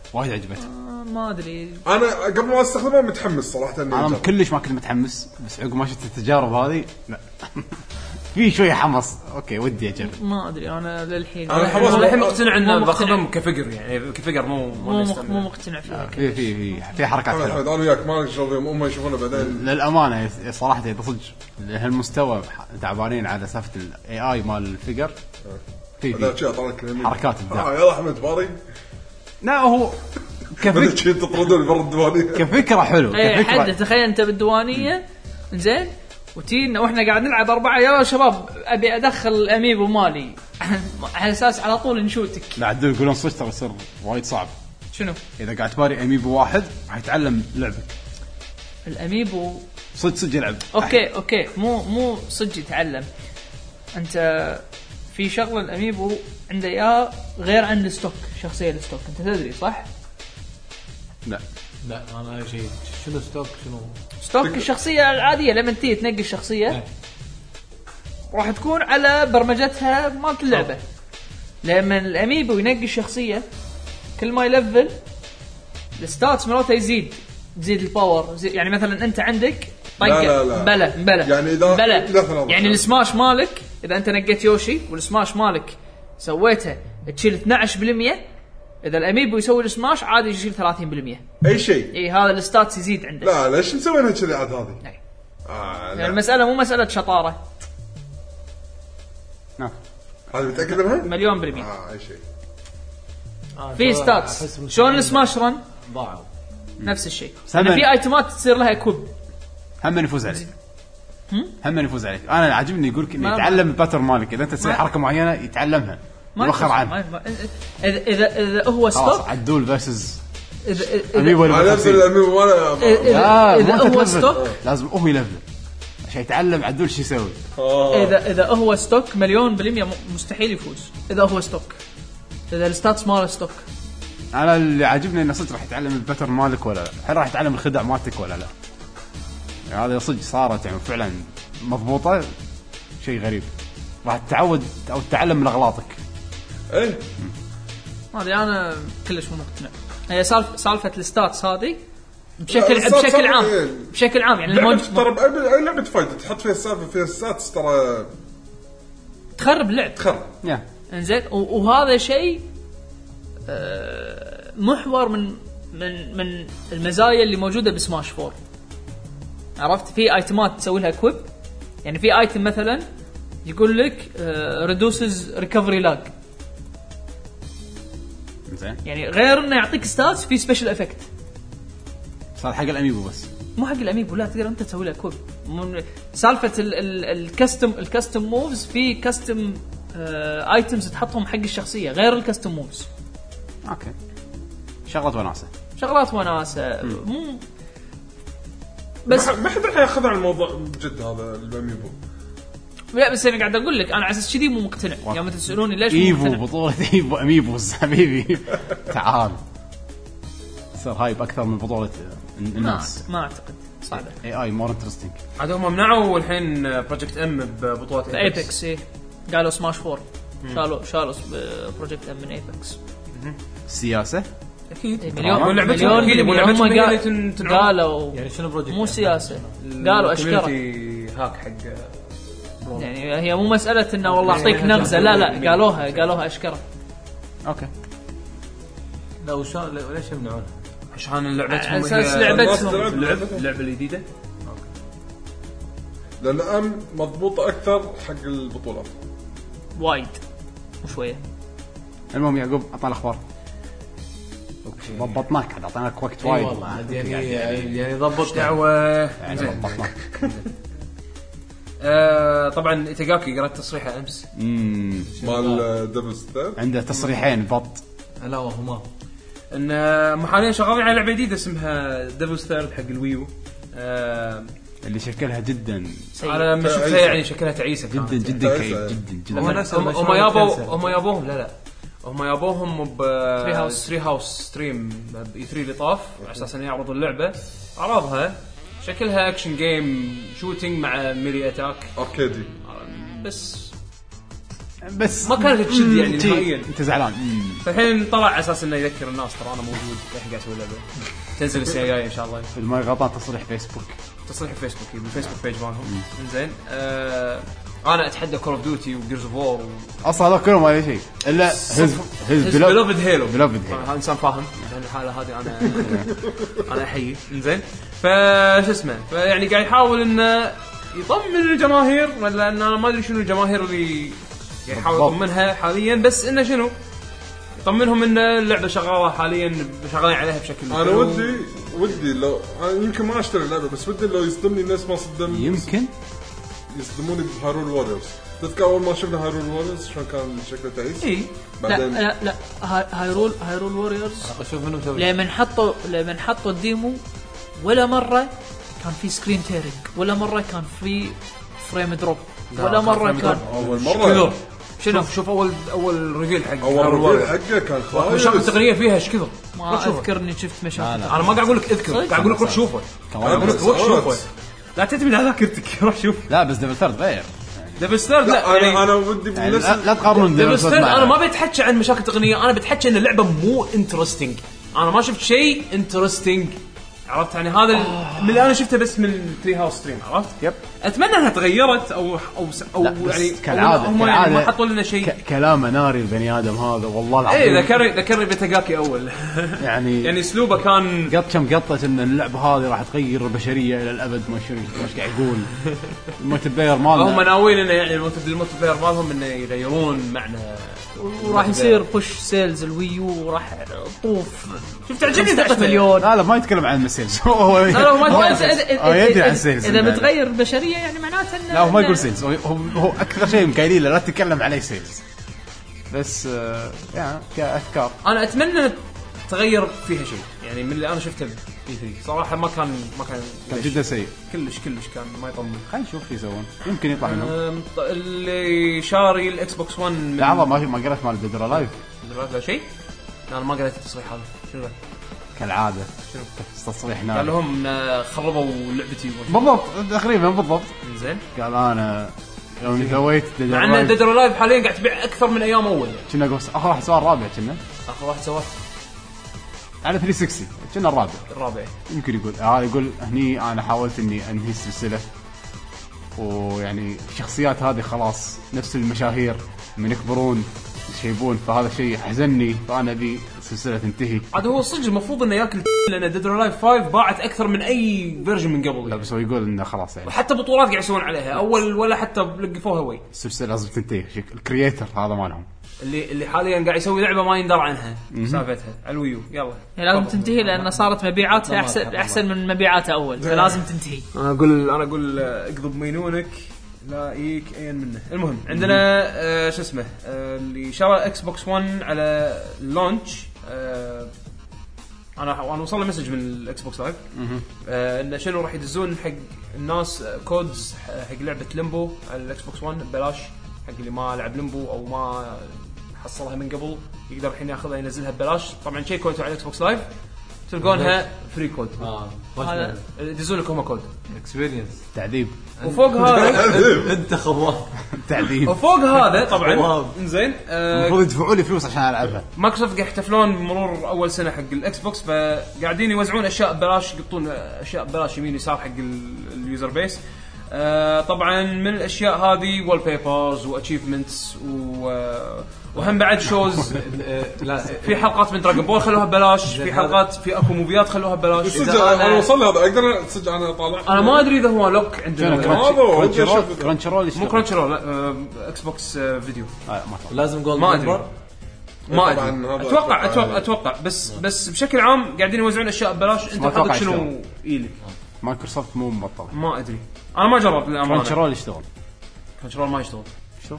وايد عجبت. آه ما ادري انا قبل ما استخدمه متحمس صراحه اني انا أجرب. كلش ما كنت متحمس، بس عقب ما شفت التجارب هذه لا في شويه حمص. اوكي ودي اجرب. ما ادري انا للحين أنا ما- خلاص الحين مو مقتنع انه مقتنع. باخذهم كفقر يعني كفقر مو مو مو مق- مو مقتنع فيها. في في في في حركات انا حلوه انا وياك ما نشوف يوم هم يشوفونه بعدين. للامانه صراحه اذا صدق لهالمستوى تعبانين على سالفه الاي اي مال الفيجر. في هذا في شيء طلع لك اليمين. حركات ابداع. اه يلا احمد باري لا هو بدك كفك شيء تطردون برا الديوانيه. كفكره حلو اي حد كفكره. تخيل انت بالديوانيه زين وتينا واحنا قاعد نلعب اربعه يا شباب ابي ادخل الاميبو مالي على اساس على طول نشوتك. لا عدول يقولون صدق ترى يصير وايد صعب شنو اذا قاعد تباري اميبو واحد راح يتعلم لعبك الاميبو؟ صدق صدق يلعب. اوكي اوكي مو مو صدق يتعلم. انت في شغله الاميبو عنده اياه غير عن الستوك، شخصيه الستوك انت تدري صح؟ لا لا انا شيء شنو ستوك شنو ستوك الشخصيه العاديه لما تيجي تنقي الشخصيه إيه. راح تكون على برمجتها مالت اللعبه. لما الاميبو ينقي الشخصيه كل ما يلفل الستاتس مالته يزيد تزيد الباور زي يعني مثلا انت عندك طقه لا، لا. بلا بلا يعني إذا- بلا مثلاً. يعني السماش مالك اذا انت نقيت يوشي والسماش مالك سويته تشيل اثناشر بالمية، اذا الاميبو يسوي السماش عادي يشيل ثلاثين بالمية. اي شيء. اي هذا الستاتس يزيد عنده. لا ليش مسوينها كذي عاد هذه؟ أي. آه يعني لا. المساله مو مساله شطاره نعم هذا متاكد منها؟ مليون بالمية. اه اي شيء. آه في أحس ستاتس من شلون سنين السماش رن ضاعوا. نفس الشيء. سمن. يعني في ايتمات تصير لها كوب. هم من يفوز عليك هم من يفوز عليك. انا عاجبني يقولك انه ما- يتعلم الباتر مالك اذا انت تسوي ما- حركه معينه يتعلمها ما يوخر يخص- عنه. ما- ما- اذا اذا اذا هو خلاص ستوك عدول فيرسز اذا اميبو اذا انا انزل اللي الاميبو وانا اذا, إذا هو ستوك لازم هو يلفل عشان يتعلم عدول شو يسوي. اذا اذا هو ستوك مليون بالمية م- مستحيل يفوز اذا هو ستوك. اذا الستاتس ماله ستوك انا اللي عاجبني انه صدق راح يتعلم الباتر مالك ولا لا، هل راح يتعلم الخدع مالتك ولا لا. يعني هذا صدق صارت يعني فعلا مضبوطه شيء غريب. راح تتعود او تتعلم من اغلاطك. ايه ما ادري انا كلش مو مقتنع. هي سالفه سالفه الستاتس هذه بشكل الستاتس بشكل هذه عام إيه. بشكل عام يعني لعبة الموج... ترى بأي أي لعبة فايت تحط فيها السالفة فيها الساتس ترى تخرب اللعب. تخرب. يا انزين و- وهذا شيء آه، محور من من من المزايا اللي موجوده بسماش فور. عرفت في ايتمات تسوي لها كويب. يعني في ايتم مثلا يقول لك ريدوسز ريكفري لاج، زين يعني غير انه يعطيك ستاتس في سبيشل افكت. صار حق الاميبو بس. مو حق الاميبو لا تقدر انت تسوي له كويب. من- سالفه ال- ال- الكستم الكستم موفز في كستم ايتمز تحطهم حق الشخصيه غير الكستم موفز. اوكي شغلة وناسه. شغلات وناسه مو بس ما حد راح ياخذ على الموضوع بجد هذا الاميبو. لا بس انا قاعد اقول لك انا على اساس كذي مو مقتنع. يوم يعني تسالوني ليش مو ايفو مقتنع بطولة ايفو اميبوز حبيبي تعال صار هايب اكثر من بطولة ما الناس. ما اعتقد صعبه. اي اي مور انترستنج. عاد هم منعوا الحين بروجكت ام ببطولة ايبكس ايه قالوا سماش فور شالوا شالوا بروجكت ام من ايبكس. السياسة اكيد مليون مليون مليون اكيد يبون هم لعبتهم هي اللي قال- تن- تنعرض. قالوا يعني شنو بروجكت مو سياسه قالوا اشكره. كوميونتي هاك حق يعني هي مو مساله انه والله اعطيك نغزه لا لا قالوها قالوها اشكره. اوكي لا وشان ليش يمنعونها؟ عشان لعبتهم على أساس هي- لعبتهم. الناس تلعب اللعبة اللعبة الجديدة. لان ام مضبوطة اكثر حق البطولات. وايد مو شويه. المهم يعقوب اعطانا الاخبار. ضبطناك عاد اعطيناك وقت وايد. والله عاد يعني يعني ضبط دعوة يعني زين. ضبطناك. آه طبعا إيتاغاكي قرأت تصريحه امس امم مال دبل ستير. عنده تصريحين بط. لا وهما ان هم حاليا شغالين على لعبه جديده اسمها ديفلز ثيرد حق الويو. آه اللي شكلها جدا انا ما شفتها يعني شكلها تعيسه جدا كانت. جدا كئيب جدا هم جدا. هم هم يابوا هم يابوهم لا لا هم يابوهم ب Three House. ثري هاوس ستريم اي ثري اللي طاف على اساس انه يعرضوا اللعبه. عرضها شكلها اكشن جيم شوتينج مع ميلي اتاك اركيدي. بس بس ما كانت تشد يعني تي- نهائيا. انت زعلان. فالحين طلع على اساس انه يذكر الناس ترى انا موجود الحين قاعد اسوي لعبه تنزل السنه الجايه ان شاء الله. اذا ما غلطان تصريح فيسبوك. تصريح فيسبوك بالفيسبوك بيج مالهم. زين آه انا اتحدى كول اوف ديوتي وجيرز اوف وور اصلا هذا كله ما له شيء الا هز هز بلوفد هيلو. بلوفد هيلو. هذا انسان فاهم يعني الحاله هذه انا انا احيي. زين فشو اسمه فيعني قاعد يحاول انه يطمن الجماهير ولا ان انا ما ادري شنو الجماهير اللي يعني يحاول يطمنها حاليا بس انه شنو يطمنهم ان اللعبه شغاله حاليا شغالين عليها بشكل انا حلو. ودي ودي لو أنا يمكن ما اشتري اللعبه بس ودي لو يصدمني الناس ما صدم يمكن يصدموني بهايرول ووريرز. تذكر اول ما شفنا هايرول ووريرز شلون كان شكله تعيس؟ اي لا بعدين لا لا هاي- هايرول هايرول ووريرز اشوف منهم شوي لما حطوا لما حطوا الديمو ولا مره كان في سكرين تيرنج ولا مره كان في فريم دروب ولا مره كان اول مره شنو شوف اول اول ريفيل حق اول ريفيل حقه كان مشاكل خايس. تقنيه فيها ايش كذا ما اذكر اني شفت مشاكل. انا ما قاعد اقول لك اذكر قاعد اقول لك روح شوفه قاعد اقول لك روح شوفه لا تعتمد على ذاكرتك روح شوف لا بس ديفل ثيرد غير ديفل ستارد لا لا انا يعني انا ودي يعني بنفس لا, لا تقارنون ديفل ديفل ستارد ثيرد انا ما بتحكي عن مشاكل تقنيه انا بتحكي ان اللعبه مو انترستينج. انا ما شفت شيء انترستينج عرفت يعني هذا من اللي انا شفته بس من تري هاوس ستريم عرفت. يب. اتمنى انها تغيرت او او او لا، بس يعني كالعادة- هم يعني ما كالعادة حطوا لنا شيء. ك- كلامه ناري البني ادم هذا والله العظيم. ايه ذكرني ذكرني بتاغاكي اول يعني يعني اسلوبه كان قط كم قطة ان اللعبه هذه راح تغير البشريه الى الابد ما شنو ايش قاعد يقول الملتي بلاير هم مالنا ناويين انه يعني الملتي بلاير مالهم انه يغيرون معنى وراح يصير بوش سيلز الويو وراح طوف شفت عجبني خمسة ذا مليون. لا لا ما يتكلم عن السيلز هو لا لا هو ما هو يتكلم إذا- عن إذا- آه، يدري عن إذا- سيلز اذا يعني. بتغير البشريه يعني معناته انه لا هو ما يقول إنه- سيلز هو, هو, هو اكثر شيء قايلين له لا تتكلم عليه سيلز بس آه يعني كافكار انا اتمنى تغير فيها شيء يعني من اللي انا شفته بي ثري صراحه ما كان ما كان كان ليش. جدا سيء. كلش كلش كان ما يطمن. خلينا نشوف شو يسوون يمكن يطلع منهم. أم، ط- اللي شاري الاكس بوكس ون من لحظه ما ما قرأت مال ديد لايف لا شيء لا انا ما قريت التصريح هذا شنو ذا؟ كالعاده شنو تصريح قال نار لهم إن خربوا لعبتي بالضبط تقريبا بالضبط. زين قال انا يوم سويت ديد مع ان ديد لايف حاليا قاعد تبيع اكثر من ايام اول كنا قص اخر واحد سؤال رابع كنا اخر واحد سواه على ثلاثمية وستين كنا الرابع الرابع يمكن يقول هذا يقول هني انا حاولت اني انهي السلسله ويعني الشخصيات هذه خلاص نفس المشاهير من يكبرون يشيبون فهذا الشيء حزني فانا ابي السلسله تنتهي. عاد هو صدق المفروض انه ياكل لان ديد لايف خمسة باعت اكثر من اي فيرجن من قبل لا يعني. بس هو يقول انه خلاص يعني وحتى بطولات قاعد يسوون عليها اول ولا حتى لقفوها وي السلسله لازم تنتهي شك- الكرييتر هذا مالهم اللي اللي حاليا قاعد يسوي لعبه ما يندر عنها سالفتها على الويو يلا يعني لازم تنتهي لان صارت مبيعاتها احسن احسن من مبيعاتها اول فلازم تنتهي. انا اقول انا اقول آه، اقضب مينونك لا يك اين منه. المهم عندنا آه شو اسمه آه اللي شرى اكس بوكس ون على اللونش آه انا وانا وصل لي مسج من الاكس بوكس لايف آه انه شنو راح يدزون حق الناس آه، كودز حق لعبه ليمبو على الاكس بوكس ون ببلاش حق اللي ما لعب ليمبو او ما حصلها من قبل يقدر الحين ياخذها ينزلها ببلاش. طبعا شيء كنتوا على الاكس بوكس لايف تلقونها فري كود اه هذا يدزون لكم كود اكسبيرينس تعذيب وفوق هذا انت خوان تعذيب وفوق هذا طبعا واو. انزين آه المفروض يدفعوا لي فلوس عشان العبها. مايكروسوفت قاعد يحتفلون بمرور اول سنه حق الاكس بوكس فقاعدين يوزعون اشياء ببلاش يقطون اشياء ببلاش يمين يسار حق ال- اليوزر بيس. آه طبعا من الاشياء هذه وول بيبرز واتشيفمنتس وهم بعد شوز لا في حلقات من دراغون بول خلوها ببلاش في حلقات في اكو موفيات خلوها ببلاش. صدق انا وصل لي هذا اقدر صدق انا اطالع انا ما ادري اذا هو لوك شنو عندنا هذا هو، كرانشي رول شوف. كرانشي رول مو كرانشي رول لا آه اكس بوكس آه فيديو آه ما أعرف. لازم جولد ما أدري. ممبر ما طبعاً ادري هذا اتوقع أتوقع. اتوقع اتوقع بس بس بشكل عام قاعدين يوزعون اشياء ببلاش انت ما أتوقع حاطط شنو يشتغل. ايلي مايكروسوفت مو مبطل. ما ادري انا ما جربت للامانه. كرانشي رول يشتغل كنترول ما يشتغل يشتغل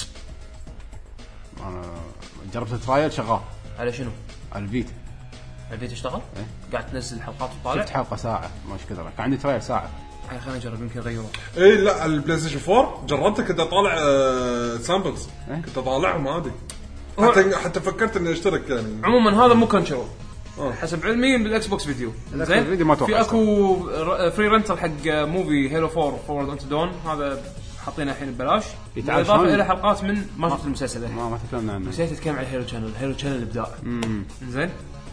انا جربت الترايل شغال على شنو؟ على الفيتا الفيديو اشتغل؟ إيه. قاعد تنزل حلقات وطالع؟ شفت حلقه ساعه ما ايش كثر كان عندي ترايل ساعه. هاي خلينا نجرب يمكن يغيرون. اي لا على البلاي ستيشن فور جربته كنت اطالع آه سامبلز إيه. كنت اطالعهم عادي حتى حتى فكرت اني اشترك يعني عموما هذا مو كنترول آه. حسب علمي بالاكس بوكس فيديو. الإكس بوكس فيديو ما أتوقع في اكو ر- فري رنتل حق موفي هيلو فور فورورد انت دون هذا حاطينها الحين ببلاش يتعال بالاضافه شلون؟ الى حلقات من ما شفت المسلسل ما ما تكلمنا عنه. نسيت اتكلم عن هيرو شانل. هيرو شانل ابداع امم زين.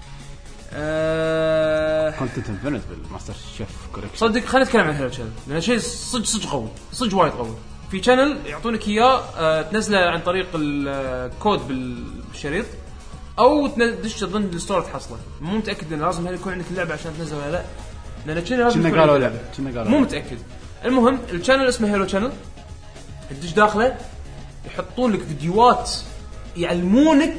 أه... كونتنت انفينيت بالماستر شيف كوريكشن. صدق خلينا نتكلم عن هيرو شانل لان شيء صدق صدق قوي صدق وايد قوي. في شانل يعطونك اياه أه تنزله عن طريق الكود بالشريط او تدش ضمن الستور تحصله. مو متاكد انه لازم هل يكون عندك اللعبه عشان تنزل ولا لا لان كنا لازم كنا قالوا لا كنا قالوا مو متاكد. المهم الشانل اسمه هيرو شانل تدش داخله يحطون لك فيديوهات يعلمونك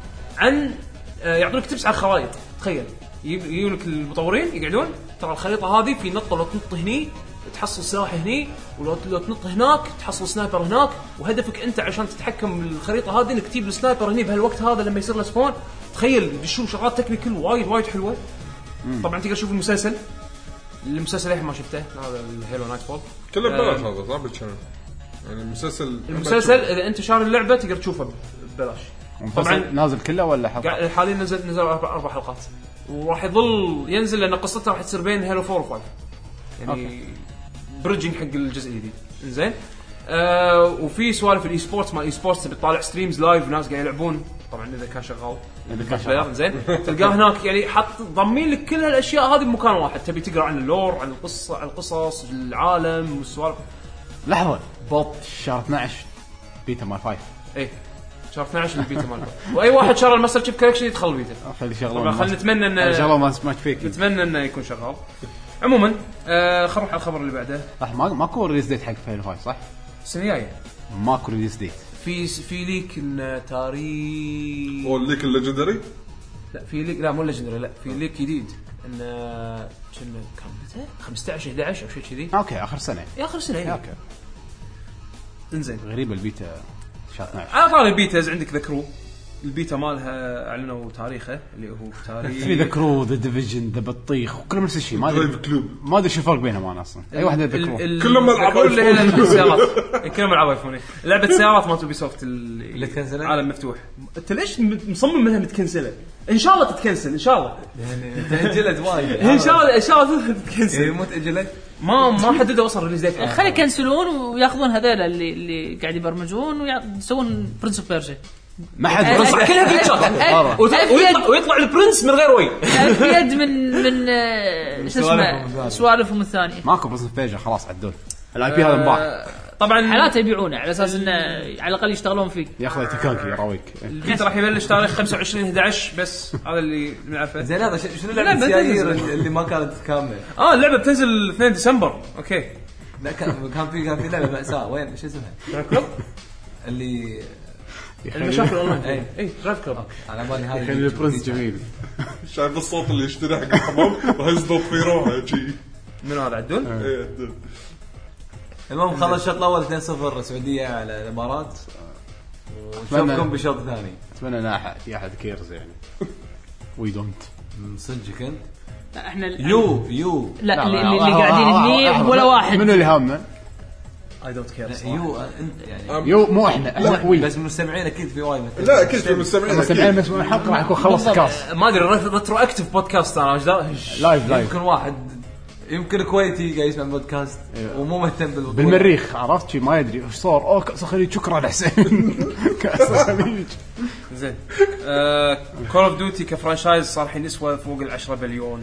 عن آه يعطونك تبس على الخرائط. تخيل يجيبوا لك المطورين يقعدون ترى الخريطه هذه في نقطه لو تنط هني تحصل سلاح هني ولو لو تنط هناك تحصل سنايبر هناك وهدفك انت عشان تتحكم بالخريطه هذه انك تجيب السنايبر هني بهالوقت هذا لما يصير له سبون. تخيل بشوف شغلات تكنيكال وايد وايد حلوه. طبعا تقدر تشوف المسلسل المسلسل اللي ما شفته هذا الهيلو نايت فول كله ببلاش هذا صح بالشانل يعني المسلسل المسلسل اذا انت شاري اللعبه تقدر تشوفه ببلاش. طبعا نازل كله ولا حلقه؟ حاليا نزل نزل اربع اربع حلقات وراح يظل ينزل لان قصته راح تصير بين هيلو فور وفايف يعني بريدجينج حق الجزء الجديد. زين آه وفي سوالف الاي سبورتس ما اي سبورتس بتطالع ستريمز لايف ناس قاعد يلعبون طبعا اذا كان شغال اذا كان شغال زين تلقاه هناك يعني حط ضمين لك كل هالاشياء هذه بمكان واحد. تبي تقرا عن اللور عن القصه عن القصص العالم والسوالف. لحظه بط شهر اثناشر بيتا مال فايف ايه شهر اثناشر البيتا مال واي واحد شرى الماستر شيف كولكشن يدخل البيتا. خلي شغله طبعا خلينا نتمنى ان شغله ما ما تفيك نتمنى انه يكون شغال. عموما آه خلينا نروح على الخبر اللي بعده. صح ما ماكو ريليز ديت حق فايل فايف صح؟ السنه الجايه ماكو ريليز ديت. في في ليك ان تاريخ هو الليك الليجندري لا في ليك لا مو ليجندري لا في ليك جديد ان كنا كم متى خمسة عشر احد عشر او شيء كذي. اوكي اخر سنه يا اخر سنه يعني. اوكي انزين غريبه البيتا شهر اثناشر. على طاري البيتاز عندك ذكروا البيتا مالها اعلنوا تاريخه اللي هو تاريخ في ذكروا ذا ديفيجن ذا بطيخ وكلهم نفس الشيء ما ادري ما ادري شو الفرق بينهم انا اصلا اي واحده ذكروا كلهم العاب السيارات كلهم العاب ايفوني. لعبه سيارات ما توبي سوفت اللي تكنسل عالم مفتوح. انت ليش مصمم منها متكنسله؟ ان شاء الله تتكنسل ان شاء الله يعني تاجلت وايد ان شاء الله ان شاء الله تتكنسل. مو تاجلت ما ما حددوا اصلا ريليز ديت. خلي يكنسلون وياخذون هذول اللي اللي قاعد يبرمجون ويسوون برنس اوف بيرجي. ما حد برنس كلها جلتشات ويطلع ويطلع البرنس من غير وي في يد من من آه، شو اسمه سوالفهم الثانيه. ماكو بس بيجا خلاص عدول الاي بي هذا انباع طبعا حالاته يبيعونه على اساس انه على الاقل يشتغلون فيه. ياخذ تكاكي يراويك. البيت راح يبلش تاريخ خمسة وعشرين احد عشر بس هذا اللي نعرفه. زين هذا شنو اللعبه السيايير اللي ما كانت كامله؟ اه اللعبه بتنزل اثنين ديسمبر. اوكي لا كان كان في كان في لعبه مأساة وين شو اسمها اللي المشاكل اونلاين. اي اي درايف كلوب على بالي هذه خلي البرنس جميل. شايف الصوت اللي يشتري حق الحمام راح يزبط في روحه شيء. من هذا عدول ايه عدول. المهم خلص الشوط الاول اثنين صفر سعوديه على الامارات ونشوفكم بشوط ثاني. اتمنى ان احد في احد كيرز يعني وي دونت صدقك انت احنا يو يو لا اللي, اللي قاعدين هني ولا واحد منو اللي هامنا اي دونت كير يو انت يعني يو مو احنا احنا وي بس المستمعين اكيد في وايد لا اكيد في المستمعين المستمعين بس من الحلقه راح يكون خلص كاس ما ادري ريترو اكتف بودكاست انا ايش لايف لايف يمكن واحد يمكن كويتي قاعد يسمع بودكاست ومو مهتم بالبطولة بالمريخ عرفت شيء ما يدري ايش صار اوه كاس الخليج شكرا حسين كاس الخليج. زين كول اوف ديوتي كفرانشايز صار الحين يسوى فوق ال عشرة بليون.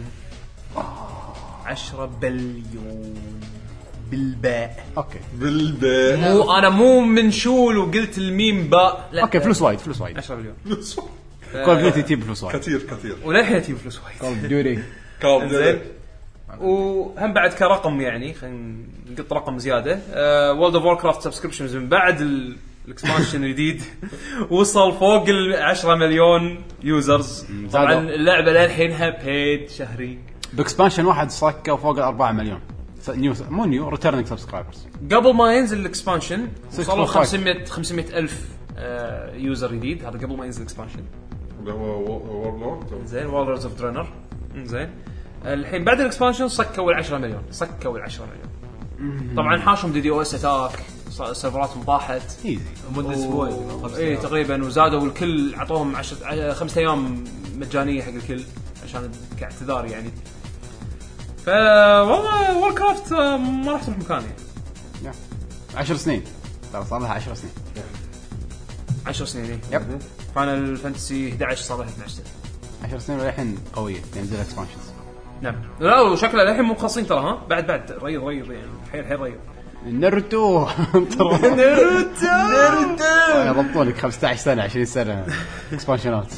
عشرة بليون بالباء. اوكي بالباء مو انا مو منشول وقلت الميم باء لا اوكي فلوس وايد فلوس وايد عشرة بليون. كول اوف ديوتي تجيب فلوس وايد كثير كثير وللحين تجيب فلوس وايد. كول اوف ديوتي كاب زين وهم بعد كرقم يعني خلينا نقط رقم زياده. وورلد اوف ووركرافت سبسكريبشنز من بعد الاكسبانشن الجديد وصل فوق ال عشرة مليون يوزرز. طبعا اللعبه للحينها بيد شهري باكسبانشن واحد صكوا فوق الأربعة مليون نيو مو نيو ريتيرنينج سبسكرايبرز. قبل ما ينزل الاكسبانشن وصلوا ستة وخمسين. خمسمية خمسمية الف آه يوزر جديد. هذا قبل ما ينزل الاكسبانشن. اللي هو وورلورد زين وورلدز اوف درينر. زين الحين بعد الاكسبانشن صكوا العشرة مليون صكوا العشرة مليون. طبعا حاشهم دي دي او اس اتاك سيرفراتهم طاحت ايزي مده اسبوع اي تقريبا وزادوا الكل عطوهم عشرة خمسة ايام مجانيه حق الكل عشان كاعتذار يعني. ف والله ووركرافت ما راح تروح مكان يعني. عشر سنين ترى صار لها عشر سنين عشر سنين يب. فاينل فانتسي إحدى عشر صار لها اثنا عشر سنة. عشر سنين والحين قويه تنزل اكسبانشنز. نعم لا وشكله الحين مو مخلصين ترى ها بعد بعد ريض ريض يعني حيل حيل ريض. ناروتو ناروتو ناروتو يضبطوا لك خمسة عشر سنه عشرين سنه اكسبانشنات.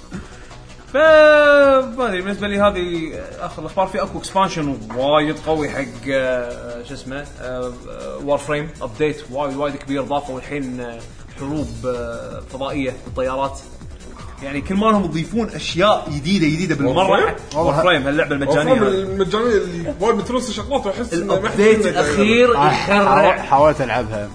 ف ما ادري بالنسبه لي هذه اخر الاخبار. في اكو اكسبانشن وايد قوي حق آه، شو اسمه وار فريم ابديت وايد وايد كبير ضافوا الحين آه، حروب آه، فضائيه بالطيارات. يعني كل ما لهم يضيفون اشياء جديده جديده بالمره. وار فريم هاللعبه المجانيه المجانيه اللي وايد بتروس شغلات واحس انه الابديت الاخير يخرع. حاولت العبها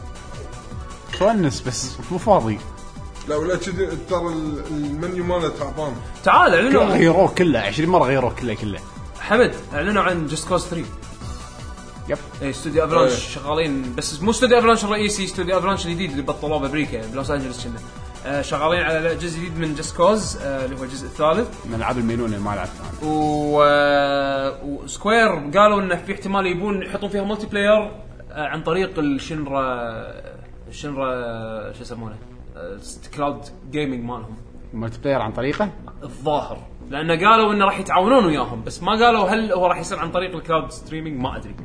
تونس بس مو فاضي. لا ولا ترى المنيو ماله تعبان. تعال اعلنوا غيروه كله عشرين مره غيروه كله كله. حمد اعلنوا عن جست كوز ثري. يب اي استوديو افلانش شغالين بس مو استوديو افلانش الرئيسي استوديو افلانش الجديد اللي بطلوه بامريكا بلوس انجلوس كنا آه شغالين على جزء جديد من جست كوز آه اللي هو الجزء الثالث من العاب المينون اللي ما لعبتها. و آه وسكوير قالوا انه في احتمال يبون يحطون فيها ملتي بلاير آه عن طريق الشنرا الشنرا شو يسمونه كلاود جيمنج مالهم ملتي بلاير عن طريقه الظاهر لأنه قالوا إنه راح يتعاونون وياهم بس ما قالوا هل هو راح يصير عن طريق الكلاود ستريمينج ما أدري.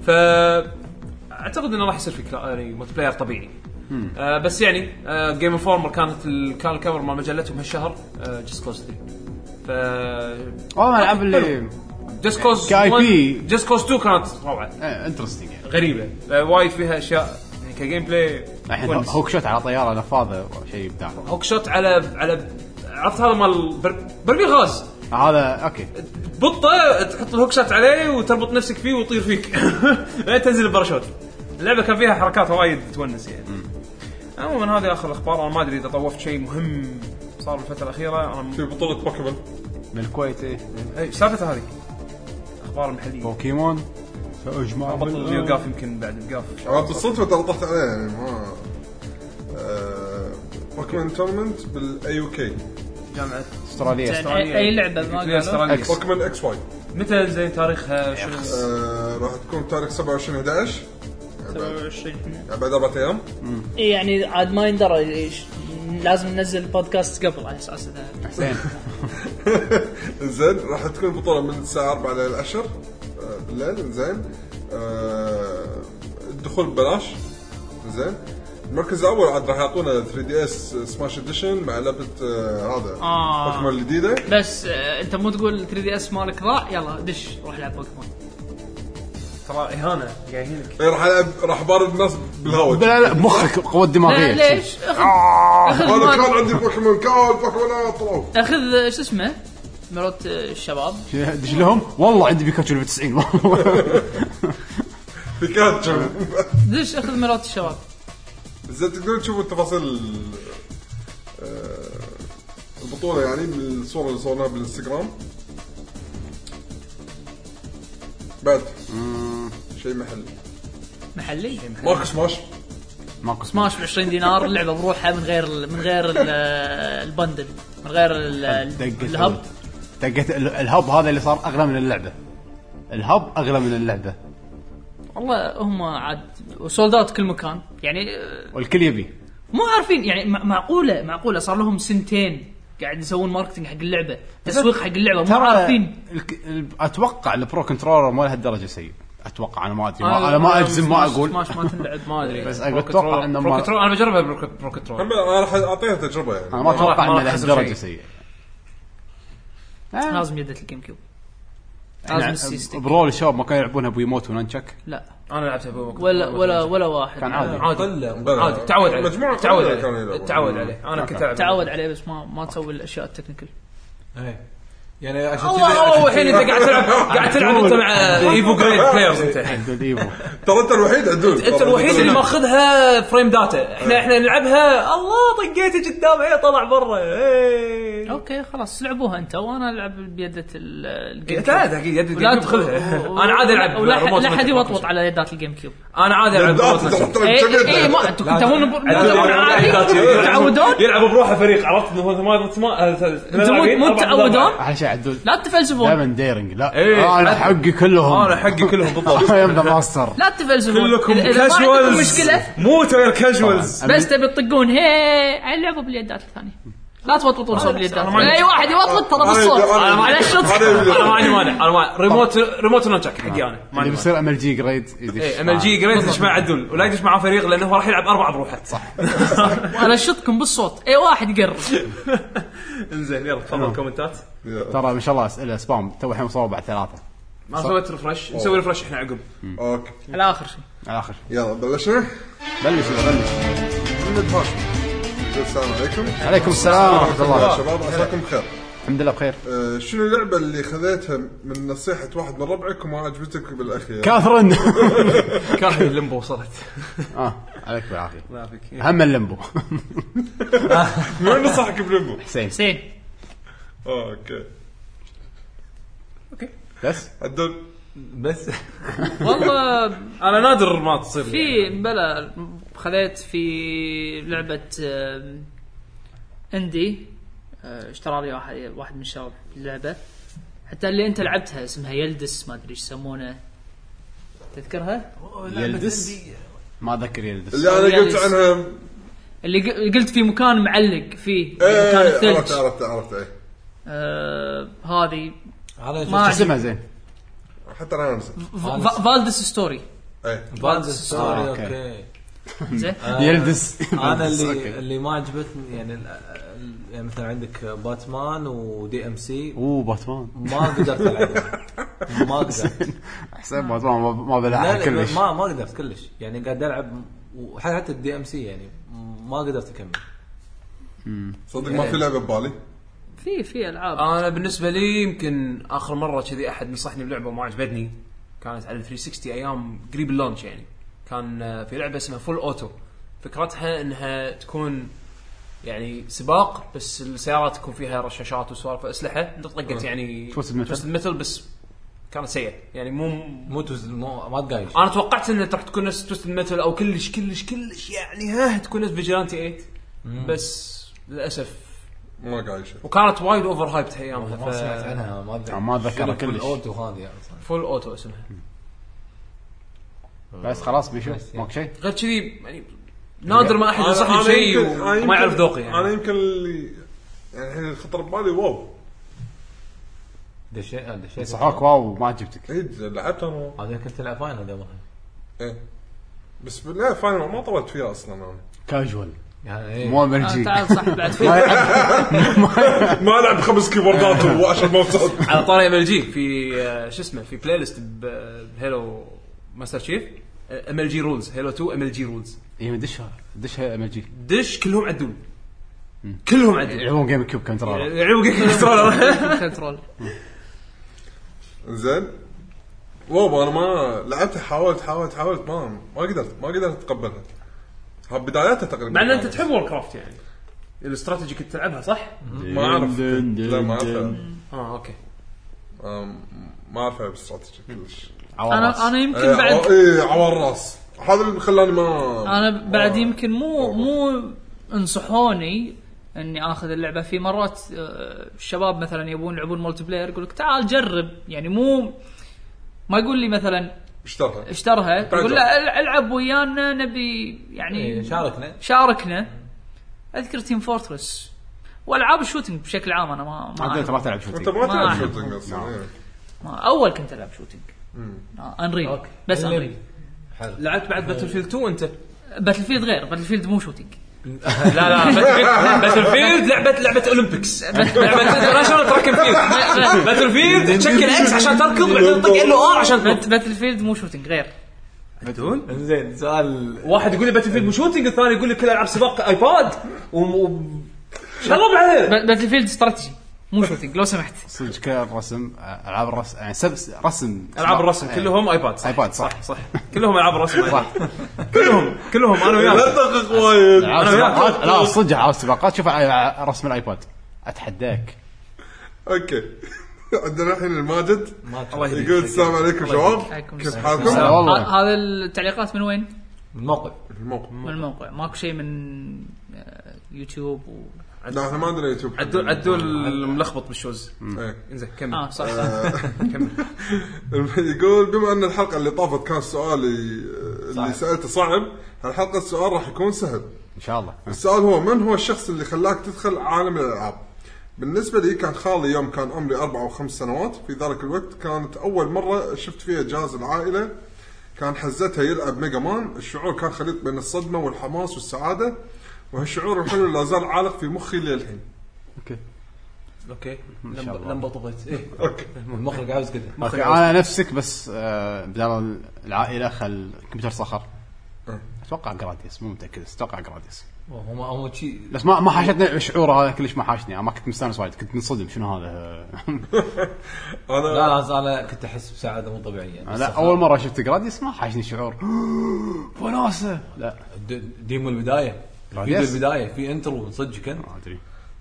فأعتقد إنه راح يصير في يعني ملتي بلاير طبيعي. آه بس يعني آه جيم انفورمر كانت ال... كان الكفر مال مجلتهم هالشهر آه جست كوز ثري. ف والله العاب اللي جست كوز كاي بي جست كوز تو كانت روعة انترستينج يعني. غريبة آه وايد فيها أشياء يعني كجيم بلاي. الحين هوك شوت على طيارة نفاذة شيء إبداع. هوك شوت على على عرفت هذا مال بر... برميل غاز هذا اوكي بطه تحط الهوك شوت عليه وتربط نفسك فيه ويطير فيك لا تنزل الباراشوت. اللعبه كان فيها حركات وايد تونس يعني. عموما هذه اخر الاخبار. انا ما ادري اذا طوفت شيء مهم صار الفتره الاخيره. انا في بطوله بوكيمون من الكويت. ايه اي سالفه هذه اخبار المحليه بوكيمون ساجمع بطل الوقاف يمكن بعد الوقاف انا بالصدفه طلعت عليه يعني ما أه... بوكيمون تورنمنت بالاي يو كي جامعه استراليا. استراليا اي لعبه ما قالوا بوكيمون اكس واي. متى زي تاريخها شنو؟ أه... راح تكون تاريخ سبعة وعشرين أحد عشر سبعة وعشرين يعني بعد أربعة أيام. يعني عاد ما يندرى إيش لازم ننزل بودكاست قبل على اساس انه زين. زين راح تكون البطوله من الساعه أربعة الى العشرة بالليل. زين أه... الدخول ببلاش. زين المركز الاول عاد راح يعطونا ثري دي اس سماش اديشن مع لعبه آه هذا آه. بوكيمون الجديده. بس آه انت مو تقول ثري دي اس مالك ضاع يلا دش روح لعب بوكيمون. ترى اهانه جايينك راح العب راح بارد الناس بالهواء. لا لا مخك قوه دماغيه. لا ليش اخذ انا كان عندي بوكيمون كان بوكيمونات طلعوا اخذ شو اسمه مرات الشباب دش لهم والله عندي بيكاتشو ب تسعين بيكاتشو دش اخذ مرات الشباب. زين تقدرون تشوفوا التفاصيل البطولة يعني من الصورة اللي صورناها بالانستغرام. بعد شيء محلي محلي ماكو سماش ماكو سماش ب عشرين دينار اللعبة بروحها من غير من غير البندل من غير الهب. دقت الهب هذا اللي صار أغلى من اللعبة. الهب أغلى من اللعبة والله. هم عاد وسولدات كل مكان يعني والكل يبي مو عارفين يعني معقولة معقولة صار لهم سنتين قاعد يسوون ماركتينج حق اللعبة تسويق حق اللعبة مو عارفين. أتوقع البرو كنترولر ما لهالدرجة سيء. اتوقع انا ما ادري ما انا ما اجزم ما اقول سماش ما تلعب ما ادري بس اتوقع انه ما انا بجربها برو كنترول. انا راح اعطيها تجربه يعني انا ما اتوقع انه لهالدرجه سيء. لازم يدة الجيم كيوب لازم السيستم. برول الشباب ما كانوا يلعبونها بويموت ونانشك. لا انا لعبتها بويموت ولا ولا ولا واحد كان عادي عادي عادي تعود عليه تعود عليه تعود عليه انا كنت العب تعود عليه بس ما ما تسوي الاشياء التكنيكال. اي يعني عشان كذا الحين انت قاعد تلعب قاعد تلعب انت مع ايفو جريد بلايرز. انت الحين ترى انت الوحيد عدول انت الوحيد اللي ماخذها فريم داتا. احنا احنا نلعبها الله طقيته قدام ايه طلع برا ايه. اوكي خلاص لعبوها انت وانا العب بيدة الجيم. ثلاثه اكيد يد الجيم تدخلها. انا عادي العب ولا حد يوطوط على يدات الجيم كيوب. انا عادي العب اي ما انتم تبون تعودون يلعب بروحه فريق. عرفت انه ما ما انتم مو تعودون عدول لا تفلسفون دائما ديرنج لا إيه، انا عد- حقي كلهم انا حقي كلهم بالضبط. يبدا ماستر لا تفلسفون كلكم إذا ما عندكم كاجوالز مشكله مو تغير كاجوالز. بس تبي تطقون هي لعبوا باليدات الثانيه لا تبططون صوت باليدات أنا ما عندي- اي واحد يبطط ترى بالصوت أنا ما على الشوت انا ما عندي مانع انا ما ريموت ريموت نونشاك حقي انا ما اللي عندي بيصير ام ال جي جريد اي ام ال جي جريد يدش مع عدول ولا يدش مع فريق لانه هو راح يلعب اربعه بروحه. صح. انا شطكم بالصوت اي واحد يقرب انزين يلا تفضل كومنتات. ترى ما شاء الله اسئله سبام تو الحين وصلوا بعد ثلاثه ما سويت ريفرش نسوي ريفرش احنا عقب. اوكي على اخر شيء على اخر يلا بلشنا. بلش بلش محمد هاشم السلام عليكم. عليكم السلام ورحمه الله يا شباب عساكم بخير. الحمد لله بخير أه شنو اللعبه اللي خذيتها من نصيحه واحد من ربعك وما عجبتك بالاخير؟ كاثرين كاهي اللمبو وصلت. اه عليك بالعافيه ما يعافيك. هم اللمبو من نصحك بلمبو؟ حسين حسين اوكي اوكي بس عدل. بس والله انا نادر ما تصير في بلا خذيت في لعبه آه، اندي آه، اشترى لي واحد واحد من الشباب اللعبه حتى اللي انت لعبتها اسمها يلدس ما ادري ايش يسمونه تذكرها يلدس ما اذكر يلدس اللي انا قلت عنها اللي ق- قلت في مكان معلق فيه مكان ايه عرفت الثلج عرفت عرفت ايه آه هذه هذا ما شو اسمها زين حتى انا نسيت. ف- ف- فالدس ستوري ايه فالز ستوري. آه، أوكي. اوكي زين يلدس انا يلدس، اللي أوكي. اللي ما عجبتني يعني ال- ال- يعني مثلا عندك باتمان ودي ام سي اوه باتمان ما قدرت العبها ما قدرت حسين باتمان ما- ما لا بلعب لا كلش ما ما قدرت كلش يعني قاعد العب وحتى حتى الدي ام سي يعني ما قدرت اكمل صدق ما في لعبه ببالي. في في العاب انا بالنسبه لي يمكن اخر مره كذي احد نصحني بلعبه وما عجبتني كانت على ثلاثمية وستين ايام قريب اللونش يعني. كان آه، في لعبه اسمها فول اوتو. فكرتها انها تكون يعني سباق بس السيارات تكون فيها رشاشات وسوالف اسلحه انت طقت يعني توستد ميتل. توستد ميتل بس كانت سيئه يعني مو مو توز- مو- ما تقايش انا توقعت انها راح تكون نفس توستد ميتل او كلش كلش كلش يعني ها تكون نفس فيجيلانتي ثمانية بس للاسف ما قاعد يشوف. وكانت وايد اوفر هايبت ايامها ما سمعت ف... عنها ما ادري ما أتذكرها شنو كلش. الاوتو هذه اصلا فول اوتو اسمها. بس خلاص بيشوف بس يعني. ماك شيء غير كذي يعني نادر ما احد أنا- ينصحني أنا بشيء يمكن- أنا وما يمكن- يعرف ذوقي يعني. انا يمكن اللي يعني الحين اللي خطر ببالي واو. دشيت دشيت صحاك واو ما عجبتك ايه لعبت انا واو. هذا كنت العب فاينل قبلها ايه بس بالله فاينل ما طولت فيها اصلا انا. كاجوال يعني إيه. مو ام ال آه، جي تعال صح بعد في ما العب خمس كيبوردات وعشر موسات. على طاري ام ال جي في آه، شو اسمه في بلاي ليست بهيلو ماستر شيف ام ال جي رولز هيلو تو ام ال جي رولز اي دش دش ام ال جي دش كلهم عدول كلهم عدول يلعبون جيم كيوب كنترول يلعبوا كنترولر. كنترول زين واو انا ما لعبتها حاولت حاولت حاولت ما ما قدرت ما قدرت اتقبلها. ها بداياتها تقريبا مع ان انت تحب وور كرافت يعني الاستراتيجي كنت تلعبها صح؟ ما اعرف لا ما اعرف اه اوكي ما اعرف بالاستراتيجي كلش. انا انا يمكن ايه بعد ايه عوار راس هذا اللي خلاني ما انا بعد يمكن مو مو انصحوني اني اخذ اللعبه. في مرات آه، الشباب مثلا يبون يلعبون مولتي بلاير يقول لك تعال جرب يعني مو ما يقول لي مثلا اشترها اشترها يقول لا العب ويانا نبي يعني إيه، شاركنا شاركنا. اذكر تيم فورترس والعاب الشوتنج بشكل عام انا ما ما ما, ما تلعب انت شوتينج ما ما تلعب أحب. شوتنج اصلا. إيه. ما اول كنت العب شوتنج آه انريل أوكي. بس اللي- انريل. حلو لعبت بعد باتل فيلد تو انت؟ باتل فيلد غير باتل فيلد مو شوتنج. لا لا باتل فيلد لعبه لعبه اولمبيكس لعبه انترناشونال تراك اند فيلد. باتل فيلد تشكل اكس عشان تركض بعدين تطق ال ار عشان تنط. باتل فيلد مو شوتنج غير. بدون زين سؤال واحد يقول لي باتل فيلد مو شوتنج الثاني يقول لي كل العاب سباق ايباد و شرب عليه. باتل فيلد استراتيجي مو شوتنج لو سمحت. صدق كالرسم العاب الرسم يعني سب رسم العاب الرسم كلهم ايباد صح ايباد صح صح, صح. كلهم العاب الرسم صح كلهم كلهم انا لا وياك. تدقق وايد. العاب أنا وياك. سباقات لا صدق العاب سباقات شوف على رسم الايباد اتحداك. اوكي عندنا الحين الماجد الله يهديك. يقول السلام عليكم شباب عليكم كيف السلام. حالكم؟ لا والله. ه- هذا التعليقات من وين؟ الموقع الموقع من الموقع ماكو شيء من آه، يوتيوب و لا احنا ما عندنا يوتيوب. عدول عدول ملخبط بالشوز. إيه. انزين كمل. اه صح كمل. يقول بما ان الحلقه اللي طافت كان سؤالي اللي سالته صعب، هالحلقه السؤال راح يكون سهل ان شاء الله. السؤال هو من هو الشخص اللي خلاك تدخل عالم الالعاب؟ بالنسبه لي كان خالي يوم كان عمري أربع أو خمس سنوات. في ذلك الوقت كانت اول مره شفت فيها جهاز العائله، كان حزتها يلعب ميجا مان. الشعور كان خليط بين الصدمه والحماس والسعاده، وهالشعور الحلو لا زال عالق في مخي للحين. اوكي اوكي لمبه طفت ايه اوكي المخرج عاوز كذا. اوكي انا نفسك بس آه بدال العائله خل كمبيوتر صخر. أه. اتوقع جراديوس، مو متاكد بس اتوقع جراديوس. هم هم شيء بس ما ما حاشتني الشعور هذا كلش، ما حاشني. انا ما كنت مستانس وايد، كنت منصدم شنو هذا. انا لا لا انا كنت احس بسعاده مو طبيعيه. لا اول مره شفت جراديوس ما حاشني شعور وناسه. لا ديمو البدايه فيديو البدايه في انترو صدق كان ما ادري.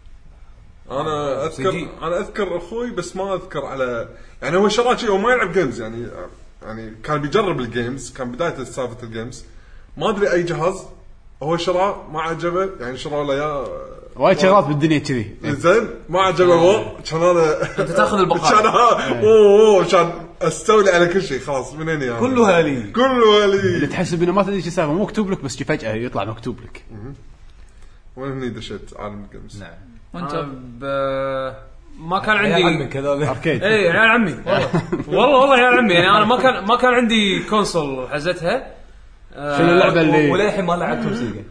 انا اذكر انا اذكر اخوي بس ما اذكر على يعني هو شرى شيء وما يلعب جيمز يعني يعني كان بيجرب الجيمز، كان بدايه سالفه الجيمز ما ادري اي جهاز هو شراه ما عجبه يعني شرى له يا وايد شغلات بالدنيا كذي زين ما عجبه هو كان انا انت تاخذ البقاء كان اوه كان استولي على كل شيء خلاص منين يعني كله هالي كله اللي هالي تحسب انه ما تدري ايش السالفه، مو مكتوب لك بس فجاه يطلع مكتوب لك. وين هني دشيت عالم الجيمز. نعم وانت ب... ما كان عندي عندي كذا اركيد. اي يا عمي والله والله يا عمي يعني انا ما كان ما كان عندي كونسول حزتها. شنو اللعبه اللي وللحين ما لعبت موسيقى؟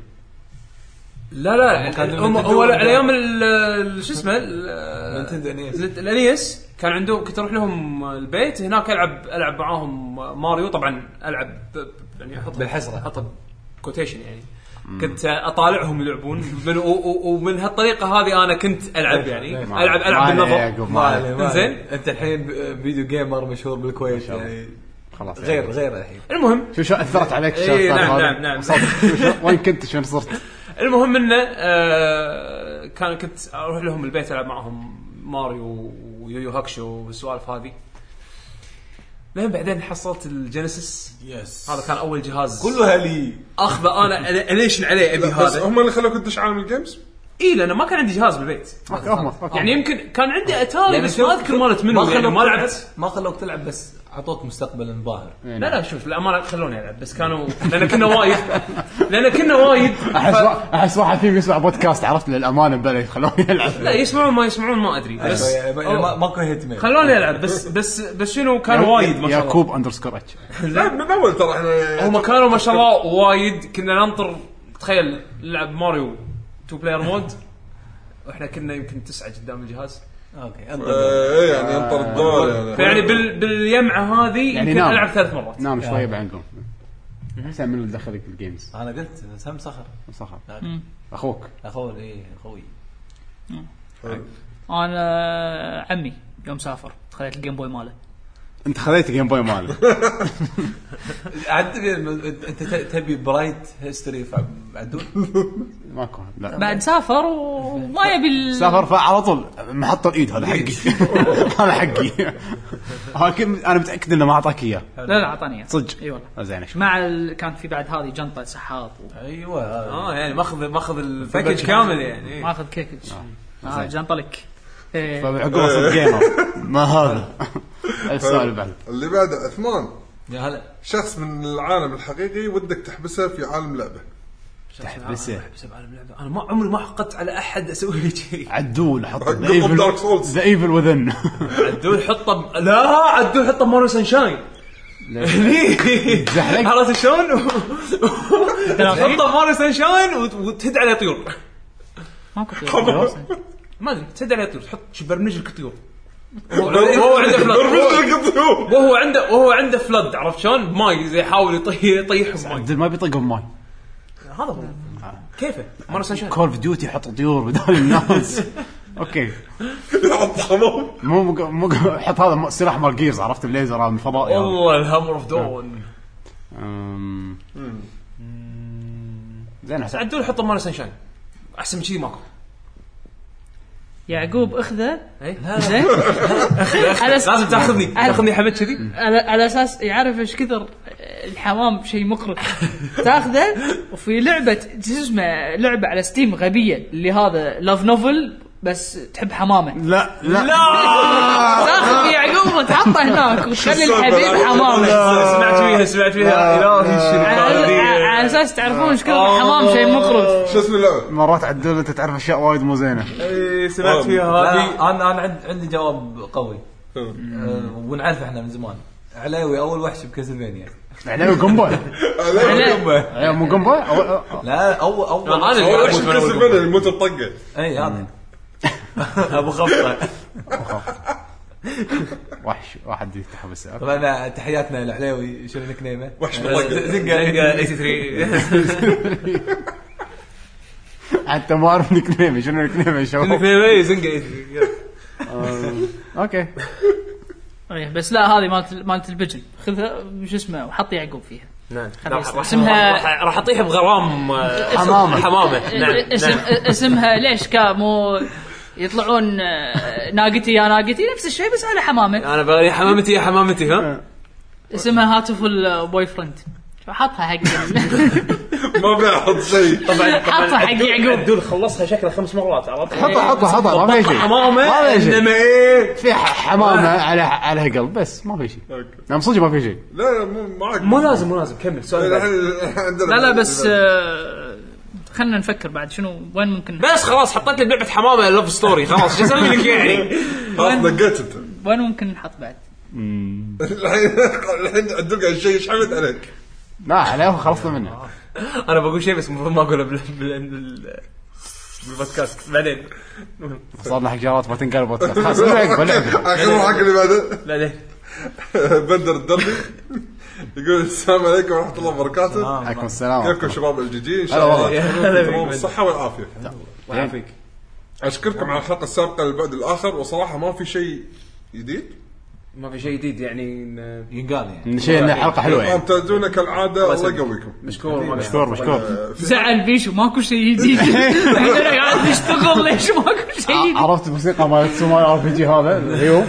لا لا هم هو الايام شو اسمه نينتندو انيس الانيس كان عنده كنت اروح لهم البيت هناك العب العب معاهم ماريو. طبعا العب يعني احط بالحسره احط كوتيشن يعني كنت اطالعهم يلعبون من ومن هالطريقه هذه انا كنت العب يعني العب العب بالنظر. زين انت الحين فيديو جيمر مشهور بالكويت يعني خلاص غير غير الحين. المهم شو شو اثرت عليك الشغله إيه نعم نعم نعم وين كنت شلون صرت؟ المهم انه آه كان كنت اروح لهم البيت العب معهم ماريو ويويو هاكشو والسوالف هذه. لين بعدين حصلت الجينيسيس يس هذا كان اول جهاز كله هالي اخذه انا اليشن عليه ابي بس هذا. هم اللي خلوك تدش عالم الجيمز؟ اي لان ما كان عندي جهاز بالبيت يعني يمكن كان عندي اتاري يعني بس ما اذكر مالت منه يعني ما لعبت ما خلوك تلعب بس عطوك مستقبل ظاهر. لا لا شوف الامانه خلوني العب بس كانوا لان كنا وايد لان كنا وايد احس احس واحد فيهم يسمع بودكاست عرفت للامانه ببالي خلوني العب. لا يسمعون ما يسمعون ما ادري بس ماكو هيتمن خلوني العب بس بس بس شنو كان وايد ما شاء الله. يعقوب اندرسكور اتش لا من اول ترى احنا هم كانوا ما شاء الله وايد. كنا ننطر تخيل نلعب ماريو تو بلاير مود واحنا كنا يمكن تسعة قدام الجهاز. اوكي ايه يعني انطر الدور يعني يعني بال باليمعه هذه يعني يمكن نام. العب ثلاث مرات. نام شويه بعندكم احسن من اللي دخلك الجيمز. انا قلت سم صخر صخر اخوك اخوي ايه اخوي. انا عمي يوم سافر خليت الجيم بوي ماله. انت خذيت جيم بوي ماله انت تبي برايت هيستوري عدول ماكو لا بعد سافر وما يبي سافر فعلى طول محط الايد هذا حقي هذا حقي هاكم انا متاكد انه ما اعطاك اياه. لا لا اعطاني صدق اي والله زين مع ال... كان في بعد هذه جنطه سحاط و... ايوه اه يعني ماخذ ماخذ الباكج كامل يعني ما اخذ كيكج اه جنطه لك فعقوبه صدق جيمر ما هذا السؤال اللي بعد اللي بعده عثمان. يا هلا شخص من العالم الحقيقي ودك تحبسه في عالم لعبه. تحبسه بسبب عالم اللعبه. انا ما عمري ما حقدت على احد اسوي لي شيء. عدول حط قبل دارك سولز ذا ايفل وذن عدول حطه لا عدول حطه ماريو سانشاين ليه عرفت شلون حطه ماريو سانشاين وتهد عليه طيور. ما كنت ما ادري تهد عليه طيور تحط برنج الكطيور وهو عنده فلد وهو عنده وهو عنده فلد عرفت شلون ماي زي يحاول يطيح يطيحهم ماي. عدول ما بيطقهم ماي هذا هو كيفه ماريو سانشاين كول اوف ديوتي يحط طيور بدال الناس اوكي يحط حمام مو مو حط هذا سلاح مال جيرز عرفت الليزر من الفضاء والله الهامر اوف دون. زين احسن عدول حط ماريو سانشاين احسن من شيء ماكو. يعقوب اخذه زين لازم تاخذني تاخذني حمد كذي على على اساس يعرف ايش كثر الحمام شيء مقرف تاخذه. وفي لعبه شو اسمه لعبه على ستيم غبيه اللي هذا لاف نوفل بس تحب حمامه. لا لا تاخذ يعقوب وتحطه هناك وتخلي الحبيب حمامه. سمعت فيها سمعت فيها الهي الشركه على اساس تعرفون ايش كثر الحمام شيء مقرف. شو اسم اللعبه؟ مرات عدول انت تعرف اشياء وايد مو زينه. اي سمعت فيها هذه. لا انا انا عند- عندي جواب قوي أه، ونعرف احنا من زمان. علاوي اول وحش بكاسلفينيا. عليه قنبه لا. عليه مو قنبه لا اول اول أنا اللي اول أموت شيء من أول كسبنا الموت الطقه. اي هذا ابو خفطه. وحش واحد يفتح بس. طبعا تحياتنا لعلاوي. شنو نكنيمه؟ وحش بالطقة. زنقه ثمانية حتى ما اعرف نكنيمه شنو نكنيمه شباب. وثلاثين زنقه. اوكي إيه، بس لا هذه مالت مالت البجل خذها شو اسمه وحط يعقوب فيها. نعم خلاص. راح- اسمها- راح راح اطيح بغرام آه، حمامة. حمامه. نعم اسم نعم. اسمها ليش كا مو يطلعون آه، ناقتي يا ناقتي نفس الشيء بس على حمامه. انا بغير حمامتي يا حمامتي ها. اسمها هاتفل بوي فريند. حطها حق ما بيحط شيء. طبعا حطها حق يعقوب. عدول خلصها شكله خمس مرات عرفت. حطها حطها حطها ما في شيء حمامه ما في شيء. انما ايه في حمامه على على قلب بس ما في شيء. نعم صدق ما في شيء. لا لا مو معك. مو لازم مو لازم كمل سؤال بعد. الحين عندنا لا لا بس آه، خلنا نفكر بعد شنو وين ممكن بس خلاص حطيت لي بلعبه حمامه لوف ستوري خلاص شو اسوي لك يعني. خلاص دقيت انت. وين ممكن نحط بعد. الحين الحين عندك شيء ايش حمد عليك. لا عليه خلصنا منه. انا بقول شيء بس المفروض ما اقوله بال بال بالبودكاست بعدين. صار لنا حجارات ما تنقال بودكاست. خلاص لعب لعب. اخر حق اللي بعده بعدين بدر الدربي يقول السلام عليكم ورحمه الله وبركاته. عليكم السلام. كيفكم شباب الجي جي؟ ان شاء هلا الله والله. تكونوا بالصحه والعافيه. الله يعافيك. اشكركم على الحلقه السابقه للبعد الاخر وصراحه ما في شيء جديد. ما في شيء جديد يعني. ينقال يعني. ان شيء انه حلقه حلوه يعني. ممتازون كالعاده الله يقويكم. مشكور ما مشكور مشكور. زعل بيشو ماكو شيء جديد. احنا قاعد نشتغل ليش ماكو شيء جديد. عرفت الموسيقى مالت سومال ار بي جي هذا اليوم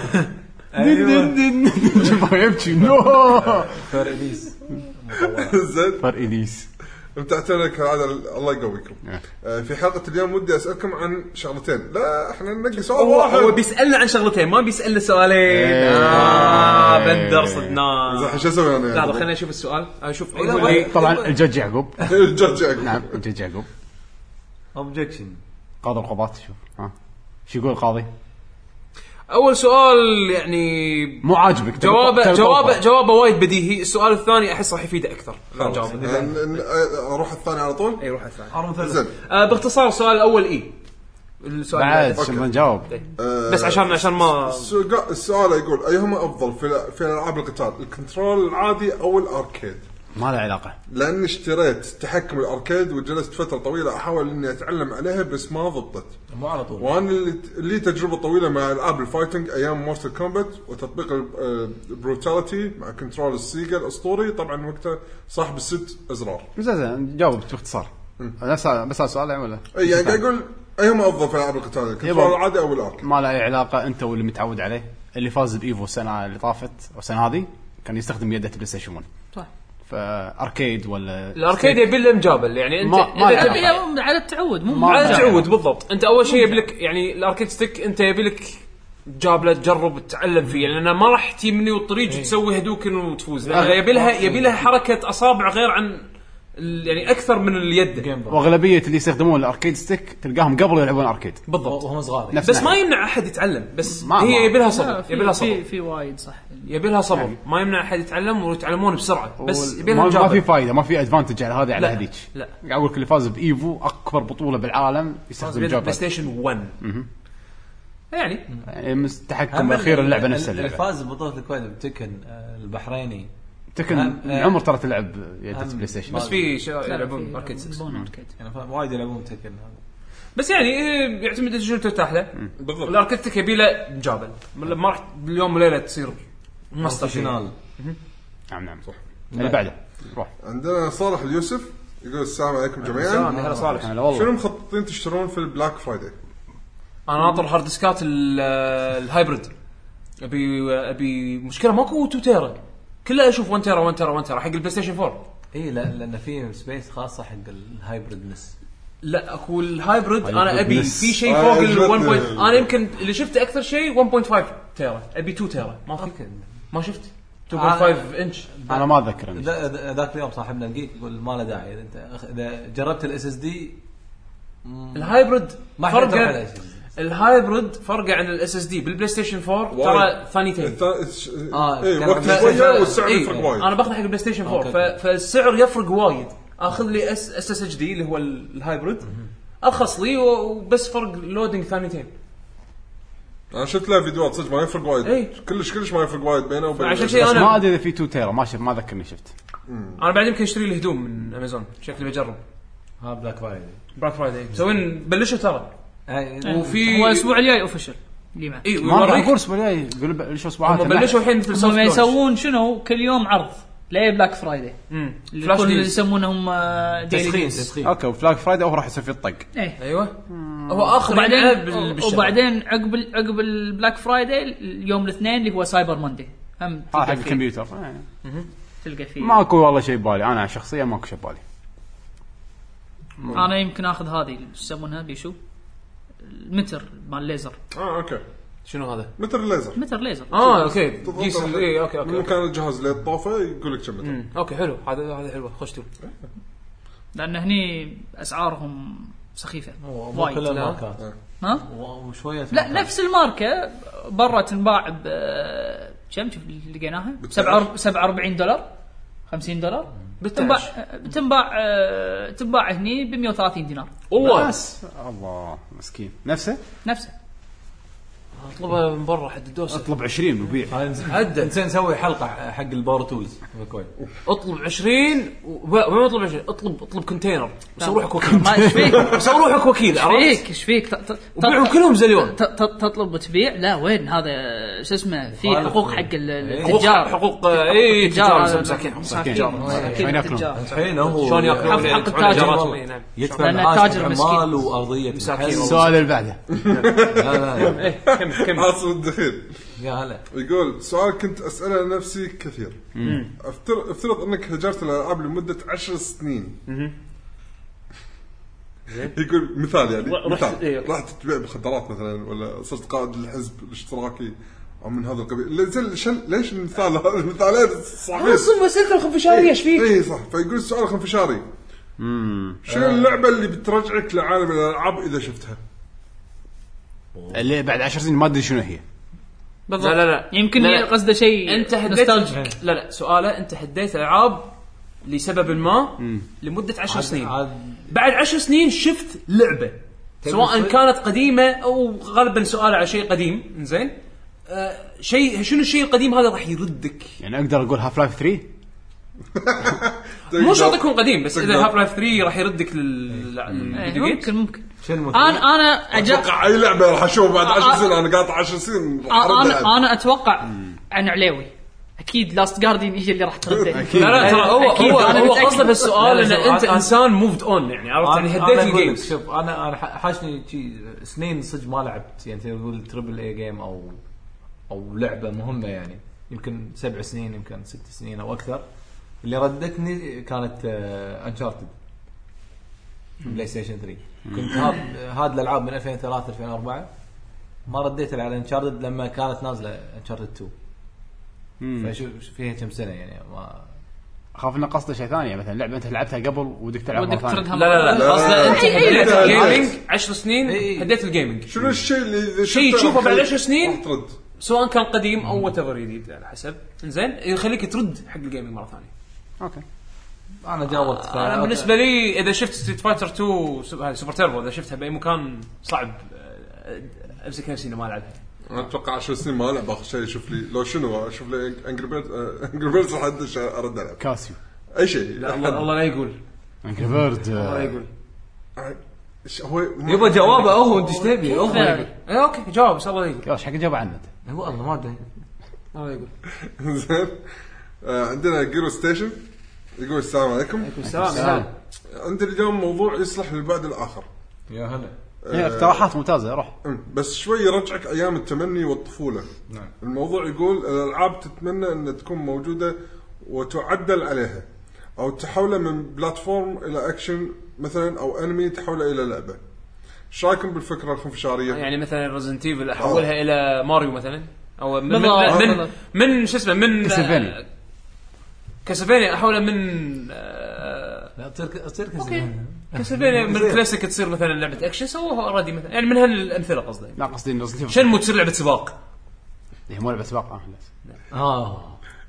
شوفه يبكي نو فريليس زين فر اليس. امتعتونا كالعاده الله يقويكم. آه، في حلقه اليوم ودي اسالكم عن شغلتين. لا احنا ننقي سؤال هو واحد. هو بيسالنا عن شغلتين ما بيسالنا سؤالين. إيه. اه بندر صدناه. زين شو اسوي انا؟ لحظه خلينا نشوف السؤال. اشوف لا، ايوه اللي طبعا الجدج يعقوب. الجدج يعقوب. نعم الجدج يعقوب اوبجكشن. قاضي القضاة. شوف ها شو يقول القاضي. اول سؤال يعني مو عاجبك جوابه جوابه جوابه وايد بديهي. السؤال الثاني احس راح يفيده اكثر. خلاص. جوابه ن- ن- اروح الثاني على طول. اي روح الثاني. ارون ثلاث. زين آه باختصار السؤال الاول اي السؤال بعد بعد. شو نجاوب. آه، بس عشان عشان ما السؤال- السؤال يقول ايهما افضل في في العاب القتال الكنترول العادي او الاركيد؟ ما له علاقه. لاني اشتريت تحكم الاركيد وجلست فتره طويله احاول اني اتعلم عليها بس ما ضبطت. مو على طول. وانا اللي اللي تجربه طويله مع العاب الفايتنج ايام مورتال كومبات وتطبيق البروتاليتي مع كنترول السيجا الاسطوري طبعا وقتها صاحب الست ازرار. زين زين جاوب باختصار. نفس بس السؤال يعني ولا اي يعني قاعد اقول ايهما افضل في العاب القتال الكنترول يبا. العادي او الارك؟ ما له اي علاقه. انت واللي متعود عليه اللي فاز بايفو السنه اللي طافت والسنه هذه كان يستخدم يده بلاي ستيشن واحد. صح. فاركيد ولا الاركيد يبي له مجابل يعني انت ما- ما إذا له تبي- يا- على التعود مو ما- على مو- تعود بالضبط. انت اول شيء يبي لك يعني الاركيد ستيك انت يبي لك جابله تجرب تتعلم فيه لان ما راح تجي مني والطريق وتسوي هدوكن وتفوز لان يبي لها يبي لها حركه اصابع غير عن ال- يعني اكثر من اليد جيم بوي. واغلبيه اللي يستخدمون الاركيد ستيك تلقاهم قبل يلعبون اركيد. بالضبط. وهم صغار. نفس بس ما ناحية. يمنع احد يتعلم بس ما- هي ما- يبي لها لا، صبر في- يبي لها في صبر في وايد صح. يبي لها صبر يعني. ما يمنع احد يتعلم ويتعلمون بسرعه بس يبي لها ما, ما في مجابل. فايده ما في ادفانتج على هذه على لا، هذيك. لا. قاعد اقول لك اللي فاز بايفو اكبر بطوله بالعالم يستخدم بلاي جابل ستيشن واحد يعني يعني مستحكم هم الاخير ال- اللعبه ال- نفسها اللي اللعبه فاز ببطوله الكويت بتكن آه، البحريني. تكن هم- من عمر ترى تلعب يده هم- بلاي ستيشن. بس في شا- لا، يلعبون في- اركيد ستة. يلعبون اركيد. يعني ف- وايد يلعبون تكن هذا. بس يعني إيه، يعتمد شو ترتاح له بالضبط. الاركيدتك يبي له مجابل ما راح باليوم وليله تصير ماستر فيه. بروفيشنال. نعم نعم صح. اللي بعده روح. عندنا صالح اليوسف يقول السلام عليكم سلام، جميعا. هلا صالح. هلا والله. شنو مخططين تشترون في البلاك فرايداي؟ انا ناطر هارد ديسكات ال- الهايبرد ابي ابي مشكله ماكو تو تيرا كلها اشوف واحد تيرا واحد تيرا واحد تيرا حق البلاي ستيشن فور. اي لا لان في سبيس خاصه حق الهايبريدنس. لا اكو الهايبريد انا ابي هايبريدنس. في شيء آه، فوق ال جدني. واحد بوينت انا يمكن اللي شفته اكثر شيء واحد فاصلة خمسة تيرا ابي اثنين تيرا ما في اوكي ما شفت اثنين فاصلة خمسة انش. انا ما اتذكر إني ذا- ذا- ذاك اليوم صاحبنا الجيك يقول ما له داعي اذا انت أخ- اذا جربت الاس اس دي الهايبريد ما حد يروح على فرقه اس اس دي. الهايبريد فرقه عن الاس اس دي بالبلاي ستيشن فور ترى وايد. ثانيتين. آه، اي كان وقت ف- شويه ف- والسعر إيه، يفرق وايد. انا باخذ حق البلاي ستيشن فور أوكي. ف- فالسعر يفرق وايد. اخذ لي اس اس اس اتش دي اللي هو ال- الهايبريد ارخص لي وبس فرق لودينج ثانيتين. انا شفت له فيديوهات صدق ما يفرق وايد. إيه. كلش كلش ما يفرق وايد بينه وبين عشان ال- شيء بس أنا- ما ادري اذا في اثنين تيرا ما شفت ما اذكرني شفت. انا بعد يمكن اشتري لي هدوم من امازون شكلي بجرب ها بلاك فرايداي بلاك فرايداي مسوين بلشوا ترى وفي هو الاسبوع الجاي اوفيشال اللي معه اي ما راح ويوريك اقول اسبوع جاي يقول ليش اسبوعات هم بلشوا الحين مثل هم سوفت ما لونش. يسوون شنو كل يوم عرض لا بلاك فرايداي امم اللي فلاش يكون اللي ديلز. يسمونهم ديلي تسخين ديلز. تسخين اوكي وفلاك فرايداي هو راح يصير في الطق. ايه ايوه هو اخر وبعدين يلعب بال- بالشهر. وبعدين عقب ال- عقب البلاك فرايداي اليوم الاثنين اللي هو سايبر موندي هم هذا حق تلقى فيه الكمبيوتر تلقى فيه ماكو والله شيء ببالي انا شخصيا ماكو شيء ببالي. انا يمكن اخذ هذه شو يسمونها بيشو المتر مال الليزر اه اوكي شنو هذا؟ متر الليزر متر ليزر اه اوكي تضغط قيس على- اي اوكي من اوكي مكان الجهاز اللي طافه يقول لك كم متر. أمم، اوكي حلو هذا هذا حلوه خش تو لان هني اسعارهم سخيفه مو وايد كل لا. الماركات ها وشويه لا نفس الماركه برا تنباع ب كم شوف اللي لقيناها سبعة سبعة وأربعين دولار خمسين دولار تنباع تنباع آه، تنباع هني ب مية وثلاثين دينار والله بس الله مسكين نفسه نفسه اطلبها من برا حد الدوسه اطلب عشرين وبيع. عدل نسينا نسوي حلقه حق الباور تولز بالكويت. اطلب عشرين وما اطلب عشرين اطلب اطلب كونتينر سوي روحك وكيل ما ايش فيك سوي روحك وكيل ايش عرفت فيك ايش فيك ت- ت- وبيعهم كلهم زليون ت- ت- تطلب وتبيع لا وين هذا شو اسمه في مالك حقوق وين؟ حق ال- حقوق التجار حقوق اي تجار التجار مساكين مساكين تجار أكيد وين ياكلون؟ التجار. الحين هو شلون ياكلون حق- حق يدفعون التاجر إيجارات؟ والله. إي نعم. يدفع لأن معاش التاجر عمال مسكين. وارضيه مساكين. الحس. السؤال اللي بعده لا لا ايه كم كم حاصل الدخيل يا هلا يقول سؤال كنت اساله نفسي كثير. افترض افترض انك هجرت الالعاب لمده عشر سنين. يقول مثال يعني رحت- مثال إيه. رحت تبيع مخدرات مثلا ولا صرت قائد الحزب الاشتراكي او من هذا القبيل. لا زين شل ليش المثال هذا المثالين صعبين. اصلا مسألة الخنفشارية ايش فيك؟ اي صح. فيقول السؤال خنفشاري شنو اللعبه اللي بترجعك لعالم الالعاب اذا شفتها؟ اللي بعد عشر سنين ما ادري شنو هي. لا لا لا يمكن لا، لا. قصده شيء انت هديت نوستالجيك. لا لا سؤاله انت هديت العاب لسبب ما لمده عشر سنين عاد- بعد عشر سنين شفت لعبه سواء صدق؟ كانت قديمه او غالبا سؤال على شيء قديم زين آه شيء شنو الشيء القديم هذا راح يردك يعني اقدر اقول هاف لايف ثلاثة. مو شرط يكون قديم بس اذا تقدر. هاف لايف ثلاثة راح يردك لل- إيه، للفيديو جيمز ممكن ممكن شو المثل؟ انا انا أجا... اتوقع اي لعبه راح اشوف بعد آه، عشر آه. سنين. انا قاطع عشر سنين راح أرد انا ألعب. انا اتوقع عن عليوي اكيد لاست جاردين هي اللي راح ترده أكيد. لا لا ترى هو أكيد، هو أنا هو متأكد. قصده بالسؤال لا، لا، ان شوف، انت أنا- انسان موفد اون يعني عرفت يعني أنا هديت أقول لك، الجيمز شوف انا انا ح- حاشني شي سنين صدق ما لعبت يعني تقول تربل اي جيم او او لعبه مهمه يعني يمكن سبع سنين يمكن ست سنين او اكثر. اللي ردتني كانت انشارتد بلاي ستيشن ثلاثة. كنت هاد هاد الالعاب من ألفين وثلاثة ألفين وأربعة ما رديت على انشارتد لما كانت نازله انشارتد اثنين. فشوف فيها كم سنه يعني ما اخاف انه قصده شيء ثاني مثلا لعبه انت لعبتها قبل ودك تلعب ودك مره ثانيه. تردها لا لا لا قصده انت أي- أي هديت لعبة. الجيمنج عشر سنين إيه. هديت الجيمنج شنو الشيء اللي إذا شيء شفته تشوفه راح بعد ترد؟ عشر سنين؟ راح ترد. سواء كان قديم او وات ايفر جديد على حسب زين يخليك ترد حق الجيمنج مره ثانيه. اوكي انا جاوبت انا بالنسبه لي اذا شفت ستريت فايتر اثنين سوب- هاي سوبر تيربو اذا شفتها باي مكان صعب آه، امسك نفسي انه ما العبها. انا اتوقع عشر سنين ما العب اخر شيء اشوف لي لو شنو اشوف لي انجري بيرد انجري بيرد راح ادش ارد العب كاسيو اي شيء. لا الله الله لا يقول انجري بيرد. الله لا يقول إيش هو يبغى جوابه هو انت ايش تبي هو فعلا. إيه، اوكي جواب بس الله يقول ايش حق جاب عنه هو الله ما ادري الله يقول زين. آه، عندنا جيرو ستيشن يقول السلام عليكم. السلام. عندي اليوم موضوع يصلح للبعد الاخر. يا هلا هي اقتراحات ممتازه روح. بس شوي يرجعك ايام التمني والطفوله. نعم. الموضوع يقول الالعاب تتمنى ان تكون موجوده وتعدل عليها، او تحوله من بلاتفورم الى اكشن مثلا، او انمي تحوله الى لعبه. ايش رايكم بالفكره الخنفشاريه؟ يعني مثلا ريزنت ايفل احولها آه. الى ماريو مثلا، او من من, بالضبط. من, من شو اسمه من كاسلفينيا. كاسلفينيا احولها من آه لا تصير تصير اوكي كاسلفينيا من كلاسيك تصير مثلا لعبه اكشن، سووها اوريدي مثلا، يعني من هالامثله قصدي. لا قصدي انه رزنت شنمو تصير لعبه سباق، هي مو لعبه سباق. اه اه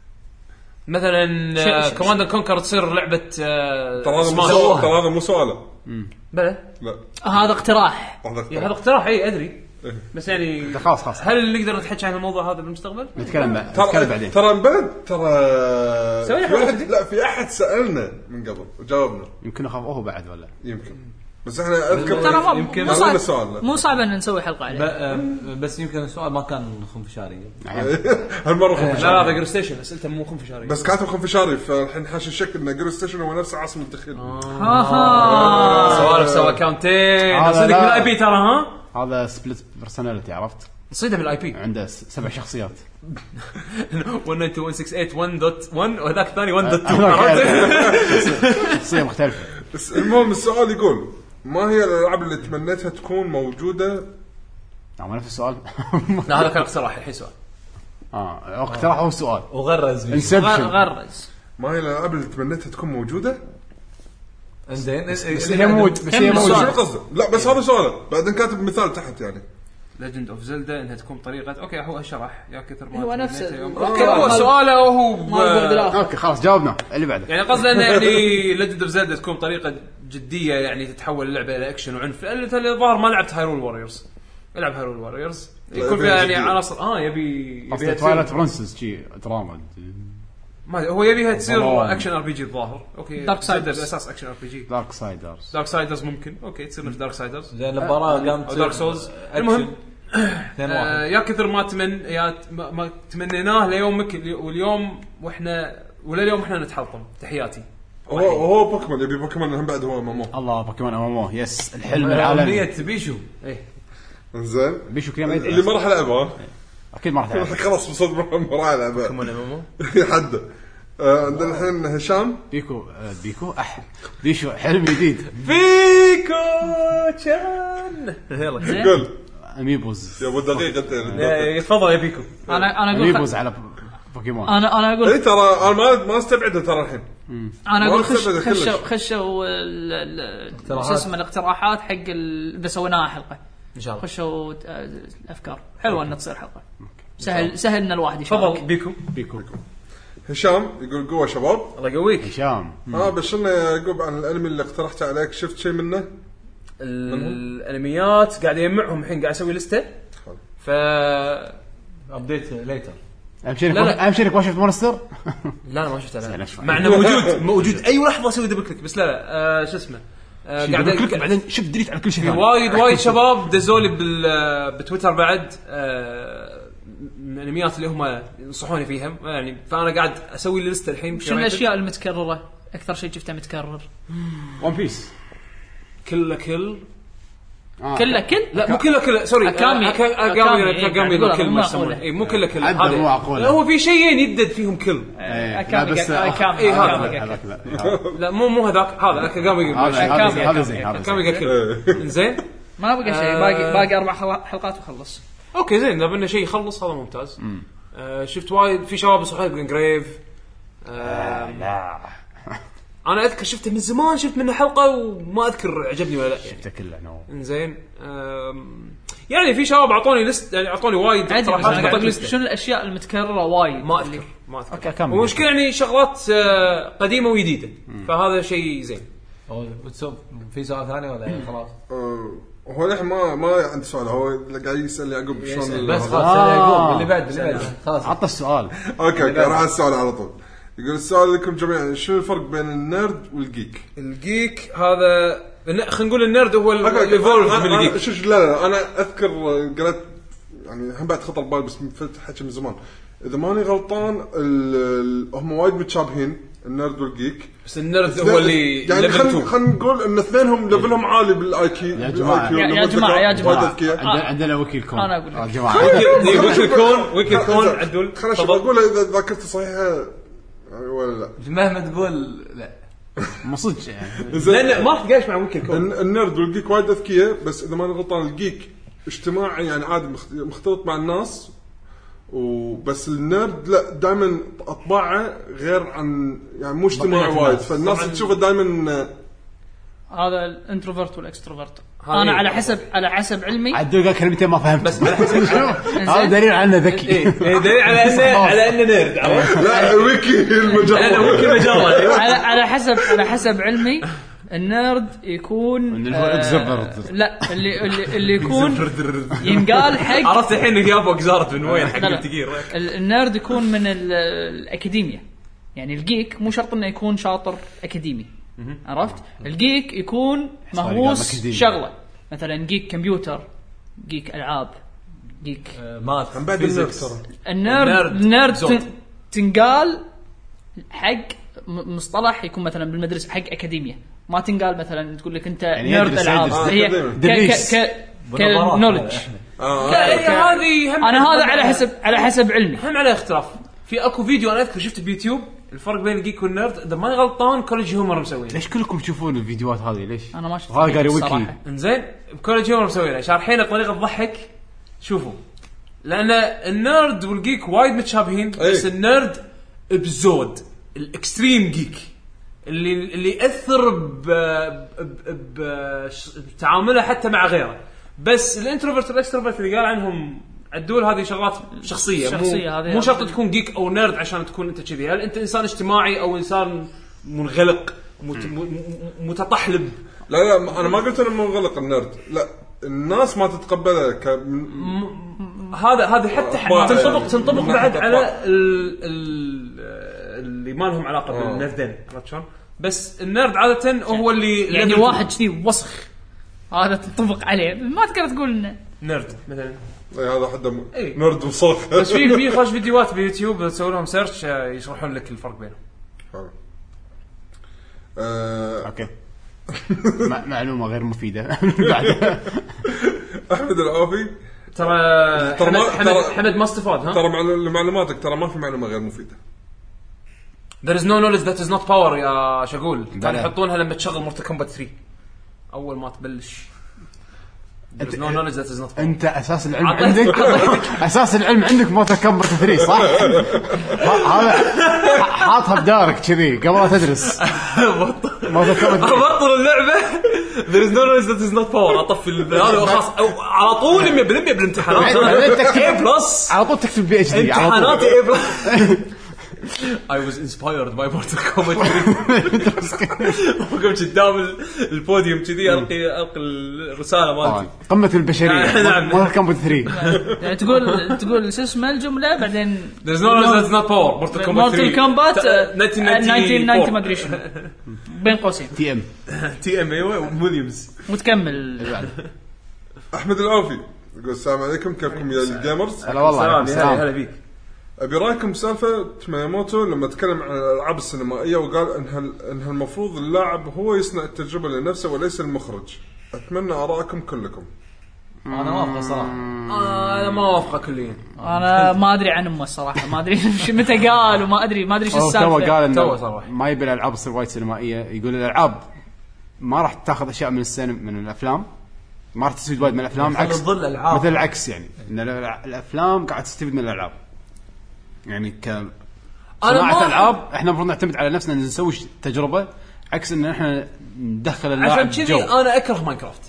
مثلا كوماندر كونكر تصير لعبه آه ترى هذا مو سماش. سؤال- ترى هذا مو سؤاله. بلى لا هذا اقتراح. هذا يا هذا اقتراح اي ادري، إيه. بس يعني خلاص خلاص هل نقدر نتحكي عن الموضوع هذا بالمستقبل؟ نتكلم بعد ترى نتكلم بعدين. ترى بعد ترى سوينا في حلقة أحد دي. لا في احد سالنا من قبل وجاوبنا يمكن اخافوه بعد ولا يمكن، بس احنا اذكر ترى ما- يمكن مو ما لنا صعب سؤال لا. مو صعب ان نسوي حلقه عليه. ب- آه، بس يمكن السؤال ما كان خنفشاري. هالمره لا خنفشاري لا هذا جرو ستيشن اسئلته مو خنفشاري بس كاتب خنفشاري، فالحين حاش الشك ان جرو ستيشن هو نفس عاصم الدخيل. اها سوالف سوا كاونتين هذا نصيدك لا. من الاي بي ترى ها هذا سبلت بيرسوناليتي عرفت؟ نصيده من الاي بي عنده س- سبع شخصيات. واحد تسعة واحد ستة ثمانية واحد دوت واحد وهذاك الثاني واحد دوت اثنين شخصيه مختلفه. بس المهم السؤال يقول ما هي الالعاب اللي تمنيتها تكون موجوده؟ نعم نفس السؤال. لا هذا كان اقتراح الحين سؤال اه اقتراح هو السؤال. وغرز فيه. انسبشن. غرز. ما هي الالعاب اللي تمنيتها تكون موجوده؟ انزين بس هي موجود بس هي كمل شنو موجود. قصده؟ لا بس هذا سؤاله بعدين كاتب مثال تحت يعني. ليجند اوف زلدا انها تكون طريقه اوكي هو شرح يا كثر ما هو نفسه. تمنيته يوم. اوكي هو سؤاله وهو ما البعد الاخر. اوكي خلاص جاوبنا اللي بعده. يعني قصده انه يعني ليجند اوف زلدا تكون طريقه جديه يعني تتحول اللعبه الى اكشن وعنف. انت الظاهر ما لعبت هايرول واريورز، العب هايرول واريورز يكون فيها يعني عناصر اه يبي يبيها قصدي تصير تويلايت برنسس شي دراما. ما هو يبيها تصير والله. اكشن ار بي جي الظاهر. اوكي Dark Siders. بالاساس اكشن ار بي جي. دارك سايدرز. دارك سايدرز ممكن اوكي تصير مثل دارك سايدرز زين المباراه قامت او دارك سولز. أكشن. المهم اثنين آه واحد. يا كثر ما تمن يا ت- ما ما تمنيناه ليومك اللي- واليوم واحنا ولا اليوم احنا نتحلطم. تحياتي. هو هو بوكيمون يبي بوكيمون هم بعد هو مامو. الله بوكيمون امامو يس الحلم أمنية العالمي. بيشو. ايه زين بيشو كذا ما يدري اللي ما راح العبه اكيد ما راح تعرف. خلاص بصدق ما راح العبه كمان امامو حد. آه، عندنا الحين هشام. بيكو آه، بيكو اح بيشو حلم جديد. بيكو تشان يلا قول اميبوز يا ابو دقيقه انت. يا- تفضل يا بيكو. انا انا اقول اميبوز خ... على بوكيمون. انا انا اقول اي ترى انا ما ما استبعده ترى الحين. انا اقول خش ما أقصد كلش. خشوا خشوا ال- ال- شو اسمه الاقتراحات حق ال- اللي سويناها حلقه ان شاء الله. خشوا آه، الافكار حلوه ان تصير حلقه سهل سهل ان الواحد يشارك. تفضل بيكو. بيكو هشام يقول قوه شباب. الله يقويك. هشام. اه بشرنا يا يعقوب عن الانمي اللي اقترحته عليك، شفت شيء منه؟ الانميات قاعد يجمعهم الحين قاعد اسوي لسته. ف ابديت ليتر. اهم شيء لا، لا. اهم شيء ما شفت مونستر. لا انا ما شفته زين، لا. أشوف. مع انه موجود موجود اي لحظه اسوي دبل كليك بس لا لا آه شو اسمه آه قاعد قاعد كليك بعدين شفت ديليت على كل شيء في ثاني. وايد وايد شباب دزولي بال بتويتر بعد آه من الانميات اللي هم ينصحوني فيها يعني. فانا قاعد اسوي لسته الحين. شنو الاشياء المتكرره اكثر شيء شفته متكرر؟ ون بيس. كله كل آه. كله كل لا مو كله كله سوري أكامي. اكامي أكامي. اكامي إيه، كل مو ما معقولة. يسمونه اي مو كله كل عدل مو معقولة. هو في شيئين يدد فيهم كل إيه، أكامي لا، بس قا- أكامي. إيه، هذا. أكامي. هذاك لا. لا مو مو هذاك هذا اكامي هذا أكامي. هذا هذا زين هذا اكامي زين. كل زين. ما بقى شيء آه. باقي باقي اربع خلا- حلقات وخلص. اوكي زين اذا بدنا شيء يخلص هذا ممتاز. آه شفت وايد في شباب يصحون بجرين جريف. آه لا انا اذكر شفته من زمان شفت منه حلقه وما اذكر عجبني ولا لا يعني. شفته كله نو. انزين يعني في شباب اعطوني لست يعني اعطوني وايد عادي بس اقتراحات أنا قاعد حطيت أقول لسته. شنو الاشياء المتكرره وايد ما اذكر ما اذكر اوكي كمل. ومشكلة يعني شغلات آه، قديمه وجديده فهذا شيء زين. أو بتسوي في سؤال ثاني ولا خلاص؟ آه، هو لحين ما ما عندي سؤال، هو اللي قاعد يسال يعقوب شلون ال- بس هذا. خلاص آه. يعقوب اللي بعد اللي بعد خلاص. عطى السؤال. اوكي اوكي راح السؤال على طول. يقول السؤال لكم جميعا، شو الفرق بين النيرد والجيك؟ الجيك هذا الن- خلينا نقول النيرد هو أوكي، أوكي. الايفولف أنا- من أنا- الجيك. شوف لا لا انا اذكر قرأت يعني هم بعد خطر بالي بس فتح حكي من زمان. اذا ماني غلطان ال- ال- هم وايد متشابهين النرد والجيك. بس النرد هو اللي يعني خلينا خلينا نقول ان اثنينهم ليفلهم عالي بالاي كي. يا جماعة. يا- يا جماعة يا جماعة عندنا عندنا وكيل كون أنا أقول لك. يا جماعه ويكل كون ويكل كون عدول خلينا نشوف اقول اذا ذاكرتي صحيحه ولا لا. مهما تقول لا مو صدق يعني. لان ما تقاش مع ويكل كون. الن- النرد والجيك وايد اذكياء، بس اذا ماني غلطان الجيك اجتماعي يعني عادي مخت- مختلط مع الناس، وبس النرد لا دائما اطباعه غير عن يعني مو اجتماعي بقية وايد، الناس. فالناس طبعاً. تشوفه دائما. هذا الانتروفرت والاكستروفرت. هذه- انا على حسب على حسب علمي عدول قال كلمتين ما فهمت بس على حسب هذا دليل على انه ذكي. ايه إيه، دليل على انه على انه نيرد عرفت؟ لا ويكي المجال لانه ويكل مجره. على على حسب على حسب علمي النيرد يكون إنه هو آه، extrovert. لا اللي اللي, اللي يكون ينقال حق عرفت الحين انك يابا جزارت من وين حق لا لا. التقير. ال- النيرد يكون من ال- الاكاديميا. يعني الجيك مو شرط انه يكون شاطر اكاديمي، عرفت؟ الجيك يكون مهووس أكاديمي. شغله، مثلا جيك كمبيوتر، جيك العاب، جيك مات بعد فيزيكس. النرد النيرد النيرد النيرد زود. تن- تنقال حق م- مصطلح يكون مثلا بالمدرسه حق اكاديميا، ما تنقال مثلا تقول لك انت يعني نيرد يدرس- العاب. يدرس. هي آه، ك دبيس. ك ك كنولج. آه. إيه، هذه هم انا هذا هم على حسب على حسب علمي. هم على اختلاف. في اكو فيديو انا اذكر شفته بيوتيوب الفرق بين الجيك والنيرد، اذا ماني غلطان كولج هيومر مسوينه. ليش كلكم تشوفون الفيديوهات هذه ليش؟ انا ما شفت هذا قاري ويكي. الصراحة. انزين بكولج هيومر مسوينه شارحينه بطريقه تضحك. شوفوا لان النيرد والجيك وايد متشابهين، بس أي. النيرد بزود الاكستريم جيك اللي اللي ياثر ب ب- ب- ش- بتعامله حتى مع غيره. بس الانتروفرت والاكستروفرت اللي قال عنهم عدول هذه شغلات شخصيه، شخصية مو, هذه. مو شرط تكون جيك او نيرد عشان تكون انت كذي. هل انت انسان اجتماعي او انسان منغلق مت- م- م- متطحلب؟ لا لا انا ما قلت انه منغلق النرد، لا الناس ما تتقبله ك هذا هذا حتى أطباع تنطبق يعني. تنطبق من بعد ناحية على أطباع. ال- ال- اللي ما لهم علاقه آه. بالنردين، عرفت شلون؟ بس النرد عاده هو اللي يعني level واحد كذي وسخ هذا تنطبق عليه، ما تقدر تقول انه نرد مثلا. إيه، هذا حدا م- إيه. نرد وصخ. بس في في خوش فيديوهات بيوتيوب تسوي لهم سيرش يشرحون لك الفرق بينهم. آه، اوكي. م- معلومه غير مفيده بعد. احمد العوفي ترى ترى حمد ما- حمد, ترى- حمد ما استفاد ها. ترى معلو- لمعلوماتك ترى ما في معلومه غير مفيده. There is no knowledge that is not power يا شغول. كانوا بلى. يحطونها لما تشغل مورتال كومبات ثري اول ما تبلش. There is no knowledge that is not power. انت اساس العلم عطيت- عندك اساس العلم عندك موتر كومبات ثري صح؟ ه- هذا ح- حاطها بدارك كذي قبل لا تدرس موتر كومبات ثري. ابطل اللعبه. There is no knowledge that is not power. اطفي ال- هذا وخلاص أو على طول مية بالمية بالامتحانات. بعدين تكتب- A plus على طول تكتب بي اتش دي على امتحاناتي طول. A plus. I was inspired by Mortal Kombat ثري. وقمت قدام ال- البوديوم كذي القي القي الرساله مالتي. قمة البشرية نعم. موتر كومبات ثري. يعني تقول تقول شو اسمه الجمله بعدين There's no knowledge that is not power. Mortal Kombat ثري. مورتل كومبات تا- ألف وتسعمية وتسعين ألف وتسعمية وتسعين ما ادري شنو بين قوسين تي ام. تي ام ايوه وويليامز. وتكمل. احمد العوفي يقول السلام عليكم، كيفكم يا الجيمرز؟ هلا والله سلام عليكم يا هلا السلام. فيك. ابي رايكم بسالفه مياموتو لما تكلم عن الالعاب السينمائيه وقال ان هال ان المفروض اللاعب هو يصنع التجربه لنفسه وليس المخرج. اتمنى ارائكم كلكم. انا موافق صراحه. انا ما اوافقه كليا. انا ما ادري عنهم الصراحه، ما ادري شو متى قال وما ادري ما ادري شو هو تو السالفه. قال تو انه صراحة. ما يبي الالعاب تصير وايد سينمائيه. يقول الالعاب ما راح تاخذ اشياء من السينما من الافلام، ما راح تستفيد وايد من الافلام. خلي عكس تظل ألعاب. مثل العكس يعني ان الألع- الافلام قاعد تستفيد من الالعاب. يعني ك ما صناعه أحب- العاب احنا المفروض نعتمد على نفسنا ان نسوي ش- تجربه، عكس ان احنا ندخل اللاعب عشان كذي جو. انا اكره ماينكرافت.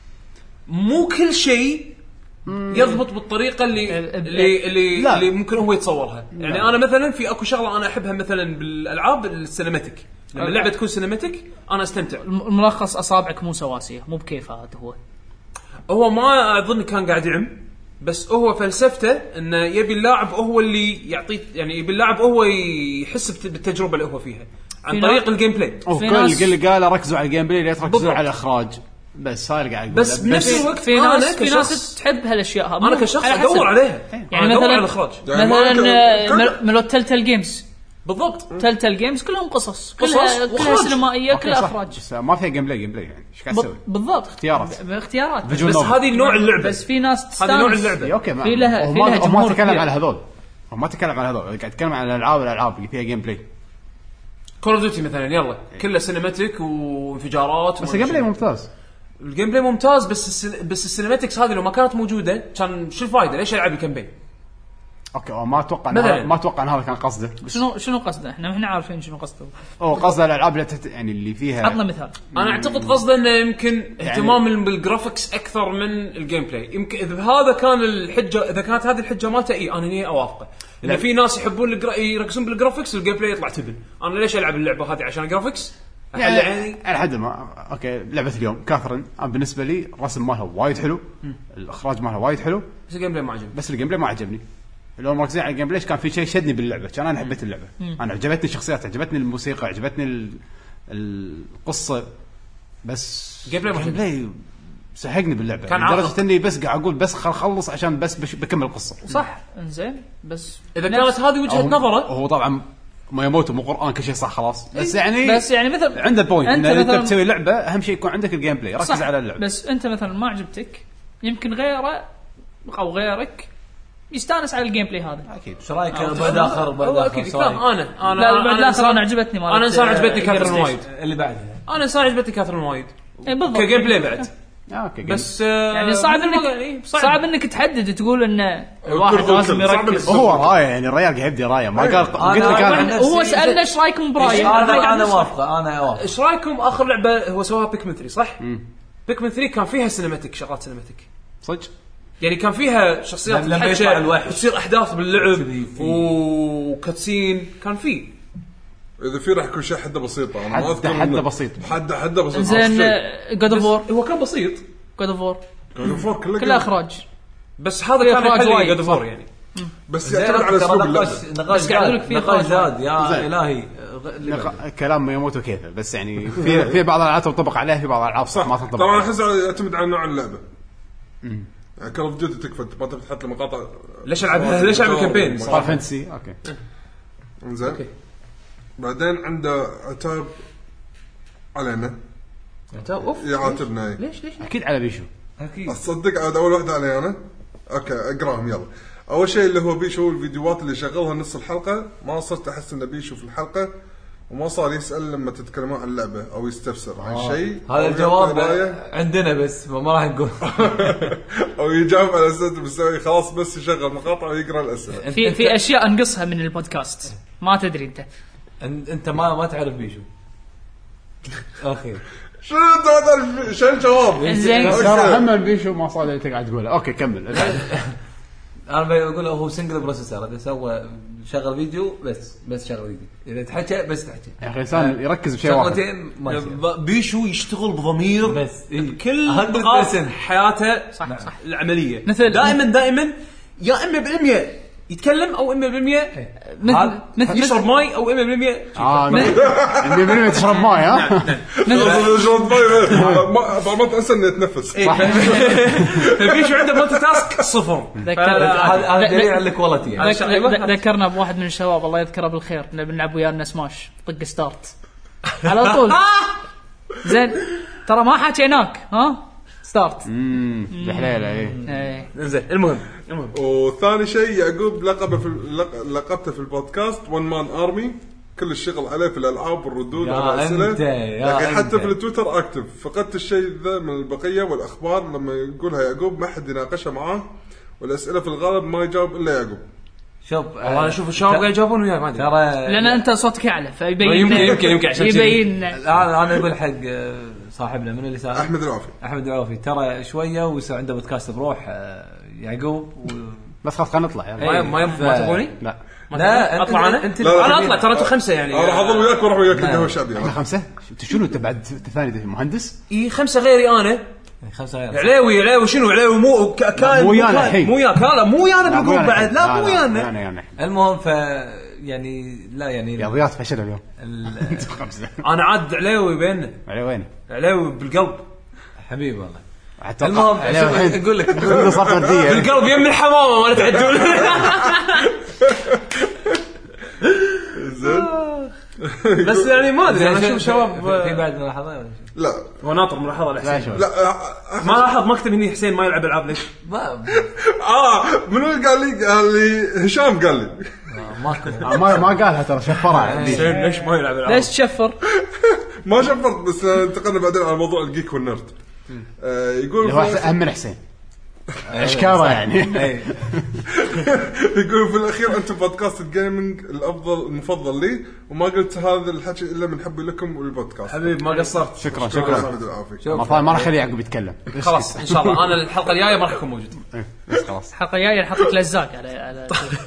مو كل شيء يضبط بالطريقه اللي ال- ال- اللي اللي, لا. اللي ممكن هو يتصورها. يعني انا مثلا في اكو شغله انا احبها مثلا بالالعاب السينماتيك. لما اللعبه تكون سينماتيك انا استمتع. الملخص اصابعك مو سواسيه، مو بكيف هذا هو. هو ما اظن كان قاعد يعم، بس هو فلسفته انه يبي اللاعب هو اللي يعطيه، يعني يبي اللاعب هو يحس بت- بالتجربه اللي هو فيها عن في طريق ناس- الجيم بلاي. او في كل ناس- اللي قال ركزوا على الجيم بلاي لا تركزوا بالضبط. على الاخراج. بس صاير قاعد بس بنفس الوقت في أنا ناس في كشخص- ناس تحب هالاشياء هذه انا كشخص على حسب. ادور عليها يعني أنا أدور مثلاً- على الاخراج يعني ما مثلا كان- آه، مل- ملوت تلتل جيمز بالضبط. تلتل جيمز كلهم قصص قصص كلها كلها وإخراج. سينمائيه أوكي، كلها صح. اخراج بس ما فيها جيم بلاي جيم بلاي يعني ايش قاعد تسوي؟ بالضبط اختيارات. ب- باختيارات فيجوال بس نوفل. هذه نوع اللعبه بس في ناس تستانس هذه نوع اللعبة. إيه، اوكي ما في لها هو في ما لها هو ما جمهور تكلم كبير. على هذول هو ما تكلم على هذول قاعد يتكلم عن الالعاب الالعاب اللي فيها جيم بلاي كول اوف ديوتي مثلا يلا كلها سينماتيك وانفجارات بس الجيم بلاي ممتاز. الجيم بلاي ممتاز بس السل... بس السينماتكس هذه لو ما كانت موجوده كان شو الفائده ليش العب الكامبين اوكي ما اتوقع إن مثلاً. هذا- ما اتوقع ان هذا كان قصده بس شنو شنو قصده احنا ما احنا عارفين شنو قصده هو قصده الالعاب اللي تت... يعني اللي فيها عطنا مثال انا اعتقد قصده انه يمكن اهتمام بالجرافكس اكثر من الجيم بلاي يمكن اذا هذا كان الحجه اذا كانت هذه الحجه مالته اي انا ني اوافقه لان في ناس يحبون الجرا... يركزون بالجرافكس والجيم بلاي يطلع تبن انا ليش العب اللعبه هذه عشان الجرافكس احل عيني يعني على حد ما اوكي لعبه اليوم كاثرين انا بالنسبه لي الرسم مالها وايد حلو الاخراج مالها وايد حلو بس الجيم بلاي ما عجبني بس الجيم بلاي ما عجبني لو مركزين على الجيم بلاي كان في شيء شدني باللعبه كان انا حبيت اللعبه انا عجبتني الشخصيات عجبتني الموسيقى عجبتني ال... القصه بس الجيم بلاي ما الجيم بلاي سحقني باللعبه كان لدرجه عائق. اني بس قاعد اقول بس خل اخلص عشان بس بش... بكمل القصه صح انزين بس اذا نفس- كانت هذه وجهه هو- نظره هو طبعا ما يموت مو قران كل شيء صح خلاص بس يعني بس يعني مثل عنده بوينت أنت ان انت مثلاً- بتسوي لعبه اهم شيء يكون عندك الجيم بلاي ركز صح، على اللعبه بس انت مثلا ما عجبتك يمكن غيره او غيرك يستانس على الجيم بلاي هذا اكيد ايش رايك بعد اخر بعد هو اخر اكيد سؤال؟ فاهم انا انا لا بعد الاخر إنسان- انا عجبتني مالت انا انسان عجبتني آه، كاثرين Gear وايد اللي بعده انا انسان عجبتني كاثرين وايد إيه بالضبط. كجيم بلاي بعد اوكي بس آه، يعني صعب مثل ما انك قال- إيه، صعب, صعب انك تحدد تقول انه الواحد الكل- لازم الكل. صعب يركز إنك- هو رايه يعني الرجال قاعد يبدي رايه ما قال قلت لك أنا- انا أنا- هو نفسي- سالنا ايش رايكم برايي انا انا موافقه انا اوافق ايش رايكم اخر لعبه هو سواها بيكمن ثري صح؟ بيكمن ثري كان فيها سينماتيك شغلات سينماتيك صدق يعني كان فيها شخصيات لما تتحكى يطلع الوحش. وتصير احداث باللعب كذي في- وكاتسين كان فيه اذا في راح يكون شيء حده بسيطه انا حد- ما اذكر حده إنه- بسيط. حده حده بسيط زين جود اوف وور هو كان بسيط جود اوف وور كله كله كله اخراج بس هذا في كان إخراج يحل وايد. جود فور يعني بس زين يعتمد على ترى اسلوب اللعبه نقاش نقاش بس قاعد أقول لك زاد في نقاش إخراج زاد يا زين. الهي غ- اللي بعده. نق- كلام يموت وكيفه بس يعني في في بعض الالعاب تنطبق عليها في بعض الالعاب صح ما تنطبق ترى انا عليها. احس يعتمد على نوع اللعبه يعني كول اوف ديوتي تكفى انت ما تبي تحط له مقاطع ليش العب ليش العب الكامبين فاير فانتسي اوكي زين بعدين عنده عتاب علينا اوف يعاتبنا إيه. ليش ليش اكيد على بيشو اكيد اصدق عاد اول واحده علي انا اوكي اقراهم يلا اول شيء اللي هو بيشو الفيديوهات اللي شغلها نص الحلقه ما صرت احس انه بيشو في الحلقه وما صار يسال لما تتكلمون عن اللعبه او يستفسر عن شيء أو هذا يعطي الجواب رأيه عندنا بس ما ما راح نقول او يجاوب على اسئله مسوي خلاص بس يشغل مقاطع ويقرا الاسئله في في اشياء انقصها من البودكاست ما تدري انت أن- انت ما ما تعرف بيشو اخي شنو انت ما تعرف شو الجواب زين. أوكي. ترى هم البيشو ما صار اللي انت قاعد تقوله اوكي كمل انا بقول هو سنجل بروسيسور اذا سوى شغل فيديو بس بس شغل فيديو اذا تحكى بس تحكى يا اخي انسان يركز بشيء واحد شغلتين ما يصير. بيشو يشتغل بضمير بس إيه. كل مية نقاط بالمية. حياته صح صح العمليه مثل- دائما دائما يا اما بالمية يتكلم او اما بالمية مثل مثل يشرب ماي او اما بالمية اه مية بالمية تشرب ماي ها شلون طيب ما ما تنسى انه يتنفس فبيشو عنده مالتي تاسك صفر ذكر- هذا هذا لا- دليل لا- على الكواليتي يعني ذك- ذ- ذكرنا بواحد من الشباب الله يذكره بالخير إنه بنلعب ويانا سماش طق ستارت على طول زين ترى ما حكيناك ها ستارت امم بحليله ايه ايه زين المهم المهم وثاني شيء يعقوب لقبه في لق- لقبته في البودكاست ون مان ارمي كل الشغل عليه في الالعاب والردود يا على الاسئله أنت، يا لكن حتى أنت. في التويتر اكتف فقدت الشيء ذا من البقيه والاخبار لما يقولها يعقوب ما حد يناقشها معاه والاسئله في الغالب ما يجاوب الا يعقوب شوف والله انا اشوف الشباب قاعد يجاوبون وياك ما ادري ترى لان انت صوتك اعلى فيبين يمكن- يمكن- يمكن عشان كذي. يبين انا انا اقول حق آه، صاحبنا من اللي سأل احمد العافي احمد العوفي ترى شويه ويصير عنده بودكاست بروح آه، يعقوب و... بس خلاص خلينا نطلع ما يلا ما ما تبغوني لا ما لا تبغوني؟ أنت- اطلع انا أنت- لا، انا اطلع ترى انتم خمسه يعني انا راح اظل وياك واروح وياك القهوه الشعبيه احنا خمسه انت شنو انت بعد ثاني ده مهندس اي خمسه غيري انا خمسة غير علاوي علاوي شنو علاوي مو ك- كان مو ويانا كان- الحين. مو وياك لا مو ويانا لا، مو بالجروب ويانا بعد الحين. لا مو ويانا يعني يعني المهم ف يعني لا يعني رياضيات فشل اليوم ال- خمسه انا عاد علاوي بيننا على وين علاوي بالقلب حبيبي والله. حتى المهم اقول لك صار فرديه القلب يم الحمامه ما تعدون. زين بس يعني ما ادري انا اشوف شباب في بعد ملاحظه ولا شيء؟ لا وناطر ملاحظه لحسين. لا ما لاحظ مكتب هني حسين ما يلعب العاب ليش؟ ما اه منو قال لي؟ قال لي هشام قال لي ماكو ما ما قالها ترى شفرها حسين ليش ما يلعب العاب؟ ليش تشفر؟ ما شفرت بس انتقلنا بعدين على موضوع الجيك والنرد. آه يقول هو اهم من حسين اشكاره يعني. يقول في الاخير انتم بودكاست الجيمنج الافضل المفضل لي وما قلت هذا الحكي الا من حبي لكم وللبودكاست. حبيبي ما قصرت. شكرا شكرا ما ما راح اخلي يعقوب يتكلم. خلاص ان شاء الله انا الحلقه الجايه ما راح اكون موجود. بس خلاص الحلقه الجايه نحط لك لزاق على على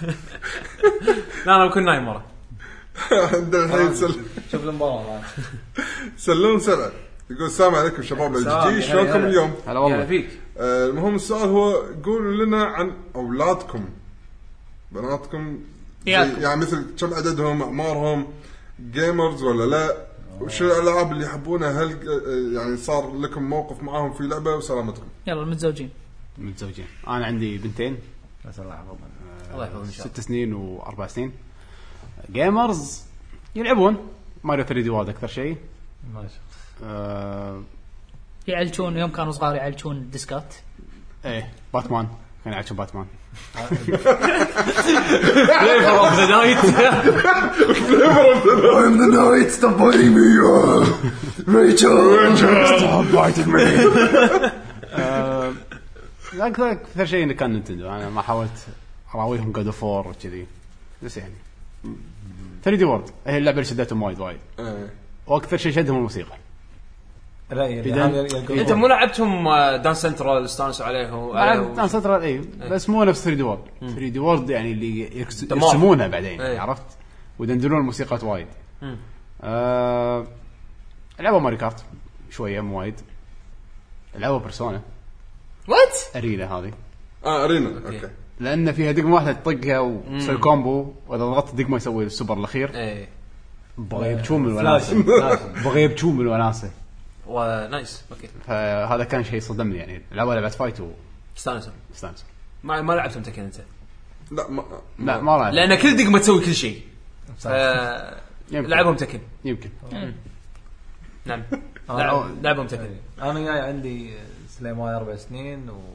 لا انا بكون نايم مره. عندنا الحين سل شوف المباراه سلون سبعة يقول السلام عليكم شباب الجي شلونكم اليوم؟ هلا والله فيك. آه المهم السؤال هو قولوا لنا عن اولادكم بناتكم يعني مثل كم عددهم اعمارهم جيمرز ولا لا وش الالعاب اللي يحبونها هل يعني صار لكم موقف معاهم في لعبه وسلامتكم. يلا المتزوجين متزوجين انا عندي بنتين بس الله يحفظهم الله يحفظهم ان شاء الله. ست سنين واربع سنين جيمرز يلعبون ماريو ثري دي وورلد اكثر شيء ما شاء أه يعلشون يوم كانوا صغار يعلشون الديسكات. ايه باتمان كان يعلشون باتمان Flavor of the night. I'm the night stop biting me Rachel stop biting me. اكثر اكثر شيء كان نينتندو انا ما حاولت اراويهم جود اوف وور وكذي بس يعني ثري دي وورلد هي اللعبه اللي شدتهم وايد وايد واكثر شيء شدهم الموسيقى. انت مو لعبتهم دان سنترال استانسوا عليهم دان سنترال اي بس مو نفس ثري دي وورلد. ثري دي وورلد يعني اللي يرسمونها بعدين أيه. عرفت ودندنون الموسيقى وايد. آه... لعبوا ماري كارت شويه مو وايد. لعبوا بيرسونا وات ارينا هذه اه ارينا اوكي لان فيها دقمه واحده تطقها وتسوي كومبو واذا ضغطت دقمه يسوي السوبر الاخير. ايه بغى يبكون من الوناسه بغى يبكون من الوناسه ونايس اوكي. فهذا كان شيء صدمني يعني لعبه لعبه فايت استانسوا واستانس. ما ما لعبتهم تكن انت؟ لا ما لا ما لعب لان كل دقمه تسوي كل شيء. آه لعبهم تكن يمكن نعم لعبهم تكن. انا جاي عندي سليمان اربع سنين و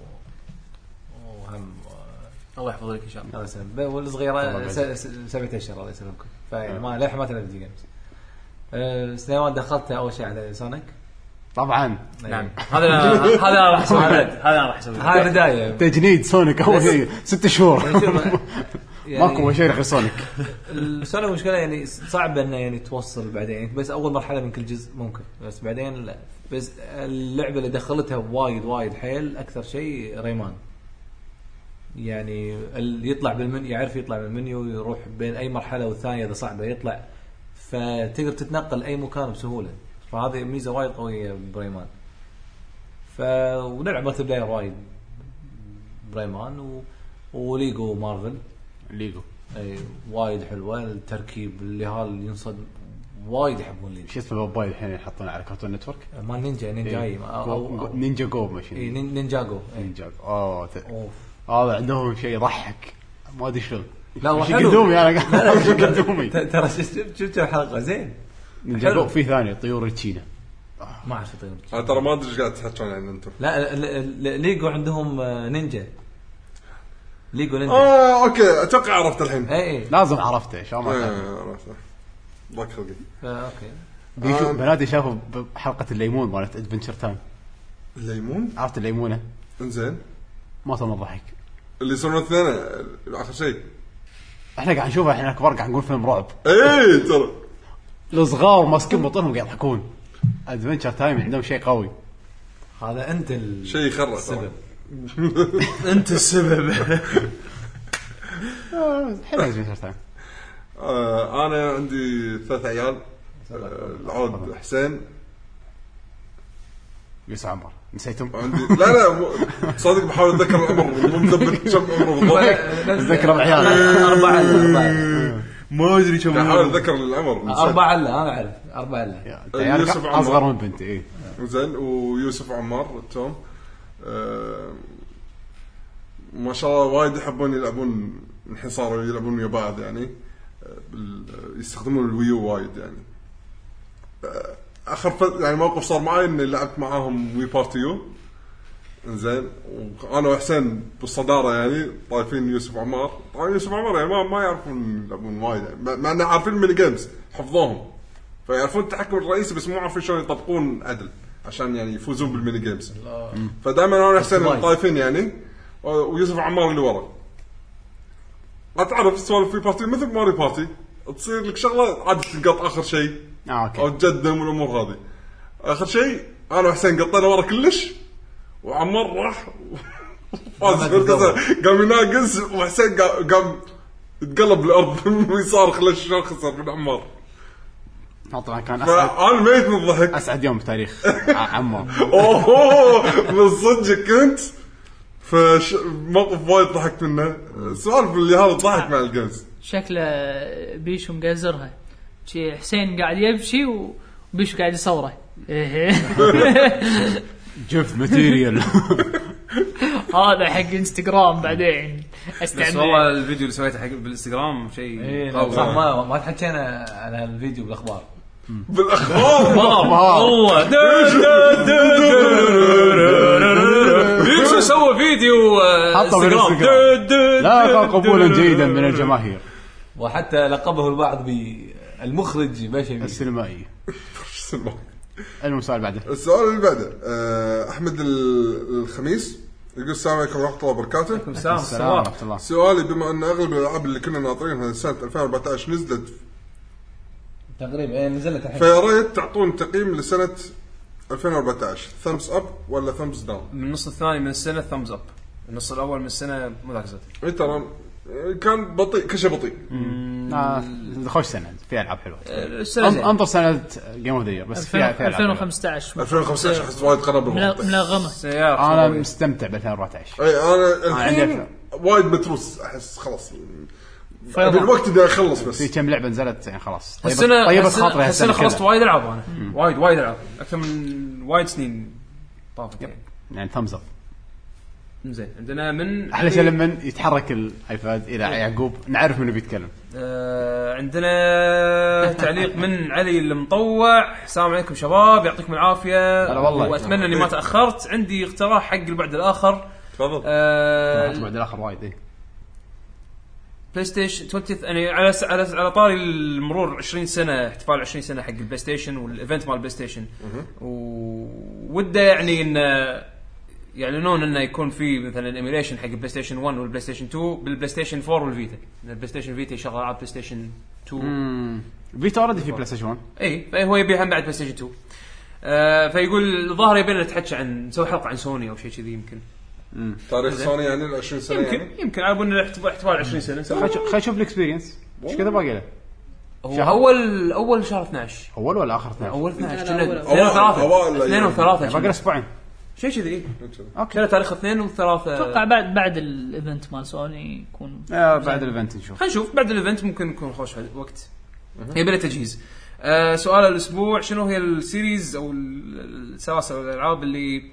وهم الله يحفظ لك ان شاء الله. الله يسلمك والصغيره سبعة اشهر الله يسلمكم. فما للحين ما تلعب فيديو جيمز. سليمان دخلت اول شيء على سونيك طبعا. نعم هذا هذا انا راح اسوي هذا انا راح اسوي هاي بدايه تجنيد سونيك اول شيء ست شهور ماكو شيء غير سونيك. السونيك مشكله يعني صعب انه يعني توصل بعدين بس اول مرحله من كل جزء ممكن بس بعدين لا. بس اللعبه اللي دخلتها وايد وايد حيل اكثر شيء ريمان يعني اللي يطلع بالمنيو يعرف يطلع من المنيو يروح بين اي مرحله والثانيه اذا صعبه يطلع فتقدر تتنقل اي مكان بسهوله. فهذه ميزه وايد قويه بريمان. ف ونلعب مالتي بلاير وايد بريمان و... وليجو مارفل ليجو اي وايد حلوه التركيب اللي هال ينصد وايد يحبون ليجو. شو اسمه موبايل الحين يحطون على كارتون نتورك مال نينجا نينجا اي أو... نينجا جو ماشي اي نينجاغو نينجا اوه هذا عندهم شيء يضحك ما ادري شلون. لا وش قدومي انا قاعد قدومي ترى شفت الحلقه زين نينجا جو في ثاني طيور التشينا ما اعرف طيور انا ترى ما ادري ايش قاعد تحكون عن انتم. لا ليجو عندهم نينجا ليجو نينجا اه اوكي اتوقع عرفت الحين. اي لازم عرفته شو ما عرفته ضاق خلقي. اوكي بيشوف بناتي شافوا حلقه الليمون مالت ادفنتشر تايم. الليمون عرفت الليمونه انزين ما صار ضحك اللي صاروا اثنين اخر شيء احنا قاعد نشوفه احنا كبار قاعد نقول فيلم رعب. اي ترى الصغار ماسكين بطنهم قاعد يضحكون. ادفنتشر تايم عندهم شيء قوي. هذا انت شيء يخرع السبب انت السبب. حلو ادفنتشر تايم. آه انا عندي ثلاث عيال. آه العود حسين يوسف عمر نسيتم عندي لا لا صادق بحاول اتذكر العمر مو مثبت كم عمره بالضبط. ذكر العيال أربعة أربعة ما ادري كم احاول عمره. اتذكر العمر أربعة لا أنا أعرف أربعة لا يعني يوسف عمر. اصغر من بنتي ايه زين ويوسف عمار توم آه ما شاء الله وايد يحبون يلعبون الحين صاروا يلعبون ويا بعض يعني آه بال- يستخدمون الويو وايد يعني آه اخر ف- يعني موقف صار معي اني لعبت معاهم وي بارتيو زين وانا وحسين بالصداره يعني طايفين يوسف عمار. طبعا يوسف عمار يعني ما ما يعرفون يلعبون وايد يعني مع انه عارفين الميني جيمز حفظوهم فيعرفون التحكم الرئيسي بس مو عارفين شلون يطبقون عدل عشان يعني يفوزون بالميني جيمز. فدائما انا وحسين طايفين يعني ويوسف عمار اللي ورا. ما تعرف سوالف في بارتي مثل ماري بارتي تصير لك شغله عاد تلقط اخر شيء اه اوكي او تقدم والامور هذه. اخر شيء انا وحسين قطينا ورا كلش وعمر راح فاز بالقصه قام يناقص وحسين قام قام يتقلب الارض ويصارخ ليش شلون خسر من عمار. طبعا كان اسعد فانا ميت من الضحك. اسعد يوم بتاريخ عمار. اوه من صدق كنت فش موقف وايد ضحكت منه. سوالف اللي هذا ضحك مع الجيمز. شكله بيشو مقزرها شي حسين قاعد يمشي وبيشو قاعد يصوره جيف ماتيريال. هذا حق انستغرام بعدين بس استعمل. والله الفيديو اللي سويته حق بالانستغرام شيء إيه قوي. صح ما ما تحكينا على الفيديو بالأخبار بالاخبار والله بيكسو سوى فيديو حطه انستغرام بالانستغرام. لا قبولا جيدا من الجماهير وحتى لقبه البعض بالمخرج باشا السينمائي. المسؤول بعده السؤال اللي بعده أه احمد الخميس يقول السلام عليكم ورحمه الله وبركاته. السلام السلام ورحمة الله. سؤالي بما ان اغلب الالعاب اللي كنا ناطرينها سنه ألفين وأربعة عشر نزلت تقريبا ايه نزلت الحين فيا ريت تعطون تقييم لسنه ألفين وأربعة عشر ثمز اب ولا ثمز داون. من النص الثاني من السنه ثمز اب النص الاول من السنه مو ذاك زاد. اي ترى كان بطيء كل شيء بطيء. آه خوش سنة في ألعاب حلوة. السنه أنطر سنة جيم اوف ذا يير بس فيها فيها ألفين وخمسة عشر ألفين وخمسة عشر حس وايد قرب ملا- ملغمه. سيارة أنا قوية. مستمتع ب ألفين وأربعة عشر. اي انا عندي الحين وايد متروس احس خلاص فيضان. بالوقت ده اخلص بس. في كم لعبة نزلت يعني خلاص. طيبت السنه طيبت السنة- خاطري السنه هالسنة خلصت كلها. وايد العاب انا وايد وايد العاب اكثر من وايد سنين طافت يعني. يعني ثامز اب. زين عندنا من أحلى شيء لما يتحرك الآيباد إلى يعقوب نعرف منو بيتكلم. آه عندنا تعليق من علي المطوع. السلام عليكم شباب يعطيكم العافيه. هلا والله. واتمنى اني ما تاخرت. عندي اقتراح حق البعد الاخر. تفضل. آه بعد الآخر وايد إيه. بلاي ستيشن عشرين يعني على س- على على طاري المرور عشرين سنه احتفال عشرين سنه حق البلاي ستيشن والايفنت مال البلاي ستيشن ووده يعني ان يعلنون انه يكون في مثلا ايميليشن حق البلاي ستيشن واحد والبلاي ستيشن اثنين بالبلاي ستيشن أربعة والفيتا. البلاي ستيشن فيتا يشغل على بلاي ستيشن اثنين. امم فيتا اوريدي في بلاي ستيشن واحد. اي فهو يبي هم بعد بلاي ستيشن اثنين. آه فيقول الظاهر يبينا نتحكي عن نسوي حلقه عن سوني او شيء كذي يمكن تاريخ سوني يعني ال عشرين سنه يمكن يعني. يمكن على بنا احتفال عشرين سنه نسوي. خلينا نشوف الاكسبيرينس ايش كذا باقي له. هو اول اول شهر اثناشر اول ولا اخر اثنين؟ اول اثناشر لا، كنا أول- اثنين وثلاثة أوائل اثنين أيام. وثلاثة باقي له اسبوعين. شيء كذي اوكي كان تاريخ اثنين وثلاثة. اتوقع بعد بعد الايفنت مال سوني يكون آه بعد الايفنت نشوف. خلينا نشوف بعد الايفنت ممكن يكون خوش وقت يبي له تجهيز. آه سؤال الاسبوع شنو هي السيريز او السلاسل او الالعاب اللي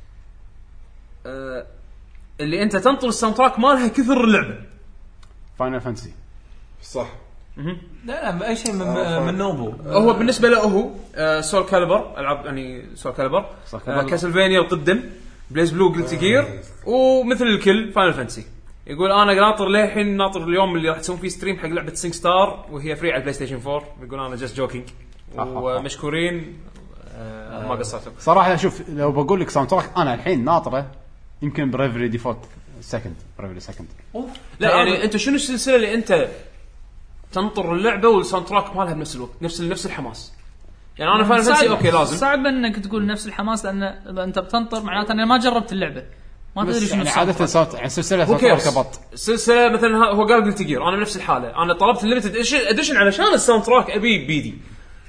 آه اللي انت تنطر الساوند تراك مالها كثر اللعبه. فاينل فانتسي صح. لا لا اي شيء من, من نوبو هو بالنسبه له هو آه سول كاليبر العاب يعني سول كاليبر آه كاسلفينيا القدم بليز بلو قلت جير ومثل الكل فاينل فانتسي. يقول انا ناطر للحين ناطر اليوم اللي راح تسوون فيه ستريم حق لعبه سينج ستار وهي فري على البلاي ستيشن أربعة. يقول انا جاست جوكينج ومشكورين آه ما قصرتوا صراحه. شوف لو بقول لك ساوند تراك انا الحين ناطره يمكن بريفري ديفولت سكند بريفري سكند. لا يعني انت شنو السلسله اللي انت تنطر اللعبه والساوند تراك مالها بنفس الوقت نفس نفس الحماس يعني انا فاينل فانتسي اوكي لازم صعب انك تقول نفس الحماس لان اذا انت بتنطر معناته اني ما جربت اللعبه ما تدري شنو يعني الساوند عاده تراك. صوت يعني سلسله ساوند تراك بط. سلسله مثلا هو قال قلت جير انا بنفس الحاله انا طلبت الليمتد اديشن علشان الساوند تراك ابي بيدي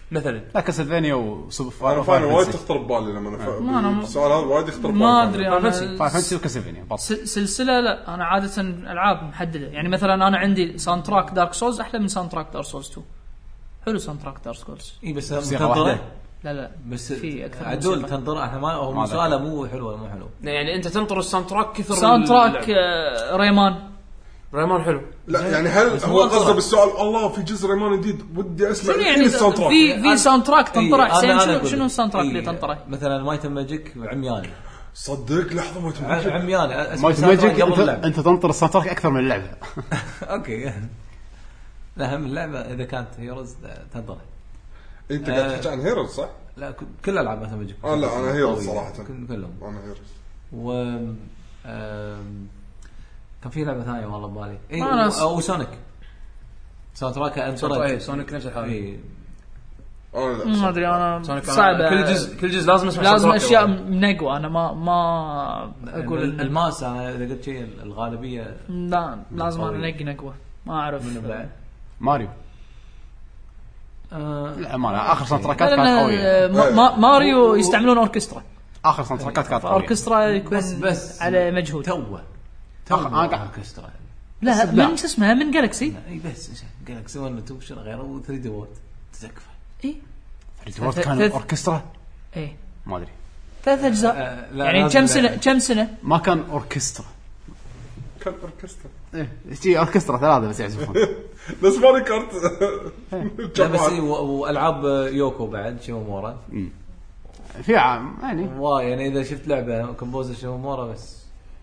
مثلا. لا كاسلفينيا وسوبر انا فاهم وايد تخطر ببالي لما انا السؤال هذا وايد يخطر ببالي. ما ادري فاينل انا فانتسي. فانتسي وكاسلفينيا بط. سلسله لا انا عاده العاب محدده يعني مثلا انا عندي ساوند تراك دارك سولز احلى من ساوند تراك دارك سولز تو حلو ساوند تراك دارك سولز اي بس موسيقى واحدة. تنطره لا لا بس في أكثر من عدول موسيقى. تنطره احنا ما هو ما سؤاله مو حلو ولا مو حلو يعني انت تنطر الساوند تراك كثر ساوند تراك اللعب. آه، ريمان ريمان حلو. لا يعني هل بس هو مو قصده طلع. بالسؤال الله في جزء ريمان جديد ودي اسمع شنو الحين يعني الساوند تراك في في ساوند تراك تنطره إيه، حسين أنا- أنا شنو أقول شنو لك. الساوند تراك إيه، اللي تنطره مثلا مايت ماجيك وعمياني صدق لحظه ما تبغى عمياني اسمع مايت الساوند تراك ماجيك قبل انت, اللعبه انت تنطر الساوند تراك اكثر من اللعبه. اوكي لا هم اللعبه اذا كانت هيروز تنطره انت قاعد آه. تحكي عن هيروز صح؟ لا ك- كل العاب مايت ماجيك اه لا انا هيروز صراحه كل- كلهم انا هيروز و آم، كان في لعبه ثانيه والله ببالي اي ما أنا- او سونيك ساوند تراك انطره اي سونيك نفس الحاله. اي انا لا ما ادري انا سونيك صعبه كل جزء كل جزء لازم اسمع لازم ساوند تراك اشياء والله. منقوى انا ما ما اقول ال- إن- الماس انا اذا قلت شيء الغالبيه لا لازم انا قوي. انقي نقوى ما اعرف من بعد ماريو آه، لا ما اخر ساوند تراكات لأن، كانت قويه. آه، ما- ما- ماريو يستعملون اوركسترا اخر ساوند تراكات كانت قويه. اوركسترا يكون بس بس على مجهود توه أخ- أنا قاعد- اوركسترا لا إبداع. من شو اسمها من جالكسي اي بس جالكسي واحد تو شنو غيره و ثري دي وورد تكفى اي ريتورد ثلاث- كان ثلاث- اوركسترا اي ما ادري ثلاث اجزاء آه، لا، يعني لازم- كم سنه كم سنه ما كان اوركسترا. كان اوركسترا ايه شي اوركسترا ثلاثه بس يعزفون. بس ماري كارت لا بس إيه، و- والعاب يوكو بعد شيمومورا في عام يعني واي يعني اذا شفت لعبه كومبوزر شيمومورا بس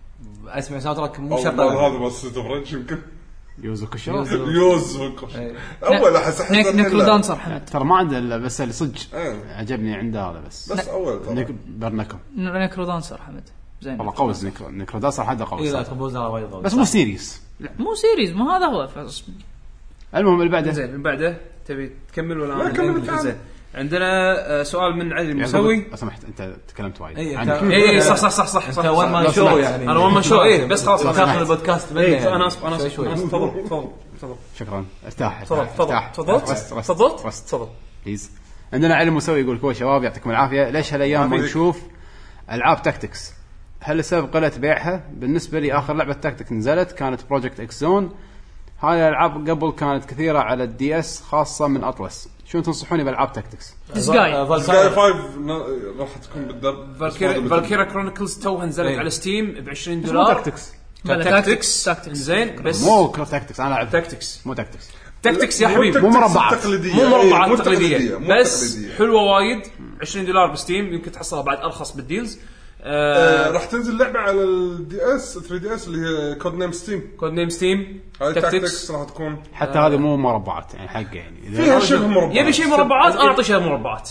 اسمع ساوند تراك مو شرط هذا بس فرنش يمكن يوزو كوشيرو يوز إيه. اول احس احس نيك إن نيكرو لا. دانسر حمد ترى ما عنده الا بس اللي صدق إيه. عجبني عنده هذا بس بس اول ترى. نيك برنكو نيكرو دانسر حمد زين والله قوي نيكرو نيكرو داسر حدا اي قوي لا صراحة. كومبوزر وايد قوي بس مو سيريس. مو سيريز مو هذا هو فس- المهم اللي بعده زين من بعده تبي تكمل ولا لا، أنا؟ كمل أنت. زين عندنا آه، سؤال من علي المسوي. لو سمحت انت تكلمت وايد إيه، عنك. أنت- اي صح صح صح صح انت صح وين ما لو شو سمحت. يعني انا وين ما شو ايه بس خلاص تاخذ أنا- البودكاست منه ايه يعني. انا اسف انا شوي اسف شوي. أنا آسف. تفضل تفضل تفضل شكرا ارتاح تفضل ارتاح تفضل ارتاح. تفضلت رست رست تفضلت رست تفضل. بليز. عندنا علي المسوي يقول كويس شباب يعطيكم العافيه ليش هالايام ما يعافيك. نشوف العاب تاكتكس؟ هل السبب قله بيعها؟ بالنسبه لي اخر لعبه تاكتيك نزلت كانت بروجكت اكس زون. هاي الالعاب قبل كانت كثيره على الدي اس خاصه من اطلس. شو تنصحوني بالعاب تاكتكس؟ ديسجاي آه، سكاي فالكايا. فايف ن- راح تكون بالدرب فالكيرا فالكيرا كرونيكلز توها نزلت إيه. على ستيم ب عشرين مو دولار. تاكتكس تاكتكس تاكتكس. زين بس مو كر تاكتكس انا لعبت تاكتكس مو تاكتكس تاكتكس يا حبيبي مو مربعات. تقليديه مو مربعات مو تقليديه مو بس تقليدية. حلوه وايد عشرين دولار بستيم يمكن تحصلها بعد ارخص بالديلز. آه، آه راح تنزل لعبه على الدي اس ثري دي اس اللي هي كود نيم ستيم. كود نيم ستيم هاي تاكتكس تاكتكس راح تكون حتى هذه مو مربعات يعني حقه يعني إذا- فيها شبه مربعات. يبي شيء مربعات انا اعطي شيء مربعات.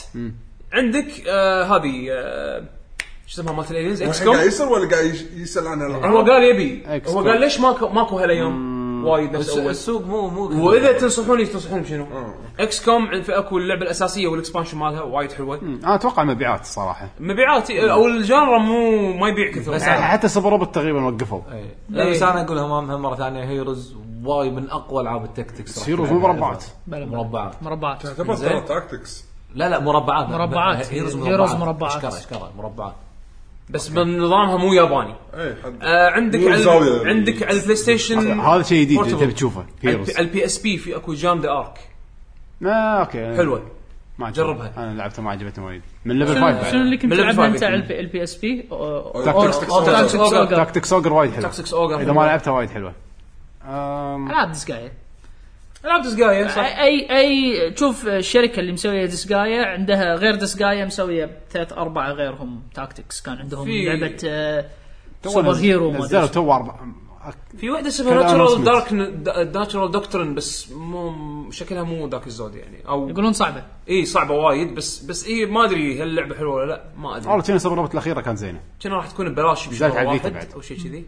عندك آه هذه آه شو اسمها مالت الالينز اكس الحين كوم. قاعد يسال ولا قاعد يش- يسال عنها الآن؟ هو قال يبي إكس هو كوم. قال ليش ماكو ماكو هالايام وايد نفس الس- اول. السوق مو مو واذا تنصحوني تنصحوني بشنو؟ آه. اكس كوم في اكو اللعبه الاساسيه والاكسبانشن مالها وايد حلوه. انا اتوقع مبيعات صراحه مبيعات او الجانرا مو ما يبيع كثر بس يعني. حتى سوبر روبوت تقريبا وقفوا. إيه. لا بس انا اقول هم هم مره ثانيه هيروز وايد من اقوى العاب التكتكس راح هيروز تلعب مو مربعات. بلا بلا. مربعات مربعات تعتبر ترى تاكتكس. لا لا مربعات مربعات. هيروز هيروز مربعات مربعات. اشكره اشكره مربعات بس بنظامها مو ياباني. اي حد آه عندك مو على زاوية. عندك على البلاي ستيشن هذا شيء جديد Portable. تبي تشوفه هيروز. على البي اس بي في اكو جام ذا ارك ما اوكي حلوه. ما عجبتني. جربها. انا لعبتها ما عجبتني وايد من ليفل شنو خمسة شنو اللي كنت من level تلعبها five انت على يكون. البي اس بي تاكتكس تاكتكس اوغر تاكتكس اوجر وايد حلو تاكسكس اوغر اذا ما لعبتها وايد حلوه. أم... العاب ديسجاي العاب ديسجايا صح. اي اي تشوف الشركه اللي مسويه ديسجايا عندها غير ديسجايا مسويه ثلاث اربعه غيرهم تاكتكس كان عندهم في- لعبه آه، تو سوبر نز- هيرو ما نزلوا أدري تو اربع في وحده اسمها كان ناتشرال announcement. دارك ناتشرال دوكترين بس مو شكلها مو ذاك الزود يعني او يقولون صعبه. اي صعبه وايد بس بس اي ما ادري هل اللعبه حلوه ولا لا ما ادري. والله كان سوبر روبوت الاخيره كانت زينه. كنا راح تكون ببلاش نزلت على بشهر البيتا واحد بعد. او شيء كذي.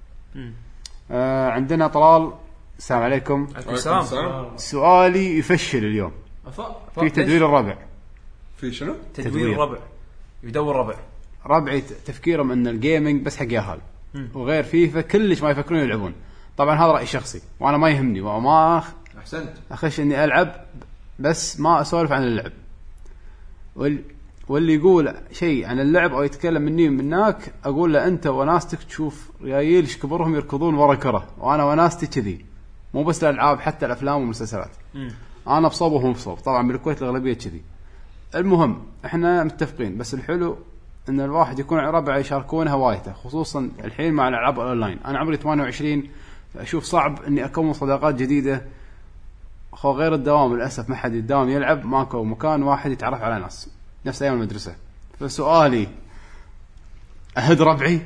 آه عندنا طلال السلام عليكم. عليكم السلام. السلام. سؤالي يفشل اليوم في تدوير الربع. في شنو؟ تدوير تدوير. ربع يدور ربع. ربعي ت- تفكيرهم ان الجيمنج بس حق ياهل وغير فيفا كلش ما يفكرون يلعبون. طبعا هذا راي شخصي وانا ما يهمني وما أخ- احسنت اخش اني العب بس ما اسولف عن اللعب. وال واللي يقول شيء عن اللعب او يتكلم مني منك اقول له انت وناستك تشوف ريايل ايش كبرهم يركضون ورا كره وانا وناستي كذي مو بس الالعاب حتى الافلام والمسلسلات. انا بصوب وهم بصوب طبعا بالكويت الاغلبيه كذي. المهم احنا متفقين بس الحلو ان الواحد يكون ربعه يشاركون هوايته خصوصا الحين مع الالعاب الاونلاين. انا عمري ثمانية وعشرين اشوف صعب اني اكون صداقات جديده خو غير الدوام للاسف ما حد يداوم يلعب ماكو مكان واحد يتعرف على ناس نفس ايام المدرسه. فسؤالي اهد ربعي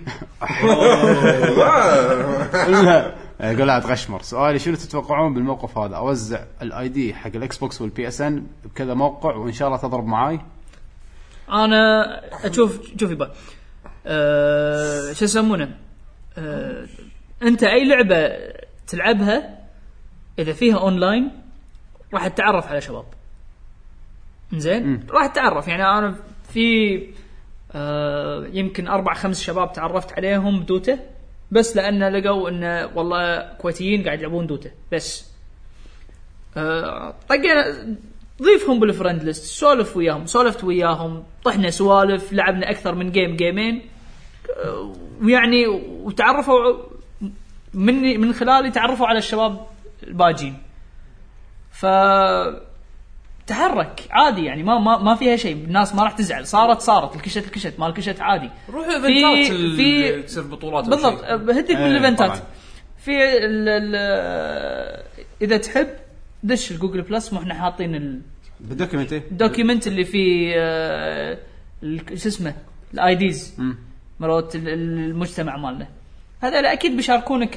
لا اقول لا تغشمر. سؤالي شنو تتوقعون بالموقف هذا؟ اوزع الاي دي حق الاكس بوكس والبي اس ان بكذا موقع وان شاء الله تضرب معاي. انا اشوف شوفي بقى أه شو يسمونه أه انت اي لعبه تلعبها اذا فيها اونلاين راح تتعرف على شباب زين راح تتعرف. يعني انا في أه يمكن اربع خمس شباب تعرفت عليهم بدوته بس لان لقوا ان والله كويتيين قاعد يلعبون دوته بس أه طقنا ضيفهم بالفرند ليست سولف وياهم سولفت وياهم طحنا سوالف لعبنا أكثر من جيم جيمين ويعني وتعرفوا مني من خلالي تعرفوا على الشباب الباجين. ف تحرك عادي يعني ما ما ما فيها شيء. الناس ما راح تزعل صارت صارت الكشت الكشت مال الكشت عادي. روح ايفنتات في تصير بطولات بالضبط بهديك من الايفنتات في ال ال اذا تحب دش الجوجل بلس واحنا حاطين ال بالدوكيمنت الدوكيمنت اللي في آه شو اسمه الاي ديز مرات المجتمع مالنا هذا اكيد بيشاركونك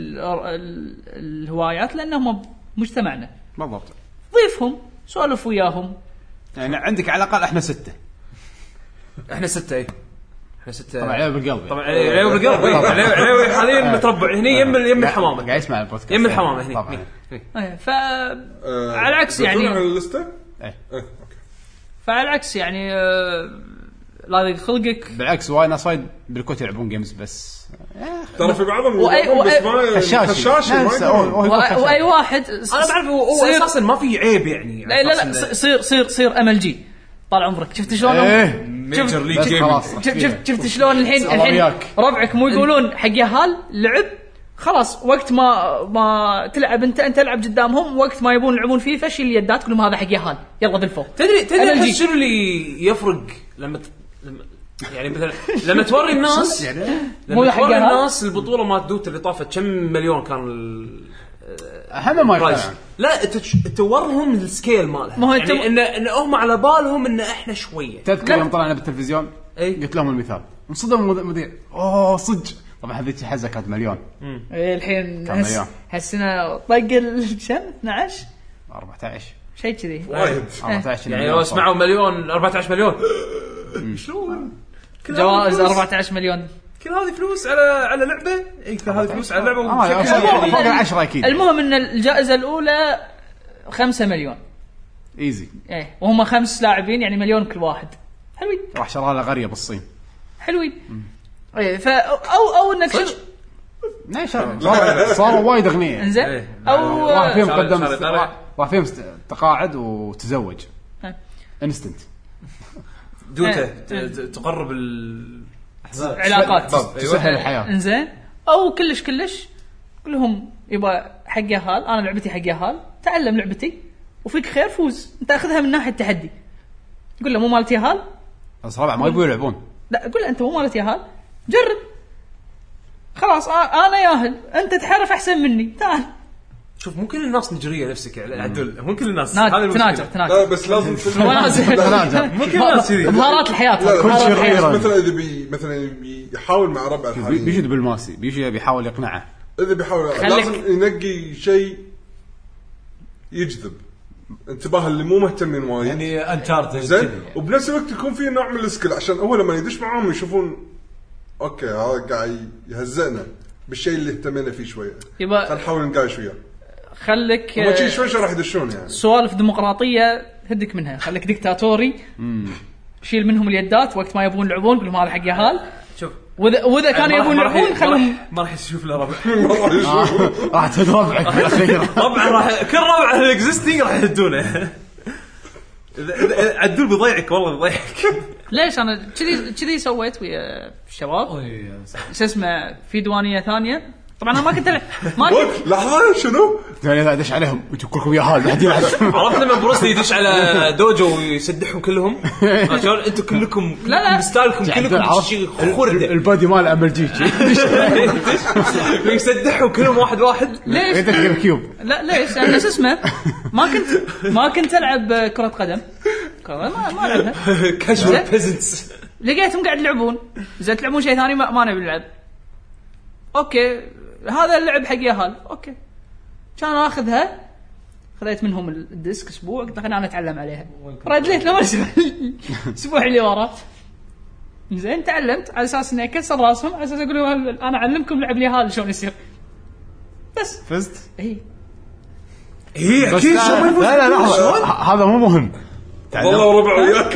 الهوايات لانهم مجتمعنا بالضبط. ضيفهم سولف وياهم يعني عندك على الاقل احنا ستة احنا ستة اي احنا ستة طبعا عليه بالقلب طبعا عليه بالقلب عليه عليه حاليا متربع هني يم يم الحمامه قاعد يسمع البودكاست يم الحمامه هني اي ف على العكس يعني على الليسته ايه اوكي فعلى العكس يعني لا يضيق خلقك بالعكس وايد ناس وايد بالكوت يلعبون جيمز بس ترى في بعضهم وأي بس ما خشاش واي واحد انا بعرف هو اساسا ما في عيب يعني لا لا لا صير صير صير ام ال جي طال عمرك شفت شلون ايه ميجر ليج جيمنج شفت شفت شلون الحين الحين ربعك مو يقولون حق ياهال لعب خلاص وقت ما ما تلعب انت انت تلعب قدامهم وقت ما يبون يلعبون فيه فشل اليدات كلهم هذا حق ياهال يلا دلفوا. تدري تدري شنو اللي يفرق لما لما يعني مثلا لما توري الناس يعني لما توري الناس البطوله مالت دوت اللي طافت كم مليون كان اهم ما يفرق لا تورهم السكيل مالها يعني ان ان هم على بالهم ان احنا شويه. تذكر يوم طلعنا بالتلفزيون اي قلت لهم المثال انصدم المذيع اوه صدق طبعا هذيك حزه كانت مليون ايه الحين هالسنه طق الكم اثناشر أربعة عشر شيء كذي وايد أربعة عشر يعني لو اسمعوا مليون أربعة عشر مليون شلون جوائز أربعة عشر مليون كل هذه فلوس على على لعبه اي كل هذه فلوس على لعبه اه فوق العشرة اكيد. المهم ان الجائزه الاولى خمسة مليون ايزي ايه وهم خمس لاعبين يعني مليون كل واحد حلوين راح شراها لغريه بالصين حلوين ايه فا او او انك شو ما صار صاروا وايد اغنياء انزين او راح فيهم قدم راح فيهم تقاعد وتزوج انستنت دوته تقرب العلاقات تسهل الحياه انزين او كلش كلش كلهم يبغى حق ياهال انا لعبتي حق ياهال تعلم لعبتي وفيك خير فوز انت اخذها من ناحيه التحدي قول له مو مالتي ياهال بس ربع ما يبغوا يلعبون لا قول له انت مو مالتي ياهال جرب خلاص انا ياهل انت تحرف احسن مني تعال شوف مو كل الناس نجريه نفسك عدل مو كل الناس هذا تناجر تناجر لا بس لازم تناجر مو كل الناس كذي مهارات الحياه كل شيء غير مثلا اذا بي مثلا يحاول مع ربع الحالي بيجد بالماسي بيجي بيحاول يقنعه اذا بيحاول لازم ينقي شيء يجذب انتباه اللي مو مهتمين وايد يعني انشارتد زين وبنفس الوقت يكون في نوع من السكيل عشان اول لما يدش معاهم يشوفون اوكي هذا قاعد يهزئنا بالشيء اللي اهتمينا فيه شويه خل نحاول نقايش وياه خليك ما شيء شوي راح يدشون يعني سوالف ديمقراطيه هدك منها خليك ديكتاتوري شيل منهم اليدات وقت ما يبون يلعبون كلهم هذا حق ياهال شوف واذا واذا كانوا يبون يلعبون خلهم ما راح يشوف له ربع راح تضربك بالاخير طبعا راح كل ربع الاكزيستنج راح يهدونه عدول بيضيعك والله بيضيعك. ليش انا كذي كذي سويت ويا الشباب شو اسمه في دوانيه ثانيه. طبعا انا ما كنت ما كنت لحظه شنو يعني ادش عليهم انتم كلكم يا هال بعدين عرفت لما بروسلي يدش على دوجو ويسدحهم كلهم عشان انتم كلكم لا لا مستالكم كلكم شيء خرده البادي مال امل جي ويسدحهم كلهم واحد واحد. ليش يدخل كيوب لا ليش انا شو اسمه ما كنت ما كنت العب كره قدم كرة ما ما العبها كاجوال بيزنتس. لقيتهم قاعد يلعبون زين تلعبون شيء ثاني ما, ما نبي نلعب. اوكي هذا اللعب حق ياهل اوكي كان اخذها خذيت منهم الديسك اسبوع قلت خليني انا اتعلم عليها رديت لما الاسبوع اللي وراه زين تعلمت على اساس اني اكسر راسهم على اساس اقول لهم انا اعلمكم لعب الياهل شلون يصير بس فزت اي اي اكيد شو لا لا لا هذا مو مهم والله وربع وياك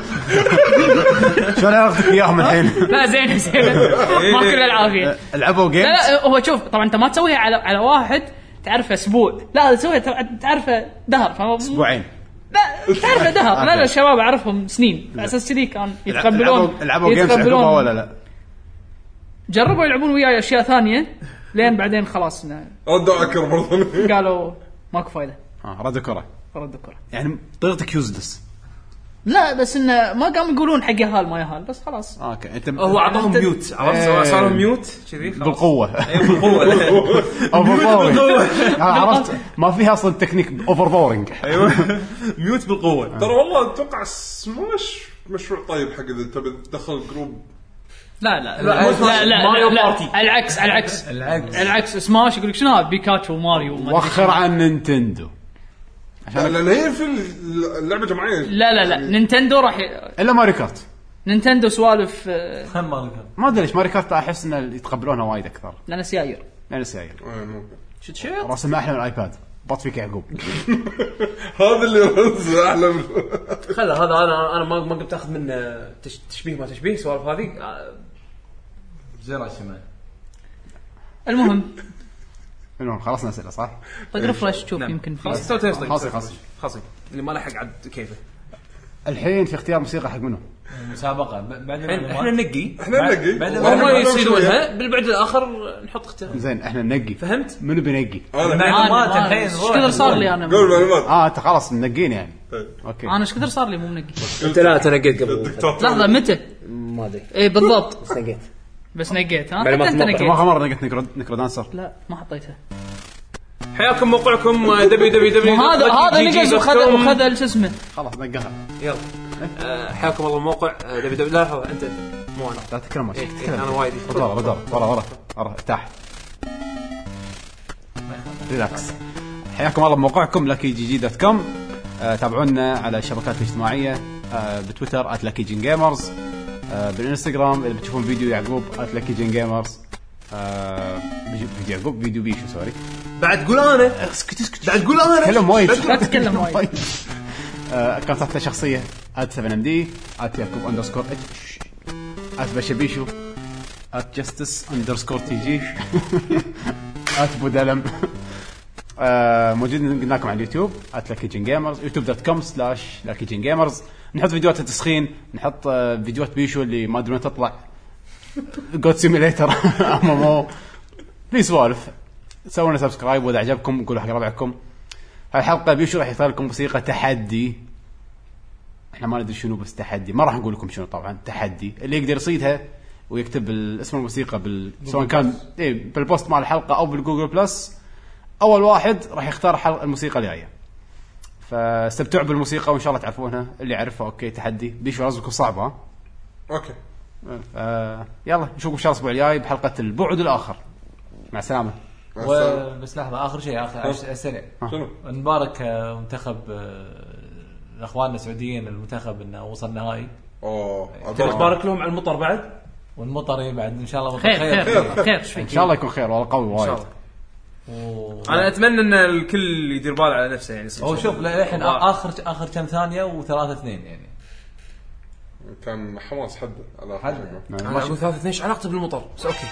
شلون عرفتك اياهم الحين لا زين زين ما كل العافيه العبوا جيمز. لا لا هو شوف طبعا انت ما تسويها على على واحد تعرفه اسبوع لا تسويها تعرفه دهر اسبوعين لا تعرفه دهر لا لا الشباب اعرفهم سنين على اساس كذي كان يتقبلون العبوا جيمز عقبها ولا لا جربوا يلعبون وياي اشياء ثانيه لين بعدين خلاص ردوا اكر برضه قالوا ماكو فايده اه رد كره رد كره يعني طريقتك يوزلس. لا بس انه ما قاموا يقولون حق يهال ما يهال بس خلاص اوكي انت هو عطاهم ميوت عرفت صار ميوت كذي بالقوه اي بالقوه اوفر باورنج عرفت ما فيها اصلا تكنيك اوفر باورنج. ايوه ميوت بالقوه. ترى والله اتوقع سماش مشروع طيب حق اذا تبي تدخل جروب. لا لا لا لا لا, لا العكس العكس العكس العكس سماش يقول لك شنو هذا بيكاتشو وماريو وخر عن نينتندو عشان لان هي في اللعبه جماعيه. لا لا لا نينتندو راح ي... الا ماري كارت نينتندو سوالف خم ماري كارت ما ادري ليش ماري كارت احس ان يتقبلونها وايد اكثر لان سيايير لان سيايير شو تشوف رسمها احلى من الايباد بط فيك يعقوب هذا اللي رز احلى من خله هذا انا انا ما ما قمت اخذ منه تشبيه ما تشبيه سوالف هذه زين الشمال. المهم المهم خلصنا اسئله صح طق ريفرش تشوف يمكن خلاص سويت تيست خلاص خلاص خلاص اللي ما لحق عاد كيفه. الحين في اختيار موسيقى حق منه مسابقه بعدين احنا ننقي احنا ننقي ما يصيدونها بالبعد الاخر نحط اختيار زين احنا ننقي فهمت منو بنقي المعلومات الحين ايش كثر صار لي انا قول معلومات. اه انت خلاص منقين يعني اوكي انا ايش كثر صار لي مو منقي انت لا تنقيت قبل لحظه متى ما ادري اي بالضبط بس نقيت بس نقيت ها معلومات انت نقيت ما خمر نقيت نكرو نكرو دانسر لا ما حطيتها. حياكم موقعكم دبليو دبليو دبليو هذا هذا نقز وخذ وخذ شو اسمه خلاص نقها يلا حياكم الله الموقع دبليو دبليو لا لحظه انت مو انا لا تتكلم ماشي انا وايد ورا ورا ورا ورا ورا تحت ريلاكس. حياكم الله بموقعكم لاكي جي جي دوت كوم. تابعونا على الشبكات الاجتماعيه بتويتر @luckygengamers بالانستغرام اللي بتشوفون فيديو يعقوب @luckygengamers فيديو يعقوب فيديو بيشو سوري بعد تقول انا اسكت اسكت بعد تقول انا تكلم وايد لا تتكلم وايد. كانت شخصيه سفن ام دي @يعقوب اندرسكور اتش @بشبيشو @justice اندرسكور تي جي @بودلم. موجودين قلنا لكم على اليوتيوب @luckygengamers يوتيوب دوت كوم سلاش luckygengamers. نحط فيديوهات التسخين نحط فيديوهات بيشو اللي ما ادري وين تطلع جود سيميليتر امامو في سوالف. سووا لنا سبسكرايب واذا عجبكم قولوا حق ربعكم. هاي الحلقه بيشو راح يختار لكم موسيقى تحدي احنا ما ندري شنو بس تحدي ما راح نقول لكم شنو طبعا تحدي اللي يقدر يصيدها ويكتب اسم الموسيقى بال... سواء كان ايه بالبوست مال الحلقه او بالجوجل بلس اول واحد راح يختار حلقة الموسيقى الجايه. فاستمتعوا بالموسيقى وان شاء الله تعرفونها اللي يعرفها اوكي تحدي بيشو رزقكم صعبه ها اوكي آه يلا نشوفكم ان شاء الله الاسبوع الجاي بحلقه البعد الاخر. مع السلامه. بس لحظه اخر شيء اخر سريع شنو نبارك منتخب اخواننا السعوديين المنتخب انه وصل نهائي. اوه نبارك لهم على المطر بعد والمطر بعد ان شاء الله خير خير خير, خير. ان شاء الله يكون خير والله قوي وايد. و... انا اتمنى ان الكل يدير باله على نفسه يعني هو شوف الحين اخر اخر كم ثانيه وثلاثة اثنين يعني كان حماس حد على حد انا اقول ثلاثة اثنين ايش علاقته بالمطر بس اوكي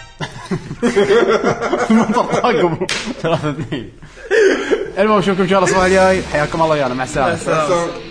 المطر طاقم ثلاثة اثنين. المهم نشوفكم ان شاء الله الاسبوع الجاي. حياكم الله ويانا مع السلامه.